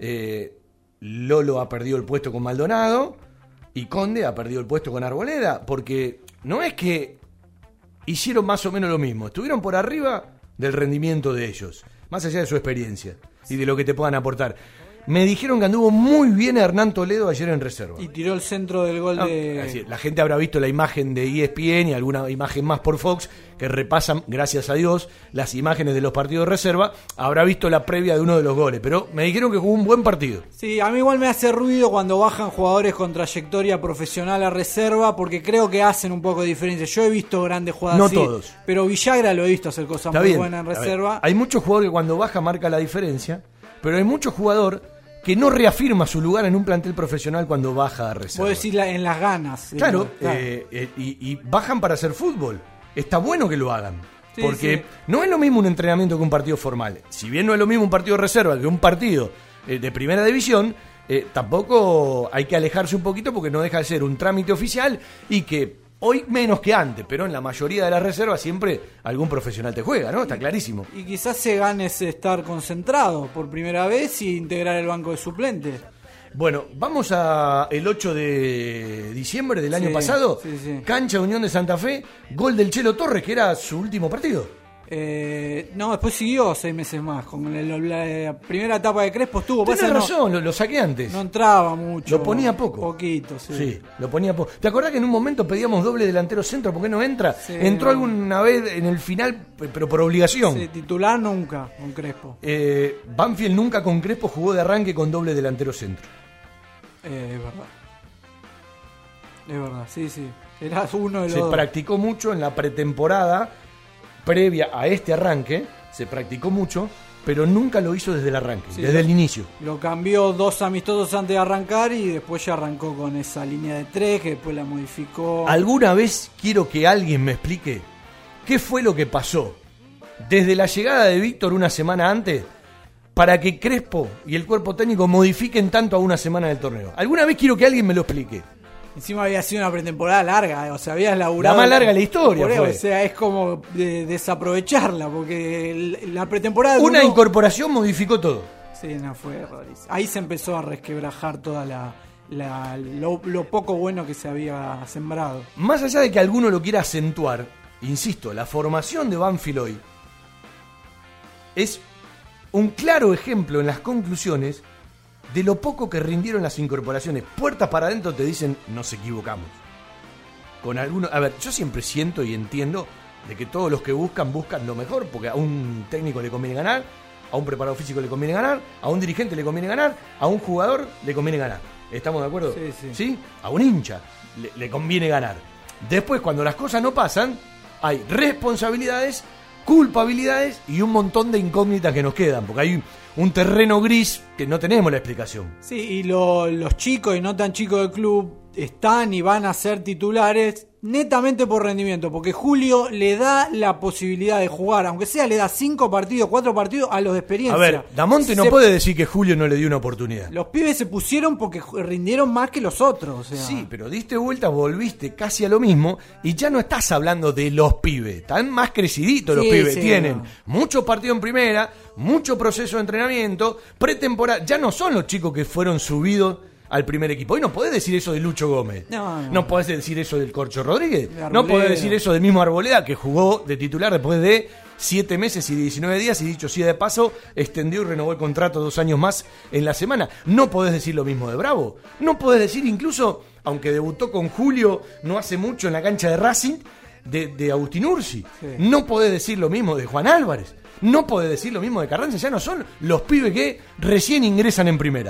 [SPEAKER 5] Lolo ha perdido el puesto con Maldonado y Conde ha perdido el puesto con Arboleda, porque no es que hicieron más o menos lo mismo, estuvieron por arriba del rendimiento de ellos, más allá de su experiencia y de lo que te puedan aportar. Me dijeron que anduvo muy bien Hernán Toledo ayer en reserva.
[SPEAKER 6] Y tiró el centro del gol de...
[SPEAKER 5] Así, la gente habrá visto la imagen de ESPN y alguna imagen más por Fox, que repasan, gracias a Dios, las imágenes de los partidos de reserva. Habrá visto la previa de uno de los goles, pero me dijeron que jugó un buen partido.
[SPEAKER 6] Sí, a mí igual me hace ruido cuando bajan jugadores con trayectoria profesional a reserva, porque creo que hacen un poco de diferencia. Yo he visto grandes jugadas
[SPEAKER 5] no
[SPEAKER 6] así,
[SPEAKER 5] todos,
[SPEAKER 6] pero Villagra lo he visto hacer cosas
[SPEAKER 5] está
[SPEAKER 6] muy
[SPEAKER 5] bien,
[SPEAKER 6] buenas en reserva.
[SPEAKER 5] Hay muchos jugadores que cuando baja marca la diferencia, pero hay mucho jugador que no reafirma su lugar en un plantel profesional cuando baja a reserva.
[SPEAKER 6] Puedo decir en las ganas.
[SPEAKER 5] Claro, y bajan para hacer fútbol. Está bueno que lo hagan. Sí, porque no es lo mismo un entrenamiento que un partido formal. Si bien no es lo mismo un partido de reserva que un partido de primera división, tampoco hay que alejarse un poquito porque no deja de ser un trámite oficial y que hoy menos que antes, pero en la mayoría de las reservas siempre algún profesional te juega, ¿no? Está clarísimo.
[SPEAKER 6] Y quizás se gane ese estar concentrado por primera vez y integrar el banco de suplentes.
[SPEAKER 5] Bueno, vamos a el 8 de diciembre del año pasado. Cancha Unión de Santa Fe, gol del Chelo Torres, que era su último partido.
[SPEAKER 6] No, después siguió 6 meses más. Con la primera etapa de Crespo estuvo.
[SPEAKER 5] Tienes razón, lo saqué antes.
[SPEAKER 6] No entraba mucho.
[SPEAKER 5] Lo ponía poco.
[SPEAKER 6] Poquito, sí.
[SPEAKER 5] Sí, lo ponía poco. ¿Te acordás que en un momento pedíamos doble delantero centro? ¿Por qué no entra?
[SPEAKER 6] Sí,
[SPEAKER 5] entró alguna vez en el final, pero por obligación.
[SPEAKER 6] Sí, titular nunca con Crespo.
[SPEAKER 5] Banfield nunca con Crespo jugó de arranque con doble delantero centro.
[SPEAKER 6] Es verdad, sí. Eras uno de los...
[SPEAKER 5] Se practicó mucho en la pretemporada previa a este arranque, se practicó mucho, pero nunca lo hizo desde el arranque, desde el inicio.
[SPEAKER 6] Lo cambió 2 amistosos antes de arrancar y después ya arrancó con esa línea de 3 que después la modificó.
[SPEAKER 5] ¿Alguna vez quiero que alguien me explique qué fue lo que pasó desde la llegada de Víctor una semana antes para que Crespo y el cuerpo técnico modifiquen tanto a una semana del torneo? ¿Alguna vez quiero que alguien me lo explique?
[SPEAKER 6] Encima había sido una pretemporada larga, o sea, habías laburado...
[SPEAKER 5] La más larga de la historia fue.
[SPEAKER 6] O sea, es como desaprovecharla, porque la pretemporada...
[SPEAKER 5] Una incorporación modificó todo.
[SPEAKER 6] Sí, no, fue rarísimo. Ahí se empezó a resquebrajar toda lo poco bueno que se había sembrado.
[SPEAKER 5] Más allá de que alguno lo quiera acentuar, insisto, la formación de Banfield hoy es un claro ejemplo en las conclusiones de lo poco que rindieron las incorporaciones. Puertas para adentro te dicen, nos equivocamos. Con algunos, a ver, yo siempre siento y entiendo de que todos los que buscan lo mejor, porque a un técnico le conviene ganar, a un preparador físico le conviene ganar, a un dirigente le conviene ganar, a un jugador le conviene ganar. ¿Estamos de acuerdo? Sí. A un hincha le conviene ganar. Después, cuando las cosas no pasan, hay responsabilidades, culpabilidades y un montón de incógnitas que nos quedan, porque hay un terreno gris que no tenemos la explicación.
[SPEAKER 6] Sí, y los chicos y no tan chicos del club están y van a ser titulares netamente por rendimiento, porque Julio le da la posibilidad de jugar, aunque sea le da 5 partidos, 4 partidos a los de experiencia.
[SPEAKER 5] A ver, Damonte no puede decir que Julio no le dio una oportunidad.
[SPEAKER 6] Los pibes se pusieron porque rindieron más que los otros. O sea.
[SPEAKER 5] Sí, pero diste vuelta, volviste casi a lo mismo y ya no estás hablando de los pibes. Están más creciditos los pibes. Tienen muchos partidos en primera, mucho proceso de entrenamiento, pretemporada. Ya no son los chicos que fueron subidos al primer equipo. Hoy no podés decir eso de Lucho Gómez. No podés decir eso del Corcho Rodríguez. No podés decir eso del mismo Arboleda, que jugó de titular después de 7 meses y 19 días, y dicho sea de paso, extendió y renovó el contrato 2 años más en la semana. No podés decir lo mismo de Bravo. No podés decir incluso, aunque debutó con Julio no hace mucho en la cancha de Racing, de Agustín Ursi. No podés decir lo mismo de Juan Álvarez. No podés decir lo mismo de Carranza. Ya no son los pibes que recién ingresan en primera.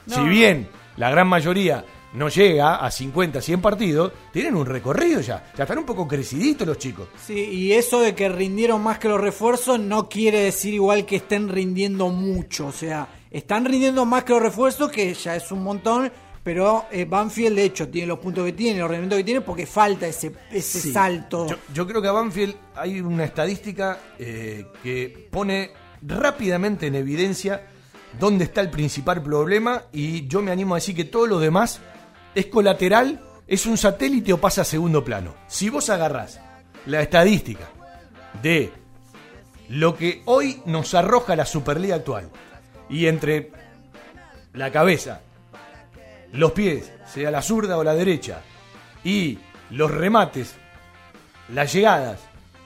[SPEAKER 5] Si bien la gran mayoría no llega a 50, 100 partidos, tienen un recorrido ya están un poco creciditos los chicos.
[SPEAKER 6] Sí, y eso de que rindieron más que los refuerzos no quiere decir igual que estén rindiendo mucho, o sea, están rindiendo más que los refuerzos, que ya es un montón, pero Banfield de hecho tiene los puntos que tiene, los rendimientos que tiene, porque falta ese salto.
[SPEAKER 5] Yo creo que a Banfield hay una estadística que pone rápidamente en evidencia dónde está el principal problema, y yo me animo a decir que todo lo demás es colateral, es un satélite o pasa a segundo plano. Si vos agarrás la estadística de lo que hoy nos arroja la Superliga actual, y entre la cabeza, los pies, sea la zurda o la derecha, y los remates, las llegadas,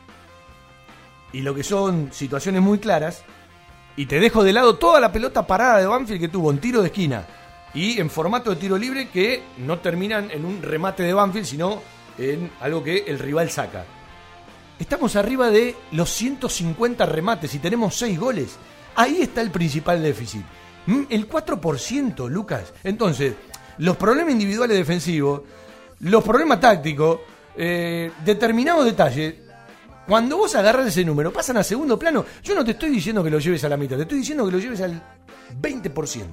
[SPEAKER 5] y lo que son situaciones muy claras, y te dejo de lado toda la pelota parada de Banfield que tuvo en tiro de esquina y en formato de tiro libre, que no terminan en un remate de Banfield, sino en algo que el rival saca. Estamos arriba de los 150 remates y tenemos 6 goles. Ahí está el principal déficit. El 4%, Lucas. Entonces, los problemas individuales defensivos, los problemas tácticos, determinados detalles, cuando vos agarras ese número, pasan a segundo plano. Yo no te estoy diciendo que lo lleves a la mitad, te estoy diciendo que lo lleves al 20%.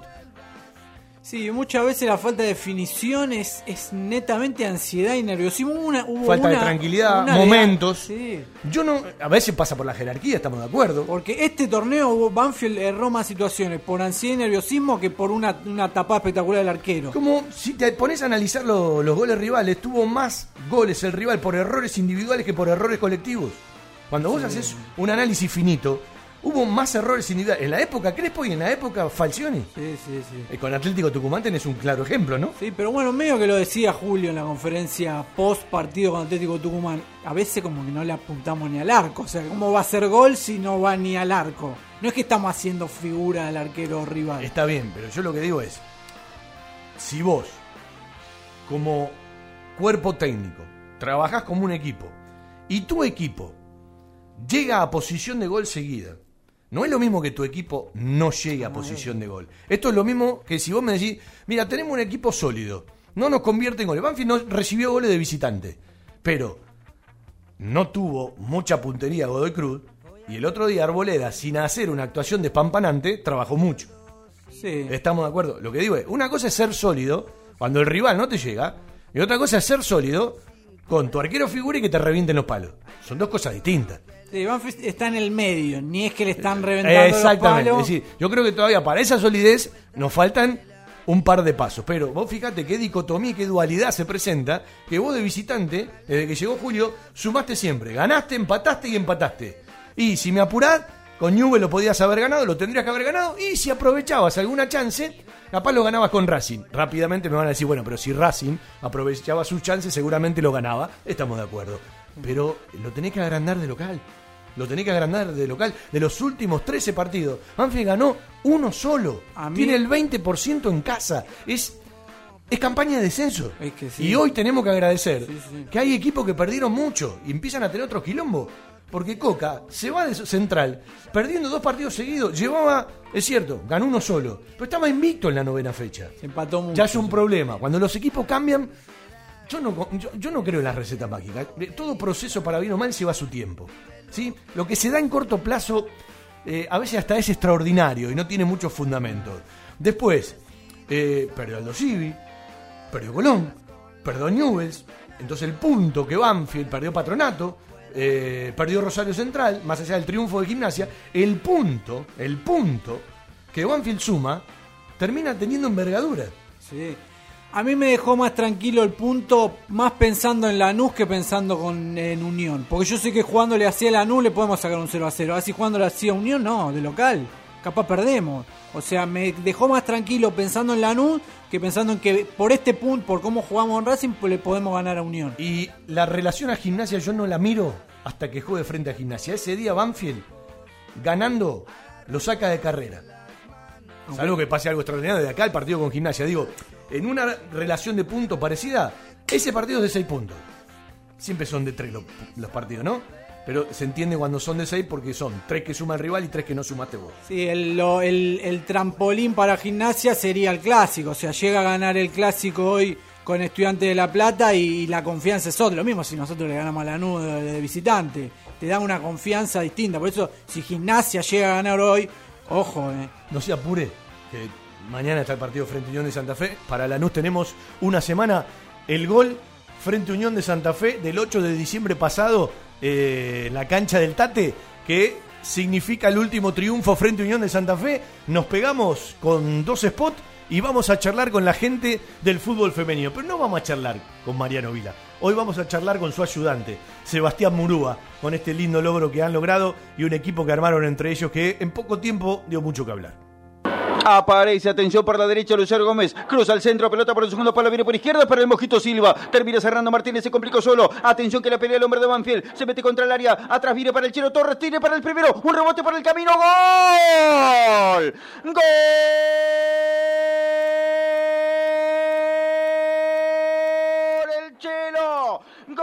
[SPEAKER 6] Sí, muchas veces la falta de definición es netamente ansiedad y nerviosismo. Hubo
[SPEAKER 5] falta de tranquilidad, momentos.
[SPEAKER 6] Sí.
[SPEAKER 5] Yo no, a veces pasa por la jerarquía, estamos de acuerdo.
[SPEAKER 6] Porque este torneo Banfield erró más situaciones por ansiedad y nerviosismo que por una tapada espectacular del arquero.
[SPEAKER 5] Como si te pones a analizar los goles rivales, tuvo más goles el rival por errores individuales que por errores colectivos. Cuando vos haces un análisis finito, hubo más errores individuales. En la época Crespo y en la época Falcioni.
[SPEAKER 6] Sí.
[SPEAKER 5] Con Atlético Tucumán tenés un claro ejemplo, ¿no?
[SPEAKER 6] Sí, pero bueno, medio que lo decía Julio en la conferencia post partido con Atlético Tucumán. A veces como que no le apuntamos ni al arco. O sea, ¿cómo va a ser gol si no va ni al arco? No es que estamos haciendo figura del arquero rival.
[SPEAKER 5] Está bien, pero yo lo que digo es, si vos, como cuerpo técnico, trabajás como un equipo, y tu equipo llega a posición de gol seguida, no es lo mismo que tu equipo no llegue a posición de gol. Esto es lo mismo que si vos me decís, mira, tenemos un equipo sólido, no nos convierte en goles. Banfield no recibió goles de visitante, pero no tuvo mucha puntería Godoy Cruz, y el otro día Arboleda, sin hacer una actuación despampanante, trabajó mucho.
[SPEAKER 6] Sí.
[SPEAKER 5] ¿Estamos de acuerdo? Lo que digo es, una cosa es ser sólido cuando el rival no te llega, y otra cosa es ser sólido con tu arquero figura y que te revienten los palos. Son dos cosas distintas.
[SPEAKER 6] Sí, Banfield está en el medio, ni es que le están reventando los palos.
[SPEAKER 5] Es decir, yo creo que todavía para esa solidez nos faltan un par de pasos. Pero vos fíjate qué dicotomía y qué dualidad se presenta, que vos de visitante, desde que llegó Julio, sumaste siempre. Ganaste, empataste y empataste. Y si me apurás, con Newell lo podías haber ganado, lo tendrías que haber ganado. Y si aprovechabas alguna chance, capaz lo ganabas con Racing. Rápidamente me van a decir, bueno, pero si Racing aprovechaba sus chances, seguramente lo ganaba. Estamos de acuerdo. Pero lo tenés que agrandar de local. De los últimos 13 partidos, Banfield ganó uno solo. Tiene el 20% en casa. Es campaña de descenso.
[SPEAKER 6] Es que sí.
[SPEAKER 5] Y hoy tenemos que agradecer que hay equipos que perdieron mucho y empiezan a tener otros quilombos. Porque Coca se va de Central perdiendo 2 partidos seguidos. Llevaba, es cierto, ganó uno solo, pero estaba invicto en la 9ª fecha.
[SPEAKER 6] Se empató mucho.
[SPEAKER 5] Ya es un problema. Cuando los equipos cambian, yo no creo en la receta mágica. Todo proceso, para bien o mal, lleva su tiempo. ¿Sí? Lo que se da en corto plazo a veces hasta es extraordinario y no tiene muchos fundamentos. Después, perdió Aldo Civi, perdió Colón, perdió Newell's. Entonces el punto que Banfield perdió Patronato, perdió Rosario Central, más allá del triunfo de Gimnasia, el punto que Banfield suma termina teniendo envergadura.
[SPEAKER 6] Sí. A mí me dejó más tranquilo el punto, más pensando en Lanús que pensando en Unión. Porque yo sé que jugándole así a Lanús le podemos sacar un 0-0. Así jugándole así a Unión, no, de local. Capaz perdemos. O sea, me dejó más tranquilo pensando en Lanús que pensando en que por este punto, por cómo jugamos en Racing, pues le podemos ganar a Unión.
[SPEAKER 5] Y la relación a Gimnasia yo no la miro hasta que juegue frente a Gimnasia. Ese día Banfield, ganando, lo saca de carrera. Salvo que pase algo extraordinario de acá el partido con Gimnasia. Digo, en una relación de puntos parecida, ese partido es de 6 puntos. Siempre son de 3 los partidos, ¿no? pero se entiende cuando son de 6 porque son 3 que suma el rival y 3 que no sumaste vos.
[SPEAKER 6] Sí, el trampolín para Gimnasia sería el clásico, o sea, llega a ganar el clásico hoy con Estudiantes de La Plata y la confianza es otra. Lo mismo si nosotros le ganamos a Lanús de visitante, te da una confianza distinta. Por eso, si Gimnasia llega a ganar hoy, ojo.
[SPEAKER 5] No se apure, que mañana está el partido frente a Unión de Santa Fe. Para Lanús tenemos una semana. El gol frente a Unión de Santa Fe del 8 de diciembre pasado, en la cancha del Tate, que significa el último triunfo frente a Unión de Santa Fe. Nos pegamos con 2 spots y vamos a charlar con la gente del fútbol femenino. Pero no vamos a charlar con Mariano Vila. Hoy vamos a charlar con su ayudante, Sebastián Murúa, con este lindo logro que han logrado y un equipo que armaron entre ellos que en poco tiempo dio mucho que hablar.
[SPEAKER 12] Aparece, atención por la derecha, Lucero Gómez, cruza al centro, pelota por el segundo palo, viene por izquierda para el Mojito Silva, termina cerrando Martínez, se complicó solo, atención que la pelea el hombre de Banfield, se mete contra el área, atrás viene para el Chelo Torres, tiene para el primero, un rebote por el camino, ¡gol! ¡Gol! ¡El Chelo! ¡Gol!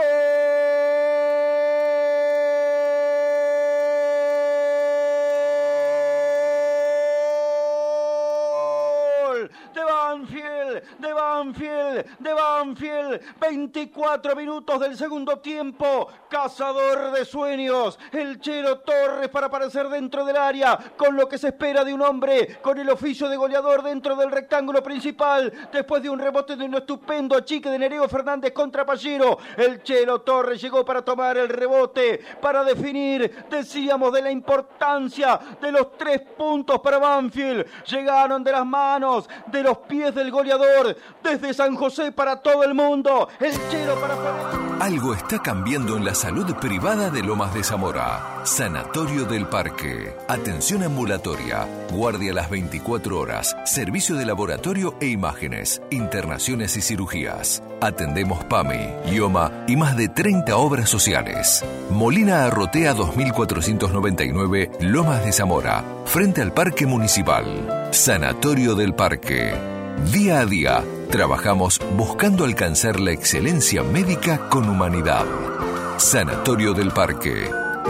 [SPEAKER 12] De Banfield, 24 minutos del segundo tiempo, cazador de sueños, el Chelo Torres para aparecer dentro del área, con lo que se espera de un hombre, con el oficio de goleador dentro del rectángulo principal, después de un rebote de un estupendo achique de Nereo Fernández contra Pallero, el Chelo Torres llegó para tomar el rebote, para definir, decíamos de la importancia de los 3 puntos para Banfield, llegaron de las manos, de los pies del goleador, desde San José para todo el mundo, el Chelo para...
[SPEAKER 2] Algo está cambiando en la salud privada de Lomas de Zamora. Sanatorio del Parque. Atención ambulatoria. Guardia las 24 horas. Servicio de laboratorio e imágenes. Internaciones y cirugías. Atendemos PAMI, IOMA y más de 30 obras sociales. Molina Arrotea 2499, Lomas de Zamora. Frente al Parque Municipal. Sanatorio del Parque. Día a día, trabajamos buscando alcanzar la excelencia médica con humanidad. Sanatorio del Parque.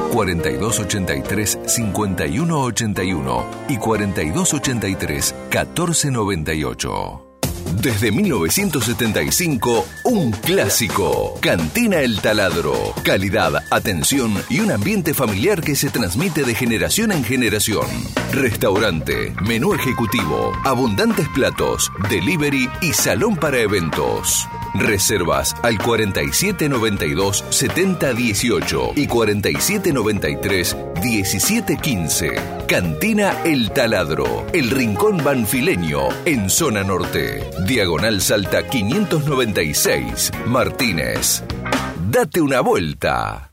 [SPEAKER 2] 4283-5181 y 4283-1498. Desde 1975, un clásico. Cantina El Taladro. Calidad, atención y un ambiente familiar que se transmite de generación en generación. Restaurante, menú ejecutivo, abundantes platos, delivery y salón para eventos. Reservas al 4792-7018 y 4793-1715. Cantina El Taladro, el rincón banfileño en zona norte. Diagonal Salta 596, Martínez. Date una vuelta.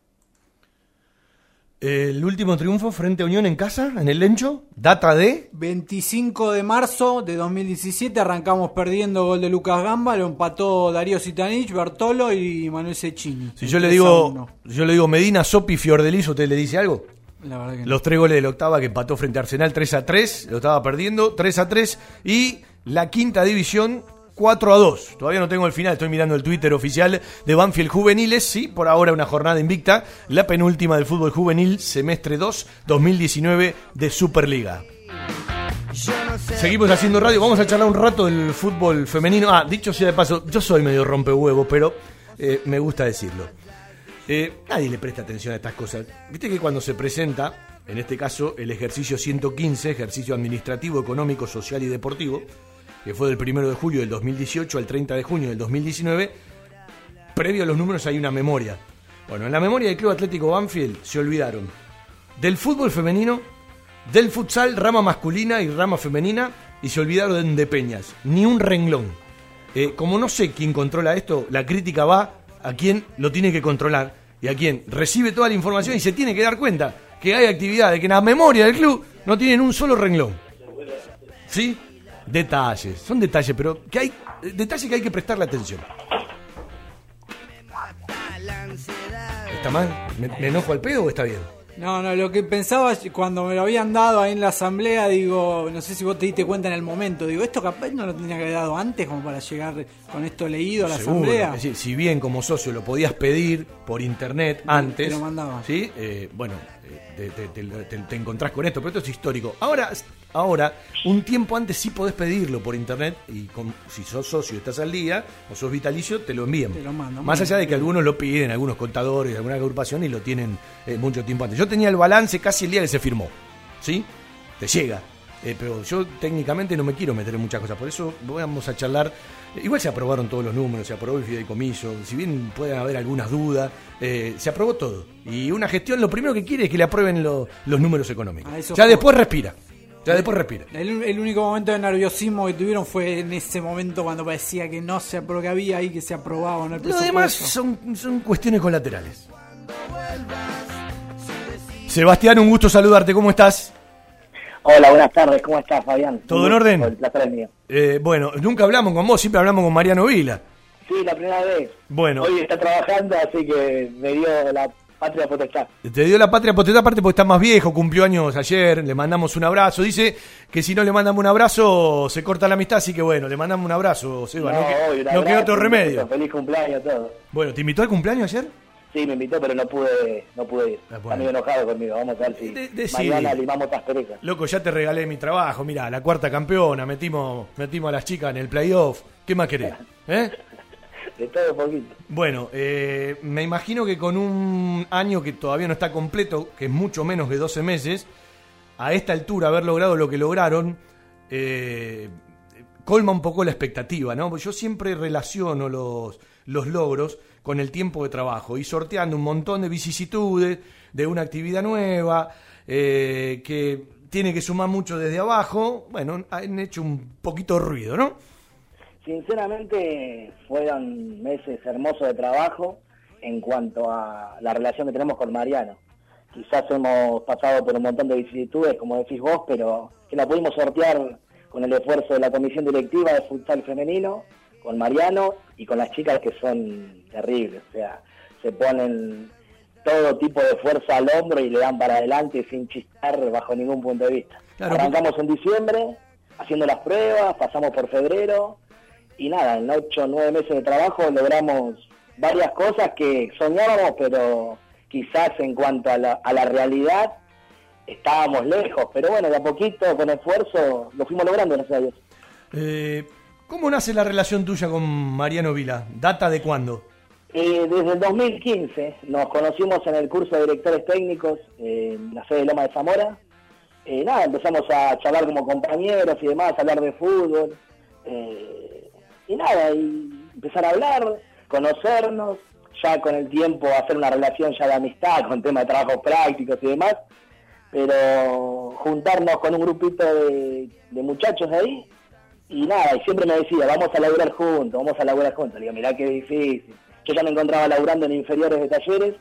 [SPEAKER 5] El último triunfo frente a Unión en casa, en el Lencho, data de...
[SPEAKER 6] 25 de marzo de 2017, arrancamos perdiendo, gol de Lucas Gamba, lo empató Darío Zitanich, Bertolo y Manuel Cecchini.
[SPEAKER 5] Si yo le digo Medina, Sopi, Fiordeliz, ¿usted le dice algo?
[SPEAKER 6] La verdad que no.
[SPEAKER 5] Los 3 goles de la octava que empató frente a Arsenal 3-3, lo estaba perdiendo 3-3, y la quinta división 4-2. Todavía no tengo el final, estoy mirando el Twitter oficial de Banfield Juveniles. Sí, por ahora una jornada invicta, la penúltima del fútbol juvenil, semestre 2, 2019 de Superliga. Seguimos haciendo radio, vamos a charlar un rato del fútbol femenino. Dicho sea de paso, yo soy medio rompehuevos, pero me gusta decirlo. Nadie le presta atención a estas cosas. Viste que cuando se presenta, en este caso, el ejercicio 115, ejercicio administrativo, económico, social y deportivo, que fue del 1 de julio del 2018 al 30 de junio del 2019, previo a los números hay una memoria. Bueno, en la memoria del Club Atlético Banfield se olvidaron del fútbol femenino, del futsal, rama masculina y rama femenina, y se olvidaron de Peñas. Ni un renglón. Como no sé quién controla esto, la crítica va a quien lo tiene que controlar y a quien recibe toda la información y se tiene que dar cuenta que hay actividades que en la memoria del club no tienen un solo renglón. ¿Sí? Detalles, son detalles, pero que hay detalles que hay que prestarle atención. ¿Está mal? ¿Me enojo al pedo o está bien?
[SPEAKER 6] No, lo que pensaba cuando me lo habían dado ahí en la asamblea, digo, no sé si vos te diste cuenta en el momento, digo, esto capaz no lo tenía que haber dado antes como para llegar con esto leído a la
[SPEAKER 5] Seguro.
[SPEAKER 6] asamblea.
[SPEAKER 5] Es decir, si bien como socio lo podías pedir por internet antes,
[SPEAKER 6] te lo mandaba.
[SPEAKER 5] ¿sí? Bueno, te encontrás con esto, pero esto es histórico. Ahora, un tiempo antes sí podés pedirlo por internet y si sos socio y estás al día o sos vitalicio, te lo envían.
[SPEAKER 6] Te lo mando.
[SPEAKER 5] Más allá de que algunos lo piden, algunos contadores de alguna agrupación y lo tienen mucho tiempo antes. Yo tenía el balance casi el día que se firmó, ¿sí? Te llega. Pero yo técnicamente no me quiero meter en muchas cosas, por eso vamos a charlar. Igual se aprobaron todos los números, se aprobó el fideicomiso, si bien pueden haber algunas dudas, se aprobó todo. Y una gestión lo primero que quiere es que le aprueben los números económicos. Después respira.
[SPEAKER 6] El único momento de nerviosismo que tuvieron fue en ese momento cuando parecía que no se aprobó, que había ahí que se aprobaba, ¿no? El
[SPEAKER 5] presupuesto. Lo demás son cuestiones colaterales. Sebastián, un gusto saludarte, ¿cómo estás?
[SPEAKER 13] Hola, buenas tardes, ¿cómo estás, Fabián?
[SPEAKER 5] ¿Todo en orden?
[SPEAKER 13] El placer es mío.
[SPEAKER 5] Bueno, nunca hablamos con vos, siempre hablamos con Mariano Vila.
[SPEAKER 13] Sí, la primera vez.
[SPEAKER 5] Bueno.
[SPEAKER 13] Hoy está trabajando, así que me dio la patria potestad.
[SPEAKER 5] Te dio la patria potestad, aparte porque está más viejo, cumplió años ayer, le mandamos un abrazo. Dice que si no le mandamos un abrazo, se corta la amistad, así que bueno, le mandamos un abrazo, Seba. No queda otro remedio.
[SPEAKER 13] Feliz cumpleaños a todos.
[SPEAKER 5] Bueno, ¿te invitó al cumpleaños ayer?
[SPEAKER 13] Sí, me invitó, pero no pude ir. Está muy enojado conmigo. Vamos a ver si mañana limamos asperezas.
[SPEAKER 5] Loco, ya te regalé mi trabajo. Mirá, la cuarta campeona, metimos a las chicas en el playoff. ¿Qué más querés?
[SPEAKER 13] De todo poquito.
[SPEAKER 5] Bueno, me imagino que con un año que todavía no está completo, que es mucho menos de 12 meses, a esta altura haber logrado lo que lograron, colma un poco la expectativa, ¿no? Porque yo siempre relaciono los logros con el tiempo de trabajo y sorteando un montón de vicisitudes de una actividad nueva que tiene que sumar mucho desde abajo. Bueno, han hecho un poquito de ruido, ¿no?
[SPEAKER 13] Sinceramente fueron meses hermosos de trabajo en cuanto a la relación que tenemos con Mariano. Quizás hemos pasado por un montón de vicisitudes, como decís vos, pero que la pudimos sortear con el esfuerzo de la comisión directiva de futsal femenino, con Mariano y con las chicas, que son terribles. O sea, se ponen todo tipo de fuerza al hombro y le dan para adelante sin chistar bajo ningún punto de vista. Claro. Arrancamos en diciembre haciendo las pruebas, pasamos por febrero y nada, en 8 o 9 meses de trabajo logramos varias cosas que soñábamos, pero quizás en cuanto a la realidad estábamos lejos. Pero bueno, de a poquito, con esfuerzo, lo fuimos logrando, gracias a Dios.
[SPEAKER 5] ¿Cómo nace la relación tuya con Mariano Vila? ¿Data de cuándo?
[SPEAKER 13] Desde el 2015 nos conocimos en el curso de directores técnicos en la sede de Loma de Zamora. Nada, empezamos a charlar como compañeros y demás, a hablar de fútbol. Y nada, y empezar a hablar, conocernos, ya con el tiempo hacer una relación ya de amistad, con temas de trabajos prácticos y demás. Pero juntarnos con un grupito de muchachos de ahí. Y nada, y siempre me decía, vamos a laburar juntos. Le digo, mirá qué difícil. Yo ya me encontraba laburando en inferiores de Talleres.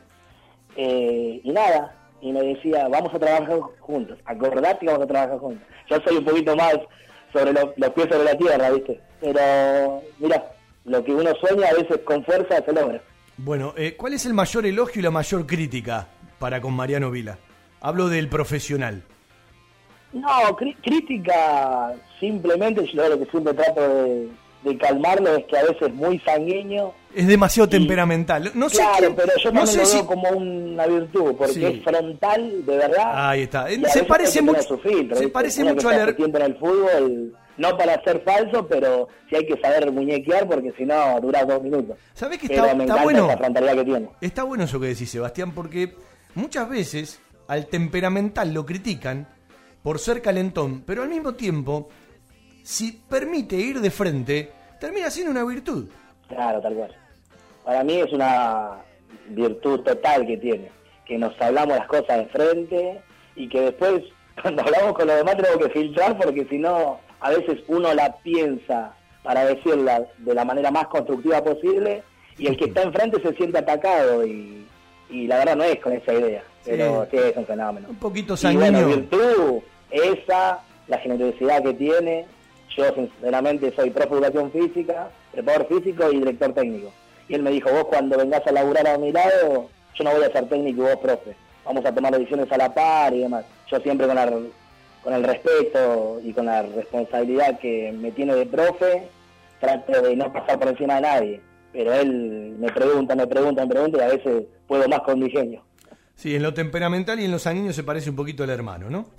[SPEAKER 13] Y nada, y me decía, vamos a trabajar juntos. Acordate que vamos a trabajar juntos. Yo soy un poquito más sobre los pies sobre la tierra, ¿viste? Pero, mirá, lo que uno sueña a veces con fuerza se logra.
[SPEAKER 5] Bueno, ¿cuál es el mayor elogio y la mayor crítica para con Mariano Vila? Hablo del profesional.
[SPEAKER 13] No, crítica, simplemente yo lo que siempre trato de calmarlo es que a veces es muy sanguíneo.
[SPEAKER 5] Es demasiado temperamental. No sé
[SPEAKER 13] claro, pero yo también lo veo como una virtud, porque es frontal, de verdad.
[SPEAKER 5] Ahí está. Se parece mucho. Se parece mucho al
[SPEAKER 13] tiempo en el fútbol, no para ser falso, pero sí hay que saber muñequear, porque si no dura 2 minutos.
[SPEAKER 5] ¿Sabés que
[SPEAKER 13] está
[SPEAKER 5] bueno?
[SPEAKER 13] Esa frontalidad que tiene.
[SPEAKER 5] Está bueno eso que decís, Sebastián, porque muchas veces al temperamental lo critican por ser calentón, pero al mismo tiempo, si permite ir de frente, termina siendo una virtud.
[SPEAKER 13] Claro, tal cual. Para mí es una virtud total que tiene, que nos hablamos las cosas de frente y que después, cuando hablamos con los demás, tenemos que filtrar, porque si no, a veces uno la piensa para decirla de la manera más constructiva posible y el que está enfrente se siente atacado y la verdad no es con esa idea. Pero sí, es un fenómeno.
[SPEAKER 5] Un poquito sanguíneo.
[SPEAKER 13] Y bueno, virtud, esa, la generosidad que tiene. Yo sinceramente soy profe de educación física, preparador físico y director técnico. Y él me dijo, vos cuando vengas a laburar a mi lado, yo no voy a ser técnico y vos profe. vamos a tomar decisiones a la par y demás. Yo siempre con el respeto y con la responsabilidad que me tiene de profe, trato de no pasar por encima de nadie. Pero él me pregunta y a veces puedo más con mi genio.
[SPEAKER 5] Sí, en lo temperamental y en los sanguíneos se parece un poquito al hermano, ¿no?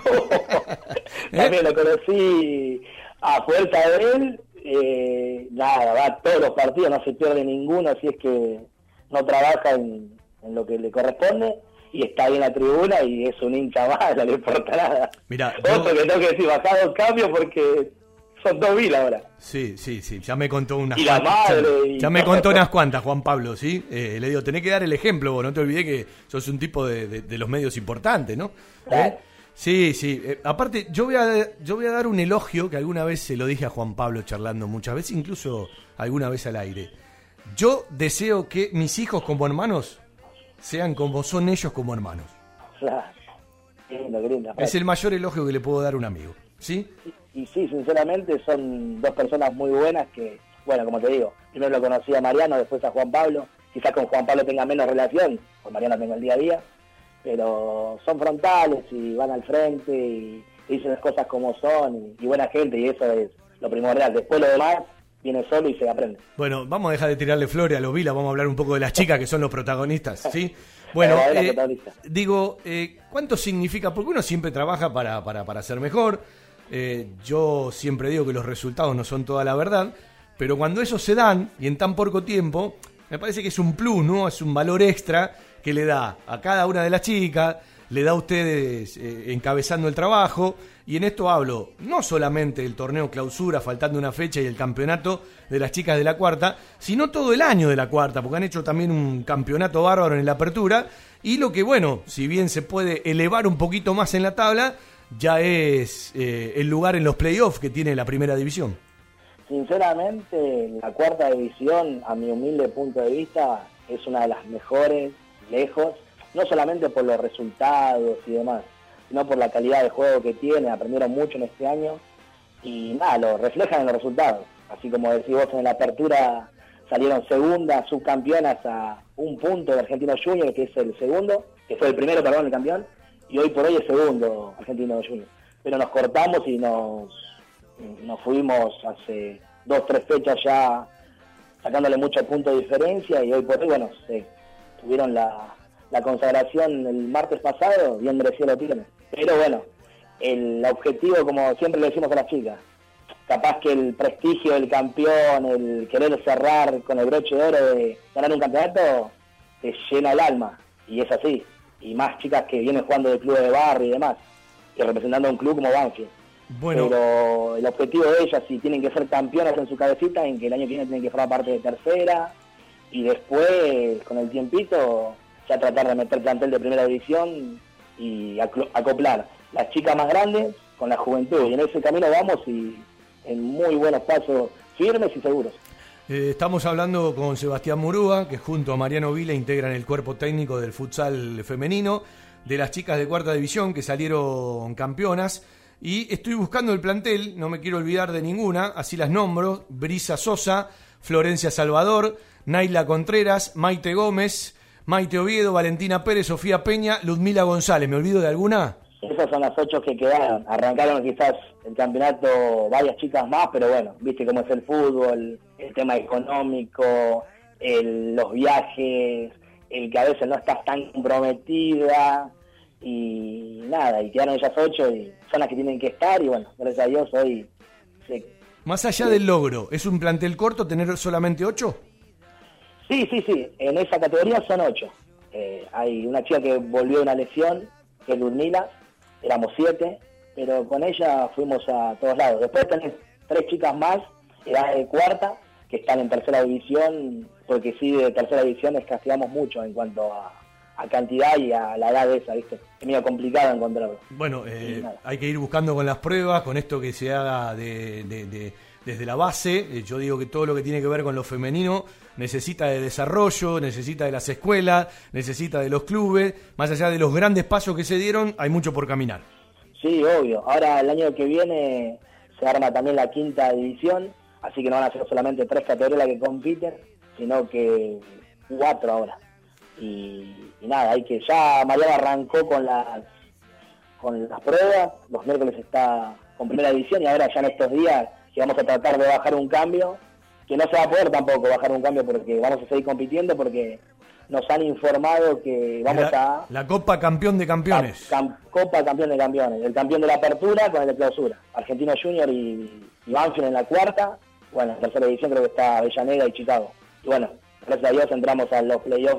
[SPEAKER 13] También lo conocí a fuerza de él. Nada, va a todos los partidos, no se pierde ninguno, así es que no trabaja en lo que le corresponde. Y está ahí en la tribuna y es un hincha más, no le importa nada.
[SPEAKER 5] Mirá,
[SPEAKER 13] otro que tengo que decir, bajá 2 cambios porque son 2.000 ahora.
[SPEAKER 5] Sí, ya me contó unas
[SPEAKER 13] y cuantas.
[SPEAKER 5] Ya me contó unas cuantas, Juan Pablo, ¿sí? Le digo, tenés que dar el ejemplo, vos, no te olvidés que sos un tipo de los medios importantes, ¿no?
[SPEAKER 13] Claro.
[SPEAKER 5] Sí. Aparte, yo voy a dar un elogio que alguna vez se lo dije a Juan Pablo charlando muchas veces, incluso alguna vez al aire. Yo deseo que mis hijos como hermanos sean como son ellos como hermanos.
[SPEAKER 13] Claro. Lindo.
[SPEAKER 5] Es el mayor elogio que le puedo dar a un amigo, ¿sí?
[SPEAKER 13] Y sí, sinceramente son 2 personas muy buenas que, bueno, como te digo, primero lo conocí a Mariano, después a Juan Pablo. Quizás con Juan Pablo tenga menos relación, con Mariano tengo el día a día, pero son frontales y van al frente y dicen las cosas como son y buena gente, y eso es lo primordial. Después lo demás viene solo y se aprende.
[SPEAKER 5] Bueno, vamos a dejar de tirarle flores a los Vila, vamos a hablar un poco de las chicas que son los protagonistas, ¿sí? Bueno, digo, ¿cuánto significa? Porque uno siempre trabaja para ser mejor. Yo siempre digo que los resultados no son toda la verdad, pero cuando esos se dan y en tan poco tiempo, me parece que es un plus, ¿no? Es un valor extra que le da a cada una de las chicas, le da a ustedes encabezando el trabajo. Y en esto hablo no solamente del torneo clausura, faltando una fecha, y el campeonato de las chicas de la cuarta, sino todo el año de la cuarta, porque han hecho también un campeonato bárbaro en la apertura. Y lo que, bueno, si bien se puede elevar un poquito más en la tabla, ya es el lugar en los playoffs que tiene la primera división.
[SPEAKER 13] Sinceramente, la cuarta división, a mi humilde punto de vista, es una de las mejores, lejos, no solamente por los resultados y demás, sino por la calidad de juego que tiene. Aprendieron mucho en este año y nada, lo reflejan en los resultados. Así como decís vos, en la apertura salieron segundas, subcampeonas a 1 punto de Argentino Junior, que es el segundo, que fue el primero, perdón, el campeón, y hoy por hoy es segundo Argentino Junior. Pero nos cortamos y nos fuimos hace 2-3 fechas ya sacándole muchos puntos de diferencia, y hoy por hoy, bueno, tuvieron la consagración el martes pasado, bien merecido lo tiene. Pero bueno, el objetivo, como siempre le decimos a las chicas, capaz que el prestigio del campeón, el querer cerrar con el broche de oro de ganar un campeonato, te llena el alma, y es así. Y más chicas que vienen jugando de club de barrio y demás, y representando a un club como Banfield.
[SPEAKER 5] Bueno.
[SPEAKER 13] Pero el objetivo de ellas, si tienen que ser campeonas en su cabecita, en que el año que viene tienen que formar parte de tercera, y después, con el tiempito, ya tratar de meter plantel de primera división y acoplar las chicas más grandes con la juventud. Y en ese camino vamos, y en muy buenos pasos, firmes y seguros.
[SPEAKER 5] Estamos hablando con Sebastián Murúa, que junto a Mariano Vila integran el cuerpo técnico del futsal femenino, de las chicas de cuarta división que salieron campeonas. Y estoy buscando el plantel, no me quiero olvidar de ninguna, así las nombro: Brisa Sosa, Florencia Salvador, Naila Contreras, Maite Gómez, Maite Oviedo, Valentina Pérez, Sofía Peña, Ludmila González. ¿Me olvido de alguna?
[SPEAKER 13] Esas son las 8 que quedaron. Arrancaron quizás el campeonato varias chicas más, pero bueno, viste cómo es el fútbol, el tema económico, los viajes, el que a veces no estás tan comprometida, y nada, y quedaron ellas 8 y son las que tienen que estar, y bueno, gracias a Dios hoy...
[SPEAKER 5] Más allá del logro, ¿es un plantel corto tener solamente 8?
[SPEAKER 13] Sí, en esa categoría son 8. Hay una chica que volvió de una lesión, que es Ludmila, éramos 7, pero con ella fuimos a todos lados. Después tenés 3 chicas más, edad de cuarta, que están en tercera división, porque sí, de tercera división castigamos mucho en cuanto a cantidad y a la edad de esa, ¿viste? Es medio complicado encontrarlo.
[SPEAKER 5] Bueno, hay que ir buscando con las pruebas, con esto que se haga desde la base. Yo digo que todo lo que tiene que ver con lo femenino necesita de desarrollo, necesita de las escuelas, necesita de los clubes. Más allá de los grandes pasos que se dieron, hay mucho por caminar.
[SPEAKER 13] Sí, obvio. Ahora el año que viene se arma también la quinta división, así que no van a ser solamente 3 categorías las que compiten, sino que 4 ahora. y nada, hay que ya Mariano arrancó con las pruebas, los miércoles está con primera división y ahora ya en estos días que vamos a tratar de bajar un cambio, que no se va a poder tampoco bajar un cambio porque vamos a seguir compitiendo porque nos han informado que vamos a...
[SPEAKER 5] La Copa Campeón de Campeones.
[SPEAKER 13] Copa Campeón de Campeones, el campeón de la apertura con el de clausura, Argentino Junior y Banfield en la cuarta, bueno, en tercera división creo que está Avellaneda y Chicago, y bueno, gracias a Dios entramos a los playoffs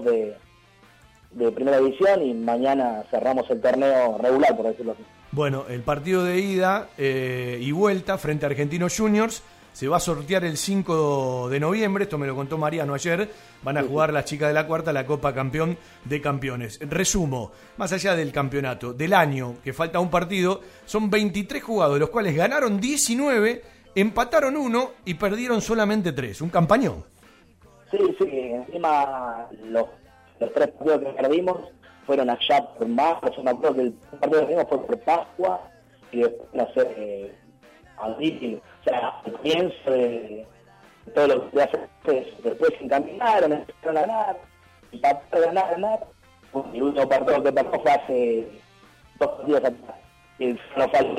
[SPEAKER 13] de primera división y mañana cerramos el torneo regular, por decirlo así.
[SPEAKER 5] Bueno, el partido de ida y vuelta frente a Argentinos Juniors se va a sortear el 5 de noviembre, esto me lo contó Mariano ayer, van a jugar las chicas de la cuarta la Copa Campeón de Campeones. Resumo, más allá del campeonato, del año, que falta un partido, son 23 jugados, de los cuales ganaron 19, empataron 1 y perdieron solamente 3, un campañón. Sí,
[SPEAKER 13] encima los 3 partidos que perdimos fueron allá por marzo, me acuerdo que el partido que perdimos fue por Pascua y después, no sé, abril, o sea, al comienzo de todo lo que hace después se encaminaron, empezaron a ganar, empataron, ganar, y el último partido que perdimos fue hace 2 partidos atrás, y nos faltó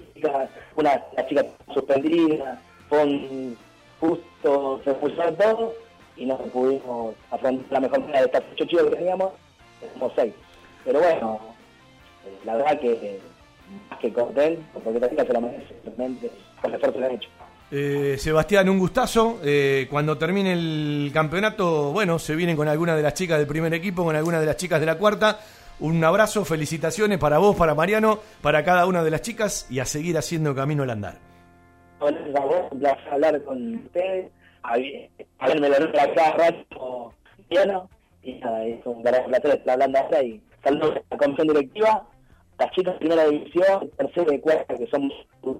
[SPEAKER 13] la chica suspendida, justo se expulsaron todos y no pudimos afrontar la mejor manera de estas 8 chicos que teníamos, como 6. Pero bueno, la verdad que más que contento, porque la chica se lo merece, realmente, por el esfuerzo que han hecho.
[SPEAKER 5] Sebastián, un gustazo. Cuando termine el campeonato, bueno, se vienen con algunas de las chicas del primer equipo, con algunas de las chicas de la cuarta. Un abrazo, felicitaciones para vos, para Mariano, para cada una de las chicas y a seguir haciendo camino al andar.
[SPEAKER 13] Gracias a vos, un placer hablar con ustedes. A ver, me lo nombra cada rato Mariano, y nada, es un verdadero placer estar hablando ahora y saludos a la comisión directiva, las chicas de primera división, tercera y cuarta, que son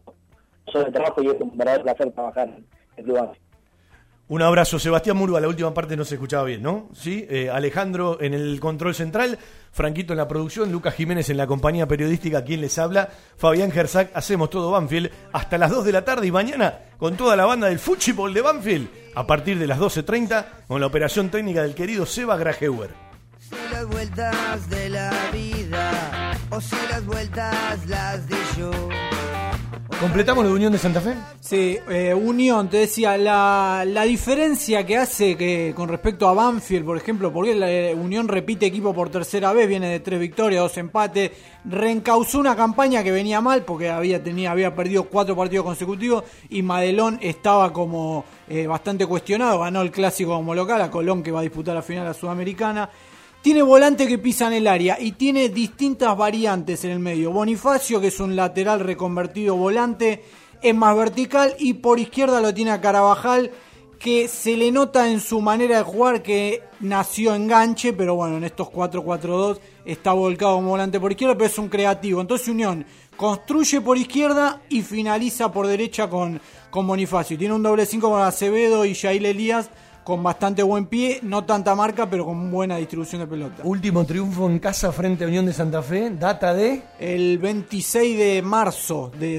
[SPEAKER 13] de trabajo y es un verdadero placer trabajar en el club.
[SPEAKER 5] Un abrazo, Sebastián Murga, la última parte no se escuchaba bien, ¿no? Sí, Alejandro en el control central, Franquito en la producción, Lucas Jiménez en la compañía periodística, quien les habla, Fabián Gersac, hacemos todo Banfield hasta las 2 de la tarde y mañana con toda la banda del fútbol de Banfield a partir de las 12:30 con la operación técnica del querido Seba Grajeuer.
[SPEAKER 14] Si las vueltas de la vida o si las vueltas las de yo.
[SPEAKER 5] ¿Completamos lo de Unión de Santa Fe?
[SPEAKER 6] Sí, Unión, te decía, la diferencia que hace que con respecto a Banfield, por ejemplo, porque la Unión repite equipo por tercera vez, viene de 3 victorias, 2 empates, reencauzó una campaña que venía mal porque había perdido 4 partidos consecutivos y Madelón estaba como bastante cuestionado, ganó el clásico como local, a Colón que va a disputar la final a Sudamericana. Tiene volantes que pisan el área y tiene distintas variantes en el medio. Bonifacio, que es un lateral reconvertido volante, es más vertical, y por izquierda lo tiene a Carabajal, que se le nota en su manera de jugar que nació enganche, pero bueno, en estos 4-4-2 está volcado como volante por izquierda, pero es un creativo. Entonces Unión construye por izquierda y finaliza por derecha con Bonifacio. Tiene un doble 5 con Acevedo y Yael Elías, con bastante buen pie, no tanta marca, pero con buena distribución de pelota.
[SPEAKER 5] Último triunfo en casa frente a Unión de Santa Fe, data de...
[SPEAKER 6] El 26 de marzo de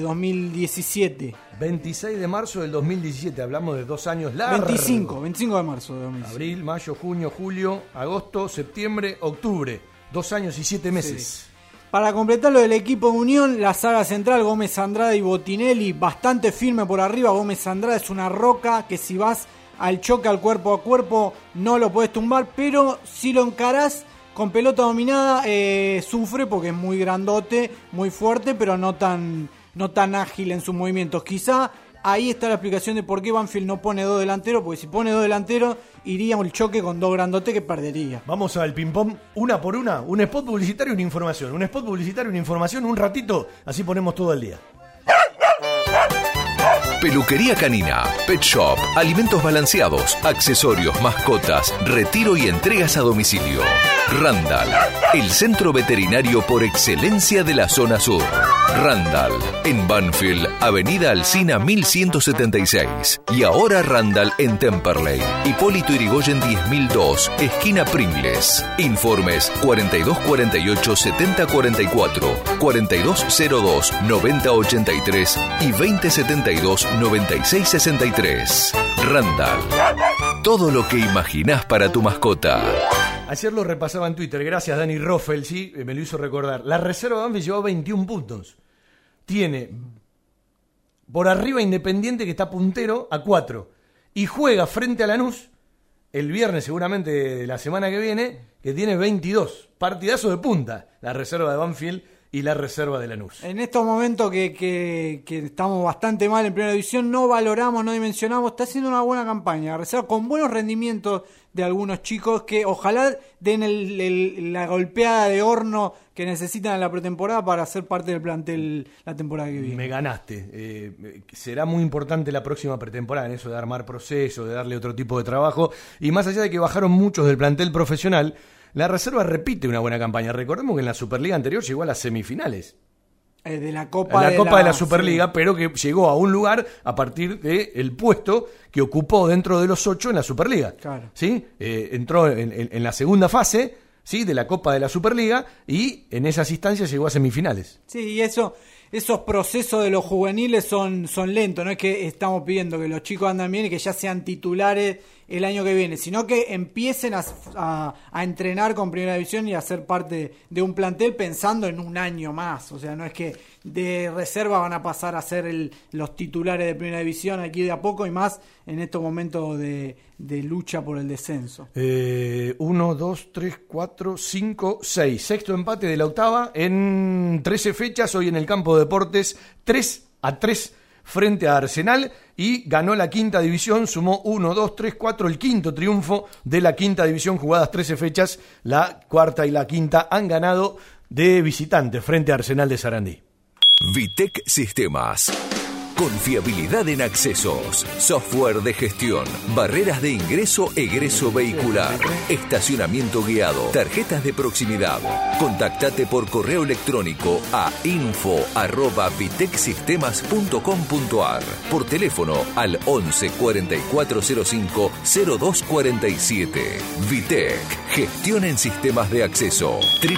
[SPEAKER 6] 2017.
[SPEAKER 5] 26 de marzo del 2017, hablamos de 2 años largos. 25
[SPEAKER 6] de marzo de 2017.
[SPEAKER 5] Abril, mayo, junio, julio, agosto, septiembre, octubre. 2 años y 7 meses.
[SPEAKER 6] Sí. Para completar lo del equipo de Unión, la saga central, Gómez Andrade y Botinelli, bastante firme por arriba. Gómez Andrade es una roca que si vas al choque, al cuerpo a cuerpo, no lo puedes tumbar, pero si lo encarás con pelota dominada, sufre porque es muy grandote, muy fuerte, pero no tan ágil en sus movimientos. Quizá ahí está la explicación de por qué Banfield no pone 2 delanteros, porque si pone 2 delanteros, iría el choque con 2 grandotes que perdería.
[SPEAKER 5] Vamos al ping-pong, una por una, un spot publicitario y una información. Un spot publicitario y una información, un ratito, así ponemos todo el día.
[SPEAKER 2] Peluquería canina, pet shop, alimentos balanceados, accesorios, mascotas, retiro y entregas a domicilio. Randall, el centro veterinario por excelencia de la zona sur. Randall, en Banfield, Avenida Alsina 1176. Y ahora Randall en Temperley, Hipólito Yrigoyen 10002, esquina Pringles. Informes 4248-7044, 4202-9083 y 2072-9663. Randall, todo lo que imaginás para tu mascota.
[SPEAKER 5] Ayer lo repasaba en Twitter, gracias Dani Roffel, sí, me lo hizo recordar. La reserva de Banfield llevó 21 puntos. Tiene por arriba Independiente, que está puntero, a 4. Y juega frente a Lanús el viernes, seguramente de la semana que viene, que tiene 22. Partidazo de punta, la reserva de Banfield y la reserva de Lanús.
[SPEAKER 6] En estos momentos que estamos bastante mal en Primera División, no valoramos, no dimensionamos, está haciendo una buena campaña, la reserva con buenos rendimientos de algunos chicos que ojalá den la golpeada de horno que necesitan en la pretemporada para ser parte del plantel la temporada que viene.
[SPEAKER 5] Me ganaste. Será muy importante la próxima pretemporada en eso de armar procesos, de darle otro tipo de trabajo. Y más allá de que bajaron muchos del plantel profesional, la reserva repite una buena campaña. Recordemos que en la Superliga anterior llegó a las semifinales.
[SPEAKER 6] De la Copa
[SPEAKER 5] de la Superliga, sí. Pero que llegó a un lugar a partir del puesto que ocupó dentro de los 8 en la Superliga.
[SPEAKER 6] Claro.
[SPEAKER 5] ¿Sí? Entró en la segunda fase, ¿sí? De la Copa de la Superliga y en esas instancias llegó a semifinales.
[SPEAKER 6] Sí, y esos procesos de los juveniles son lentos. No es que estamos pidiendo que los chicos andan bien y que ya sean titulares el año que viene, sino que empiecen a entrenar con Primera División y a ser parte de un plantel pensando en un año más. O sea, no es que de reserva van a pasar a ser los titulares de Primera División aquí de a poco, y más en estos momentos de lucha por el descenso.
[SPEAKER 5] 1, 2, 3, 4, 5, 6. Sexto empate de la octava en 13 fechas. Hoy en el Campo de Deportes 3-3 frente a Arsenal, y ganó la quinta división, sumó 1, 2, 3, 4, el quinto triunfo de la quinta división, jugadas 13 fechas, la cuarta y la quinta han ganado de visitante frente a Arsenal de Sarandí.
[SPEAKER 2] Vitec Sistemas. Confiabilidad en accesos, software de gestión, barreras de ingreso-egreso vehicular, estacionamiento guiado, tarjetas de proximidad. Contactate por correo electrónico a info@vitecsistemas.com.ar, por teléfono al 11 4405 0247. Vitec, gestión en sistemas de acceso.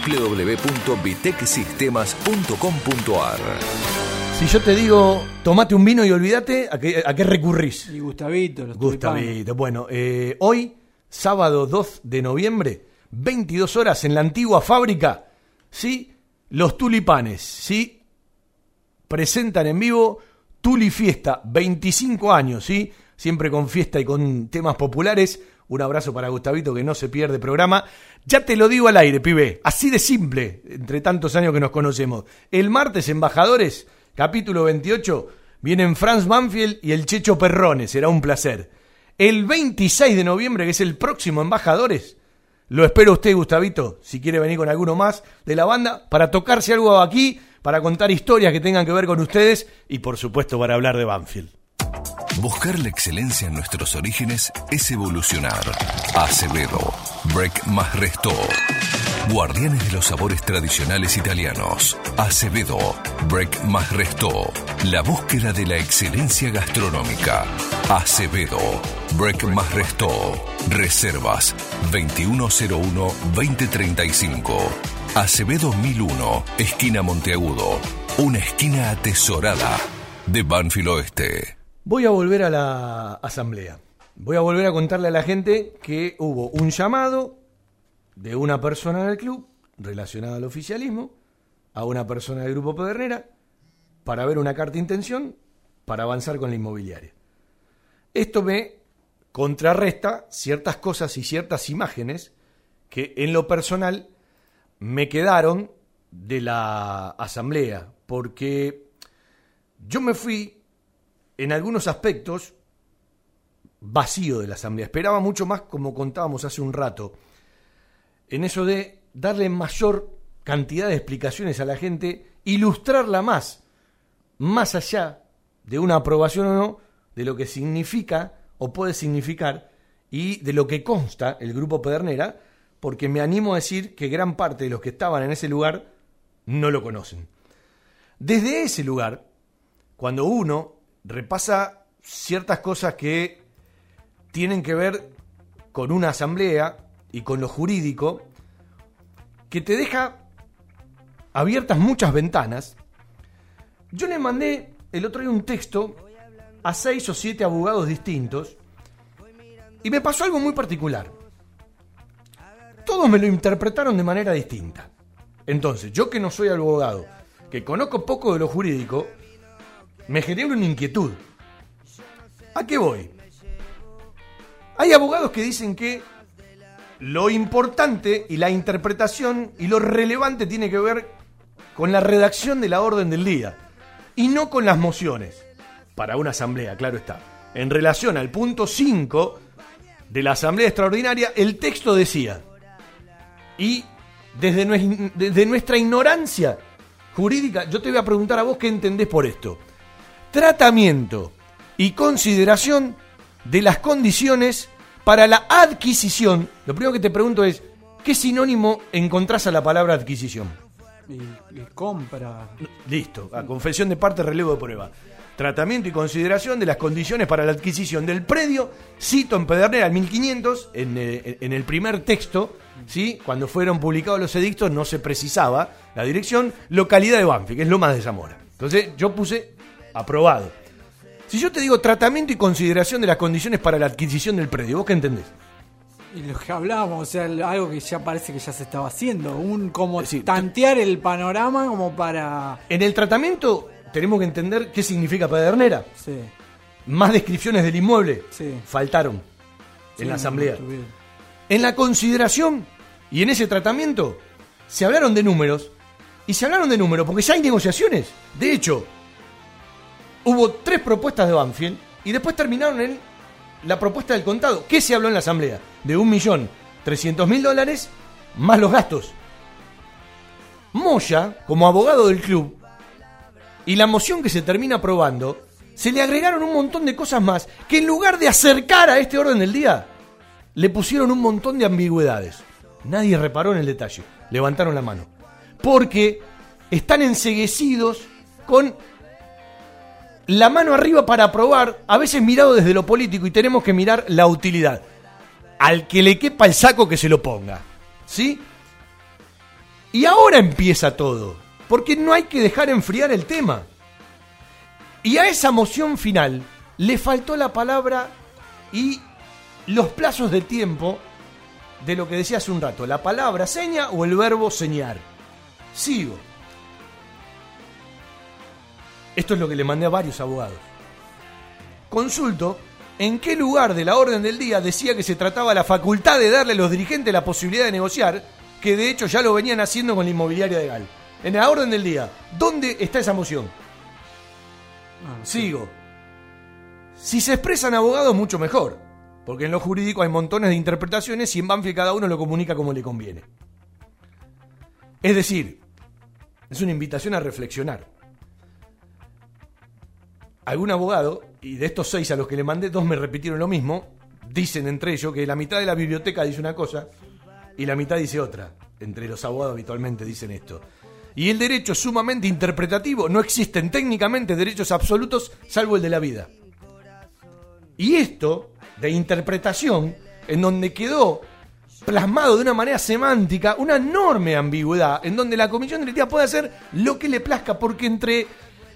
[SPEAKER 2] www.vitecsistemas.com.ar.
[SPEAKER 5] Si yo te digo, tomate un vino y olvídate, ¿a qué recurrís?
[SPEAKER 6] Y Gustavito, los
[SPEAKER 5] Gustavito. Bueno, hoy, sábado 2 de noviembre, 22 horas en la antigua fábrica, ¿sí? Los Tulipanes, ¿sí? Presentan en vivo Tuli Fiesta, 25 años, ¿sí? Siempre con fiesta y con temas populares. Un abrazo para Gustavito, que no se pierde programa. Ya te lo digo al aire, pibe, así de simple, entre tantos años que nos conocemos. El martes, Embajadores, capítulo 28, vienen Franz Banfield y el Checho Perrone, será un placer. El 26 de noviembre, que es el próximo Embajadores, lo espero a usted, Gustavito, si quiere venir con alguno más de la banda, para tocarse algo aquí, para contar historias que tengan que ver con ustedes y, por supuesto, para hablar de Banfield.
[SPEAKER 2] Buscar la excelencia en nuestros orígenes es evolucionar. Acevedo, Break más Resto. Guardianes de los sabores tradicionales italianos. Acevedo, Break más Resto. La búsqueda de la excelencia gastronómica. Acevedo, Break más Resto. Reservas 2101-2035. Acevedo 1001, esquina Monteagudo. Una esquina atesorada de Banfield Oeste.
[SPEAKER 5] Voy a volver a la asamblea. Voy a volver a contarle a la gente que hubo un llamado de una persona del club relacionada al oficialismo a una persona del Grupo Pedernera para ver una carta de intención para avanzar con la inmobiliaria. Esto me contrarresta ciertas cosas y ciertas imágenes que en lo personal me quedaron de la asamblea, porque yo me fui en algunos aspectos vacío de la asamblea. Esperaba mucho más, como contábamos hace un rato, en eso de darle mayor cantidad de explicaciones a la gente, ilustrarla más allá de una aprobación o no, de lo que significa o puede significar y de lo que consta el Grupo Pedernera, porque me animo a decir que gran parte de los que estaban en ese lugar no lo conocen. Desde ese lugar, cuando uno repasa ciertas cosas que tienen que ver con una asamblea y con lo jurídico, que te deja abiertas muchas ventanas, yo le mandé el otro día un texto a 6 o 7 abogados distintos y me pasó algo muy particular. todos me lo interpretaron de manera distinta. Entonces, yo que no soy abogado, que conozco poco de lo jurídico, me genera una inquietud. ¿A qué voy? Hay abogados que dicen que lo importante y la interpretación y lo relevante tiene que ver con la redacción de la orden del día y no con las mociones para una asamblea, claro está. En relación al punto 5 de la asamblea extraordinaria, el texto decía, y desde nuestra ignorancia jurídica, yo te voy a preguntar a vos qué entendés por esto. Tratamiento y consideración de las condiciones para la adquisición. Lo primero que te pregunto es, ¿qué sinónimo encontrás a la palabra adquisición?
[SPEAKER 6] Y compra.
[SPEAKER 5] Listo, a confesión de parte, relevo de prueba. Tratamiento y consideración de las condiciones para la adquisición del predio, cito en Pedernera, en 1500, en el primer texto, ¿sí? Cuando fueron publicados los edictos no se precisaba la dirección, localidad de Banfi, que es Lomas de Zamora. Entonces yo puse aprobado. Si yo te digo tratamiento y consideración de las condiciones para la adquisición del predio, ¿vos qué entendés?
[SPEAKER 6] Y lo que hablábamos, o sea, algo que ya parece que ya se estaba haciendo, como tantear el panorama como para...
[SPEAKER 5] En el tratamiento tenemos que entender qué significa Pedernera.
[SPEAKER 6] Sí.
[SPEAKER 5] Más descripciones del inmueble.
[SPEAKER 6] Sí.
[SPEAKER 5] Faltaron en la asamblea. En la consideración y en ese tratamiento se hablaron de números. Y se hablaron de números porque ya hay negociaciones. De hecho, hubo 3 propuestas de Banfield y después terminaron en la propuesta del contado. ¿Qué se habló en la asamblea? De $1.300.000 más los gastos. Moya, como abogado del club, y la moción que se termina aprobando, se le agregaron un montón de cosas más que en lugar de acercar a este orden del día, le pusieron un montón de ambigüedades. Nadie reparó en el detalle. Levantaron la mano. Porque están enceguecidos con la mano arriba para aprobar, a veces mirado desde lo político, y tenemos que mirar la utilidad. Al que le quepa el saco que se lo ponga. ¿Sí? Y ahora empieza todo. Porque no hay que dejar enfriar el tema. Y a esa moción final le faltó la palabra y los plazos de tiempo de lo que decía hace un rato. La palabra seña o el verbo señar. Sigo. Esto es lo que le mandé a varios abogados. Consulto en qué lugar de la orden del día decía que se trataba la facultad de darle a los dirigentes la posibilidad de negociar, que de hecho ya lo venían haciendo con la inmobiliaria de Gal. En la orden del día, ¿dónde está esa moción? Sigo. Si se expresan abogados, mucho mejor. Porque en lo jurídico hay montones de interpretaciones y en Banfield cada uno lo comunica como le conviene. Es decir, es una invitación a reflexionar. Algún abogado, y de estos 6 a los que le mandé, 2 me repitieron lo mismo, dicen entre ellos que la mitad de la biblioteca dice una cosa y la mitad dice otra. Entre los abogados habitualmente dicen esto. Y el derecho es sumamente interpretativo, no existen técnicamente derechos absolutos salvo el de la vida. Y esto de interpretación, en donde quedó plasmado de una manera semántica una enorme ambigüedad, en donde la comisión directiva puede hacer lo que le plazca, porque entre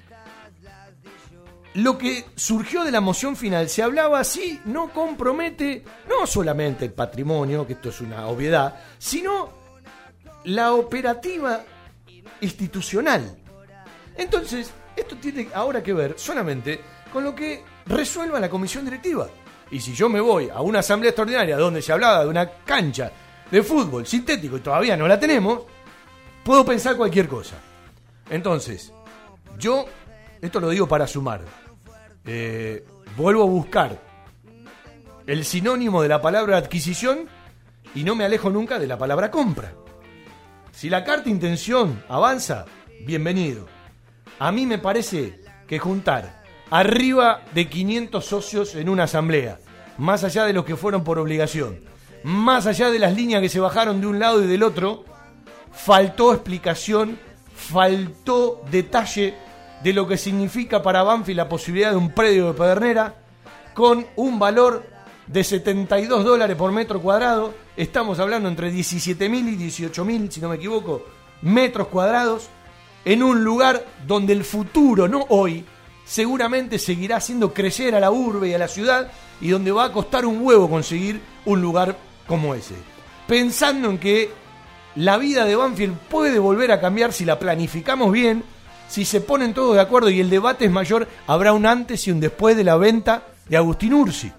[SPEAKER 5] lo que surgió de la moción final se hablaba así, no compromete no solamente el patrimonio, que esto es una obviedad, sino la operativa institucional. Entonces, esto tiene ahora que ver solamente con lo que resuelva la comisión directiva. Y si yo me voy a una asamblea extraordinaria donde se hablaba de una cancha de fútbol sintético y todavía no la tenemos, puedo pensar cualquier cosa. Entonces, yo, esto lo digo para sumar, vuelvo a buscar el sinónimo de la palabra adquisición y no me alejo nunca de la palabra compra. Si la carta de intención avanza, bienvenido. A mí me parece que juntar arriba de 500 socios en una asamblea, más allá de los que fueron por obligación, más allá de las líneas que se bajaron de un lado y del otro, faltó explicación, faltó detalle de lo que significa para Banfield la posibilidad de un predio de Pedernera con un valor de $72 por metro cuadrado. Estamos hablando entre 17.000 y 18.000, si no me equivoco, metros cuadrados, en un lugar donde el futuro, no hoy, seguramente seguirá haciendo crecer a la urbe y a la ciudad, y donde va a costar un huevo conseguir un lugar como ese. pensando en que la vida de Banfield puede volver a cambiar si la planificamos bien, si se ponen todos de acuerdo y el debate es mayor, habrá un antes y un después de la venta de Agustín Ursi.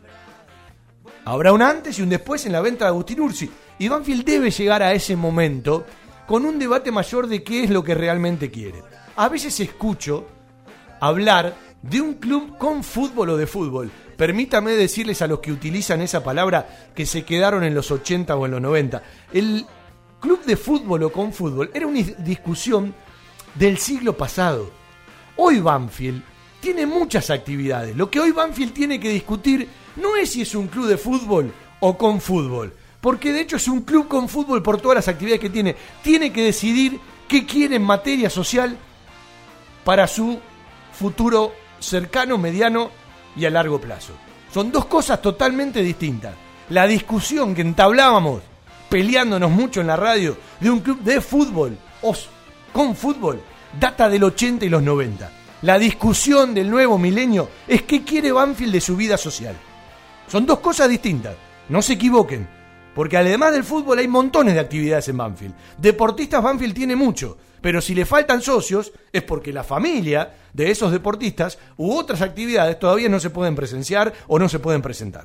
[SPEAKER 5] Habrá un antes y un después en la venta de Agustín Ursi. Y Banfield debe llegar a ese momento con un debate mayor de qué es lo que realmente quiere. A veces escucho hablar de un club con fútbol o de fútbol. Permítame decirles a los que utilizan esa palabra que se quedaron en los 80 o en los 90. El club de fútbol o con fútbol era una discusión del siglo pasado. Hoy Banfield tiene muchas actividades. Lo que hoy Banfield tiene que discutir no es si es un club de fútbol o con fútbol, porque de hecho es un club con fútbol por todas las actividades que tiene. Tiene que decidir qué quiere en materia social para su futuro cercano, mediano y a largo plazo. Son dos cosas totalmente distintas. La discusión que entablábamos peleándonos mucho en la radio de un club de fútbol o con fútbol data del 80 y los 90. La discusión del nuevo milenio es qué quiere Banfield de su vida social. Son dos cosas distintas, no se equivoquen, porque además del fútbol hay montones de actividades en Banfield. Deportistas Banfield tiene mucho, pero si le faltan socios es porque la familia de esos deportistas u otras actividades todavía no se pueden presenciar o no se pueden presentar.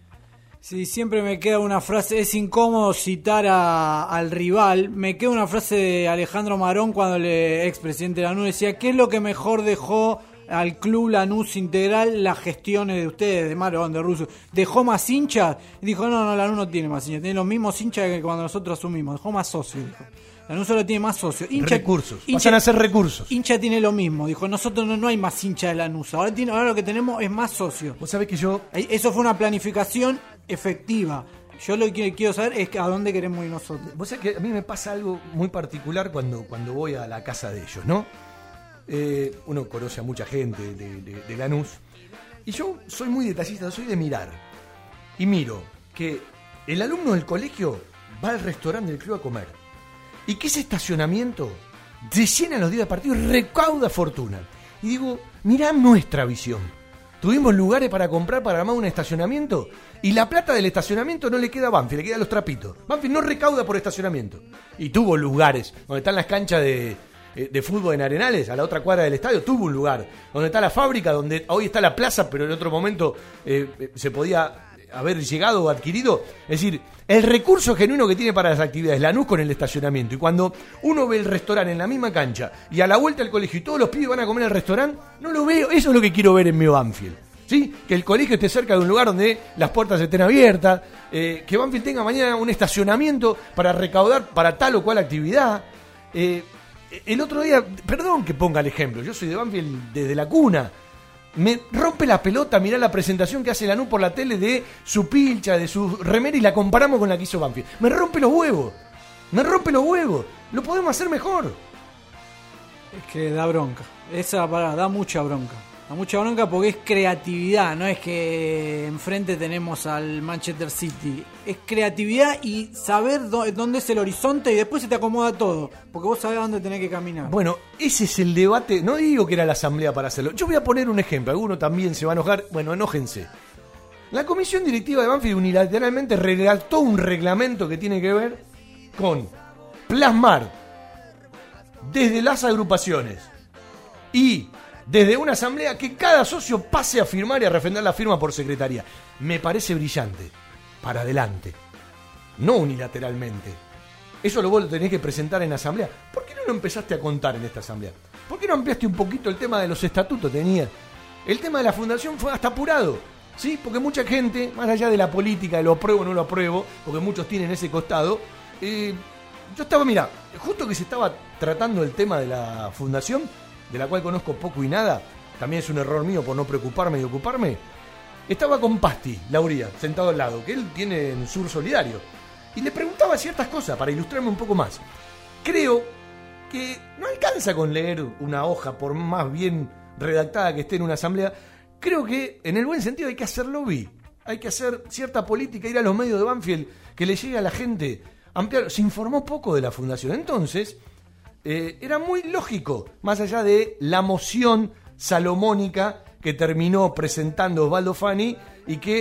[SPEAKER 6] Sí, siempre me queda una frase, es incómodo citar al rival, me queda una frase de Alejandro Marón cuando el expresidente de Lanús decía, ¿qué es lo que mejor dejó al club Lanús Integral las gestiones de ustedes, de Marón, de Russo? ¿Dejó más hinchas? Y dijo, no, Lanús no tiene más hinchas, tiene los mismos hinchas que cuando nosotros asumimos, dejó más socios, dijo. Lanús solo tiene más socios.
[SPEAKER 5] Recursos, pasan a ser recursos.
[SPEAKER 6] Hincha tiene lo mismo, dijo, nosotros no hay más hincha de Lanús, ahora lo que tenemos es más socios.
[SPEAKER 5] Vos sabés que
[SPEAKER 6] eso fue una planificación efectiva. Yo lo que quiero saber es a dónde queremos ir nosotros.
[SPEAKER 5] Vos sabés que a mí me pasa algo muy particular cuando voy a la casa de ellos, ¿no? Uno conoce a mucha gente de Lanús y yo soy muy detallista, soy de mirar y miro que el alumno del colegio va al restaurante del club a comer y que ese estacionamiento se llena los días de partido y recauda fortuna. Y digo, mirá nuestra visión. Tuvimos lugares para comprar para armar un estacionamiento y la plata del estacionamiento no le queda a Banfield, le queda a los trapitos. Banfield no recauda por estacionamiento. Y tuvo lugares donde están las canchas de fútbol en Arenales, a la otra cuadra del estadio, tuvo un lugar. Donde está la fábrica, donde hoy está la plaza, pero en otro momento se podía haber llegado o adquirido. Es decir, el recurso genuino que tiene para las actividades Lanús con el estacionamiento. Y cuando uno ve el restaurante en la misma cancha y a la vuelta del colegio y todos los pibes van a comer al restaurante, no lo veo. Eso es lo que quiero ver en mi Banfield, ¿sí? Que el colegio esté cerca de un lugar donde las puertas estén abiertas, que Banfield tenga mañana un estacionamiento para recaudar para tal o cual actividad. El otro día, perdón que ponga el ejemplo, yo soy de Banfield desde la cuna. Me rompe la pelota mirar la presentación que hace Lanús por la tele de su pilcha, de su remera y la comparamos con la que hizo Banfield. Me rompe los huevos. Lo podemos hacer mejor.
[SPEAKER 6] Es que da bronca. Esa palabra da mucha bronca. Da mucha bronca porque es creatividad. No es que enfrente tenemos al Manchester City. Es creatividad y saber dónde es el horizonte y después se te acomoda todo. Porque vos sabés dónde tenés que caminar.
[SPEAKER 5] Bueno, ese es el debate. No digo que era la asamblea para hacerlo. Yo voy a poner un ejemplo. Alguno también se va a enojar. Bueno, enójense. La comisión directiva de Banfield unilateralmente redactó un reglamento que tiene que ver con plasmar desde las agrupaciones y desde una asamblea que cada socio pase a firmar y a refrendar la firma por secretaría. Me parece brillante. Para adelante. No unilateralmente. Eso vos lo tenés que presentar en asamblea. ¿Por qué no lo empezaste a contar en esta asamblea? ¿Por qué no ampliaste un poquito el tema de los estatutos? El tema de la fundación fue hasta apurado, ¿sí? Porque mucha gente, más allá de la política, de lo apruebo o no lo apruebo, porque muchos tienen ese costado, yo estaba, mira, justo que se estaba tratando el tema de la fundación, de la cual conozco poco y nada, también es un error mío por no preocuparme y ocuparme, estaba con Pasti, Lauría, sentado al lado, que él tiene en Sur Solidario, y le preguntaba ciertas cosas para ilustrarme un poco más. Creo que no alcanza con leer una hoja, por más bien redactada que esté en una asamblea. Creo que en el buen sentido hay que hacer lobby, hay que hacer cierta política, ir a los medios de Banfield, que le llegue a la gente, ampliar. Se informó poco de la fundación, entonces era muy lógico, más allá de la moción salomónica que terminó presentando Osvaldo Fani y que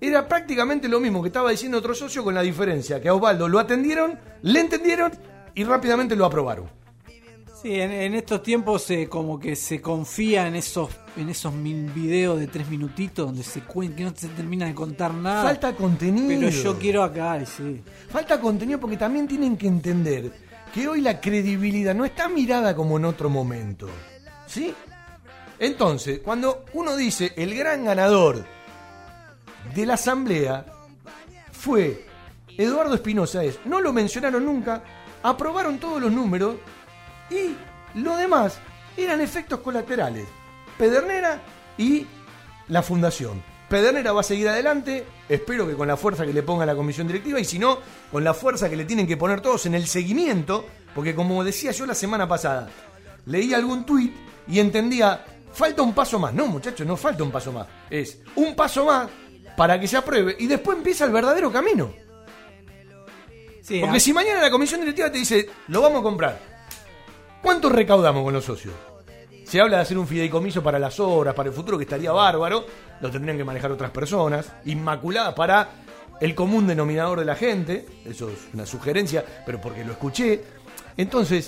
[SPEAKER 5] era prácticamente lo mismo que estaba diciendo otro socio, con la diferencia que a Osvaldo lo atendieron, le entendieron y rápidamente lo aprobaron.
[SPEAKER 6] Sí, en estos tiempos como que se confía en esos videos de 3 minutitos donde que no se termina de contar nada.
[SPEAKER 5] Falta contenido.
[SPEAKER 6] Pero yo quiero acá, sí.
[SPEAKER 5] Falta contenido porque también tienen que entender que hoy la credibilidad no está mirada como en otro momento. ¿Sí? Entonces, cuando uno dice el gran ganador de la asamblea fue Eduardo Espinosa, no lo mencionaron nunca, aprobaron todos los números y lo demás eran efectos colaterales. Pedernera y la fundación. Pedernera va a seguir adelante, espero que con la fuerza que le ponga la comisión directiva, y si no, con la fuerza que le tienen que poner todos en el seguimiento, porque como decía yo la semana pasada, leí algún tuit y entendía, falta un paso más. No, muchachos, no falta un paso más, es un paso más para que se apruebe y después empieza el verdadero camino. Sí, porque si mañana la comisión directiva te dice, lo vamos a comprar, ¿cuánto recaudamos con los socios? Se habla de hacer un fideicomiso para las obras, para el futuro, que estaría bárbaro. Lo tendrían que manejar otras personas, inmaculadas para el común denominador de la gente. Eso es una sugerencia, pero porque lo escuché. Entonces,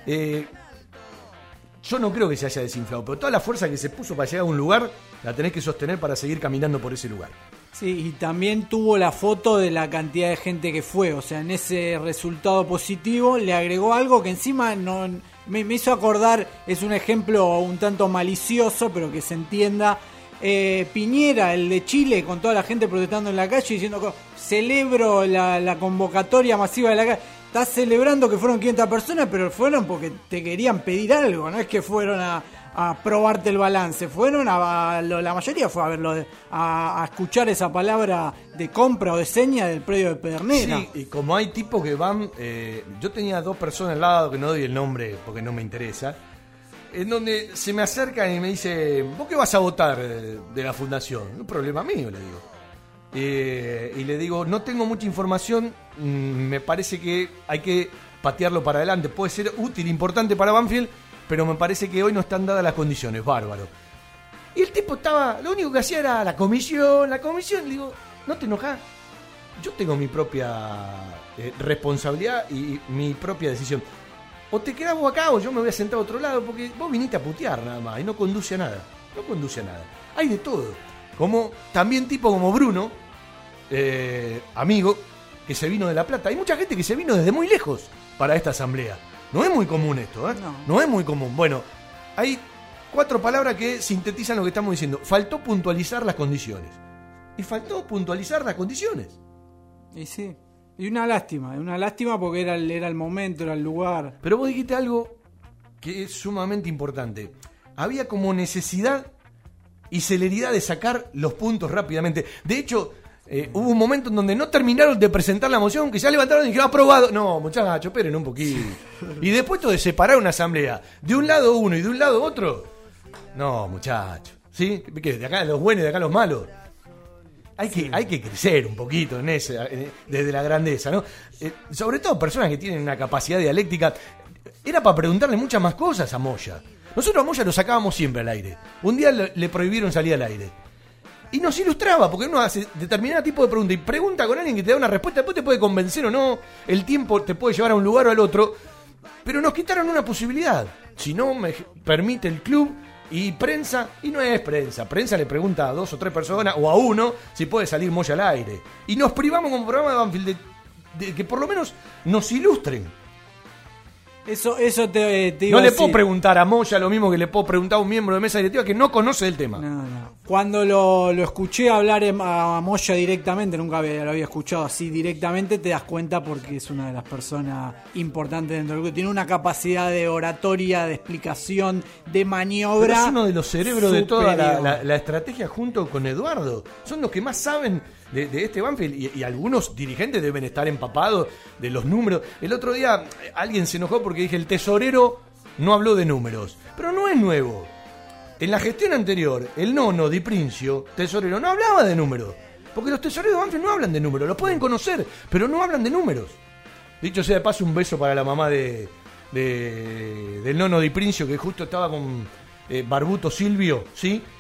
[SPEAKER 5] yo no creo que se haya desinflado, pero toda la fuerza que se puso para llegar a un lugar, la tenés que sostener para seguir caminando por ese lugar.
[SPEAKER 6] Sí, y también tuvo la foto de la cantidad de gente que fue. O sea, en ese resultado positivo le agregó algo que encima no... Me hizo acordar, es un ejemplo un tanto malicioso, pero que se entienda. Piñera, el de Chile, con toda la gente protestando en la calle, diciendo, celebro la convocatoria masiva de la calle. Estás celebrando que fueron 500 personas, pero fueron porque te querían pedir algo, no es que fueron a probarte el balance, fueron la mayoría fue a verlo, a escuchar esa palabra de compra o de seña del predio de Pedernera.
[SPEAKER 5] Sí, y como hay tipos que van, yo tenía 2 personas al lado, que no doy el nombre porque no me interesa, en donde se me acercan y me dicen, ¿vos qué vas a votar de la fundación? Un problema mío, le digo. Y le digo, no tengo mucha información, me parece que hay que patearlo para adelante, puede ser útil, importante para Banfield, pero me parece que hoy no están dadas las condiciones, bárbaro. Y el tipo estaba, lo único que hacía era la comisión, le digo, no te enojás, yo tengo mi propia responsabilidad y mi propia decisión. O te quedás vos acá o yo me voy a sentar a otro lado, porque vos viniste a putear nada más y no conduce a nada, Hay de todo, como también tipo como Bruno, amigo, que se vino de La Plata. Hay mucha gente que se vino desde muy lejos para esta asamblea. No es muy común esto, ¿eh? No es muy común. Bueno, hay 4 palabras que sintetizan lo que estamos diciendo. Faltó puntualizar las condiciones. Y faltó puntualizar las condiciones.
[SPEAKER 6] Y sí. Y una lástima porque era el momento, era el lugar.
[SPEAKER 5] Pero vos dijiste algo que es sumamente importante. Había como necesidad y celeridad de sacar los puntos rápidamente. De hecho, hubo un momento en donde no terminaron de presentar la moción, que ya levantaron y dijeron aprobado. No, muchachos, esperen un poquito. Y después de separar una asamblea de un lado uno y de un lado otro. No, muchachos. ¿Sí? ¿Qué? De acá los buenos y de acá los malos. Hay que crecer un poquito en desde la grandeza, ¿no? Sobre todo personas que tienen una capacidad dialéctica. Era para preguntarle muchas más cosas a Moya. Nosotros a Moya lo sacábamos siempre al aire. Un día le prohibieron salir al aire. Y nos ilustraba, porque uno hace determinado tipo de pregunta y pregunta con alguien que te da una respuesta, después te puede convencer o no, el tiempo te puede llevar a un lugar o al otro, pero nos quitaron una posibilidad. Si no me permite el club y prensa, y no es prensa le pregunta a 2 o 3 personas o a uno si puede salir Moya al aire. Y nos privamos como programa de Banfield de que por lo menos nos ilustren.
[SPEAKER 6] Eso te iba
[SPEAKER 5] no
[SPEAKER 6] a
[SPEAKER 5] le
[SPEAKER 6] decir.
[SPEAKER 5] puedo preguntar a Moya lo mismo que le puedo preguntar a un miembro de mesa directiva que no conoce el tema.
[SPEAKER 6] No. Cuando lo escuché hablar a Moya directamente, nunca lo había escuchado así directamente, te das cuenta porque es una de las personas importantes dentro del grupo. Tiene una capacidad de oratoria, de explicación, de maniobra.
[SPEAKER 5] Pero es uno de los cerebros de toda la estrategia junto con Eduardo. Son los que más saben de este Banfield y algunos dirigentes deben estar empapados de los números. El otro día alguien se enojó porque dije el tesorero no habló de números, pero no es nuevo. En la gestión anterior, el nono Di Princio, tesorero, no hablaba de números, porque los tesoreros de Banfield no hablan de números, los pueden conocer, pero no hablan de números. Dicho sea de paso, un beso para la mamá del nono Di Princio, que justo estaba con Barbuto Silvio, ¿sí?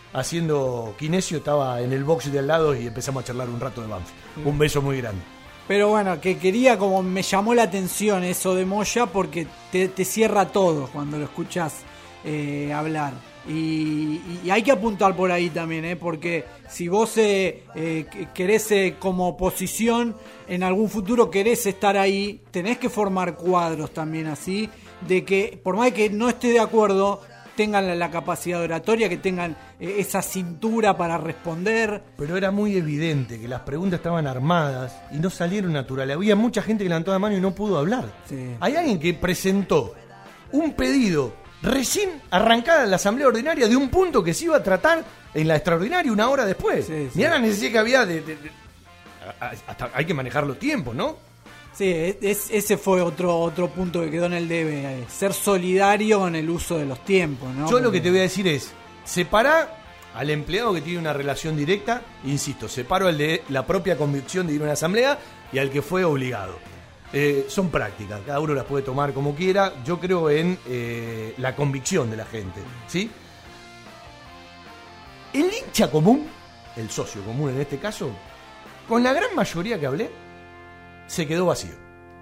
[SPEAKER 5] haciendo kinesio, estaba en el box de al lado y empezamos a charlar un rato de Banfield. Un beso muy grande.
[SPEAKER 6] Pero bueno, que quería, como me llamó la atención eso de Moya, porque te cierra todo cuando lo escuchas hablar. Y hay que apuntar por ahí también, porque si vos querés como oposición, en algún futuro querés estar ahí, tenés que formar cuadros también así, de que por más que no esté de acuerdo, tengan la capacidad oratoria, que tengan esa cintura para responder.
[SPEAKER 5] Pero era muy evidente que las preguntas estaban armadas y no salieron naturales. Había mucha gente que levantó la mano y no pudo hablar.
[SPEAKER 6] Sí.
[SPEAKER 5] Hay alguien que presentó un pedido recién arrancada la asamblea ordinaria de un punto que se iba a tratar en la extraordinaria una hora después.
[SPEAKER 6] Sí.
[SPEAKER 5] Mirá la necesidad que había hasta hay que manejar los tiempos, ¿no?
[SPEAKER 6] Sí, ese fue otro punto que quedó en el debe, ser solidario con el uso de los tiempos, ¿no?
[SPEAKER 5] Yo lo que te voy a decir es, separá al empleado que tiene una relación directa, insisto, separo al de la propia convicción de ir a una asamblea y al que fue obligado. Son prácticas, cada uno las puede tomar como quiera. Yo creo en la convicción de la gente, ¿sí? El hincha común, el socio común en este caso, con la gran mayoría que hablé, se quedó vacío.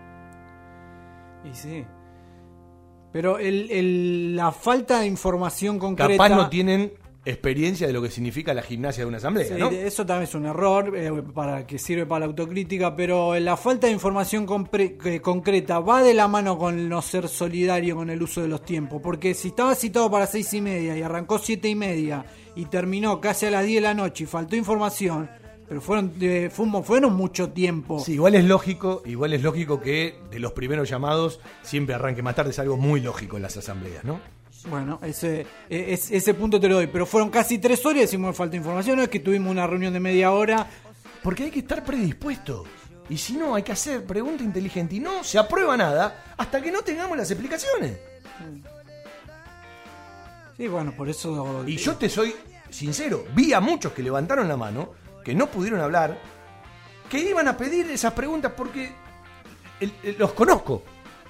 [SPEAKER 6] Y sí. Pero la falta de información concreta...
[SPEAKER 5] Capaz no tienen experiencia de lo que significa la gimnasia de una asamblea,
[SPEAKER 6] sí,
[SPEAKER 5] ¿no?
[SPEAKER 6] Eso también es un error, que sirve para la autocrítica, pero la falta de información concreta va de la mano con no ser solidario con el uso de los tiempos, porque si estaba citado para 6:30 y arrancó 7:30 y terminó casi a las 10 de la noche y faltó información, pero fueron mucho tiempo.
[SPEAKER 5] Sí, igual es lógico que de los primeros llamados siempre arranque más tarde, es algo muy lógico en las asambleas, ¿no?
[SPEAKER 6] Bueno, ese punto te lo doy, pero fueron casi 3 horas y decimos falta información, no es que tuvimos una reunión de media hora.
[SPEAKER 5] Porque hay que estar predispuesto, y si no hay que hacer pregunta inteligente y no se aprueba nada hasta que no tengamos las explicaciones.
[SPEAKER 6] Sí, bueno, por eso...
[SPEAKER 5] Y yo te soy sincero, vi a muchos que levantaron la mano, que no pudieron hablar, que iban a pedir esas preguntas porque los conozco.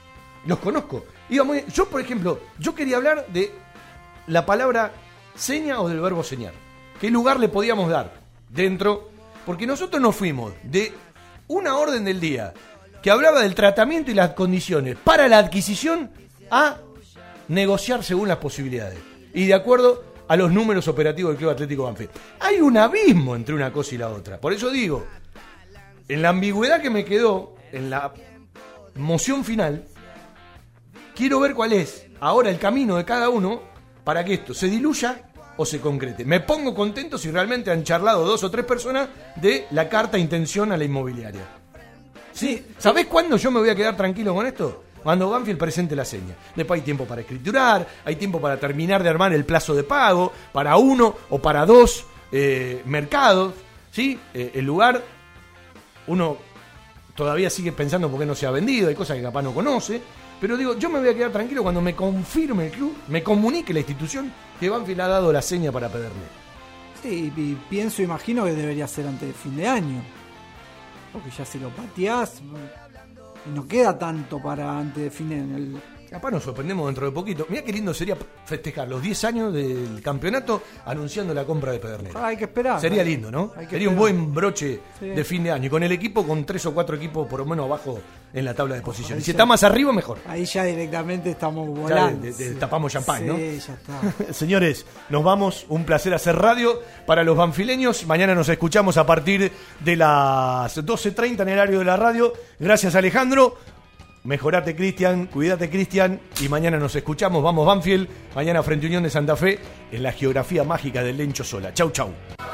[SPEAKER 5] Yo, por ejemplo, yo quería hablar de la palabra seña o del verbo señar. ¿Qué lugar le podíamos dar dentro? Porque nosotros nos fuimos de una orden del día que hablaba del tratamiento y las condiciones para la adquisición a negociar según las posibilidades. Y de acuerdo a los números operativos del Club Atlético Banfield. Hay un abismo entre una cosa y la otra. Por eso digo, en la ambigüedad que me quedó en la moción final, quiero ver cuál es ahora el camino de cada uno para que esto se diluya o se concrete. Me pongo contento si realmente han charlado 2 o 3 personas de la carta de intención a la inmobiliaria. ¿Sí? ¿Sabés cuándo yo me voy a quedar tranquilo con esto? Cuando Banfield presente la seña. Después hay tiempo para escriturar, hay tiempo para terminar de armar el plazo de pago, para 1 o para 2 mercados, ¿sí? El lugar, uno todavía sigue pensando por qué no se ha vendido, hay cosas que capaz no conoce, pero digo, yo me voy a quedar tranquilo cuando me confirme el club, me comunique la institución que Banfield ha dado la seña para pedirle.
[SPEAKER 6] Sí, y imagino que debería ser antes de fin de año, porque ya si lo pateás... Y no queda tanto para antes de fin de año.
[SPEAKER 5] Capaz nos sorprendemos dentro de poquito. Mirá qué lindo sería festejar los 10 años del campeonato anunciando la compra de Pedernera.
[SPEAKER 6] Hay que esperar.
[SPEAKER 5] Sería lindo, ¿no? Sería un buen broche de fin de año. Y con el equipo, con 3 o 4 equipos por lo menos abajo en la tabla de posiciones. Si está más arriba, mejor.
[SPEAKER 6] Ahí ya directamente estamos volando.
[SPEAKER 5] Ya tapamos champán, ¿no?
[SPEAKER 6] Sí, ya está.
[SPEAKER 5] Señores, nos vamos. Un placer hacer radio para los banfileños. Mañana nos escuchamos a partir de las 12:30 en el horario de la radio. Gracias, Alejandro. Mejorate, Cristian, cuídate, Cristian, y mañana nos escuchamos. Vamos, Banfield, mañana frente a Unión de Santa Fe, en la geografía mágica del Lencho Sola. Chau, chau.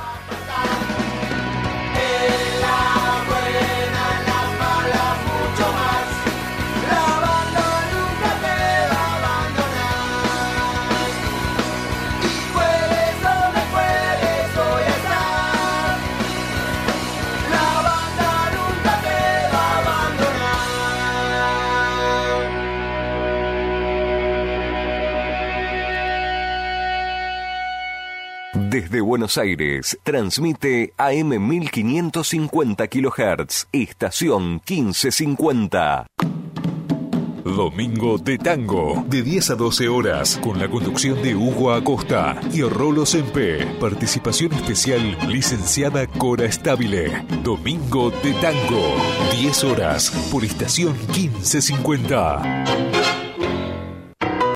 [SPEAKER 1] Desde Buenos Aires, transmite AM 1550 kHz, estación 1550.
[SPEAKER 2] Domingo de Tango, de 10 a 12 horas, con la conducción de Hugo Acosta y Rolo Sempe. Participación especial, licenciada Cora Estabile. Domingo de Tango, 10 horas, por estación 1550.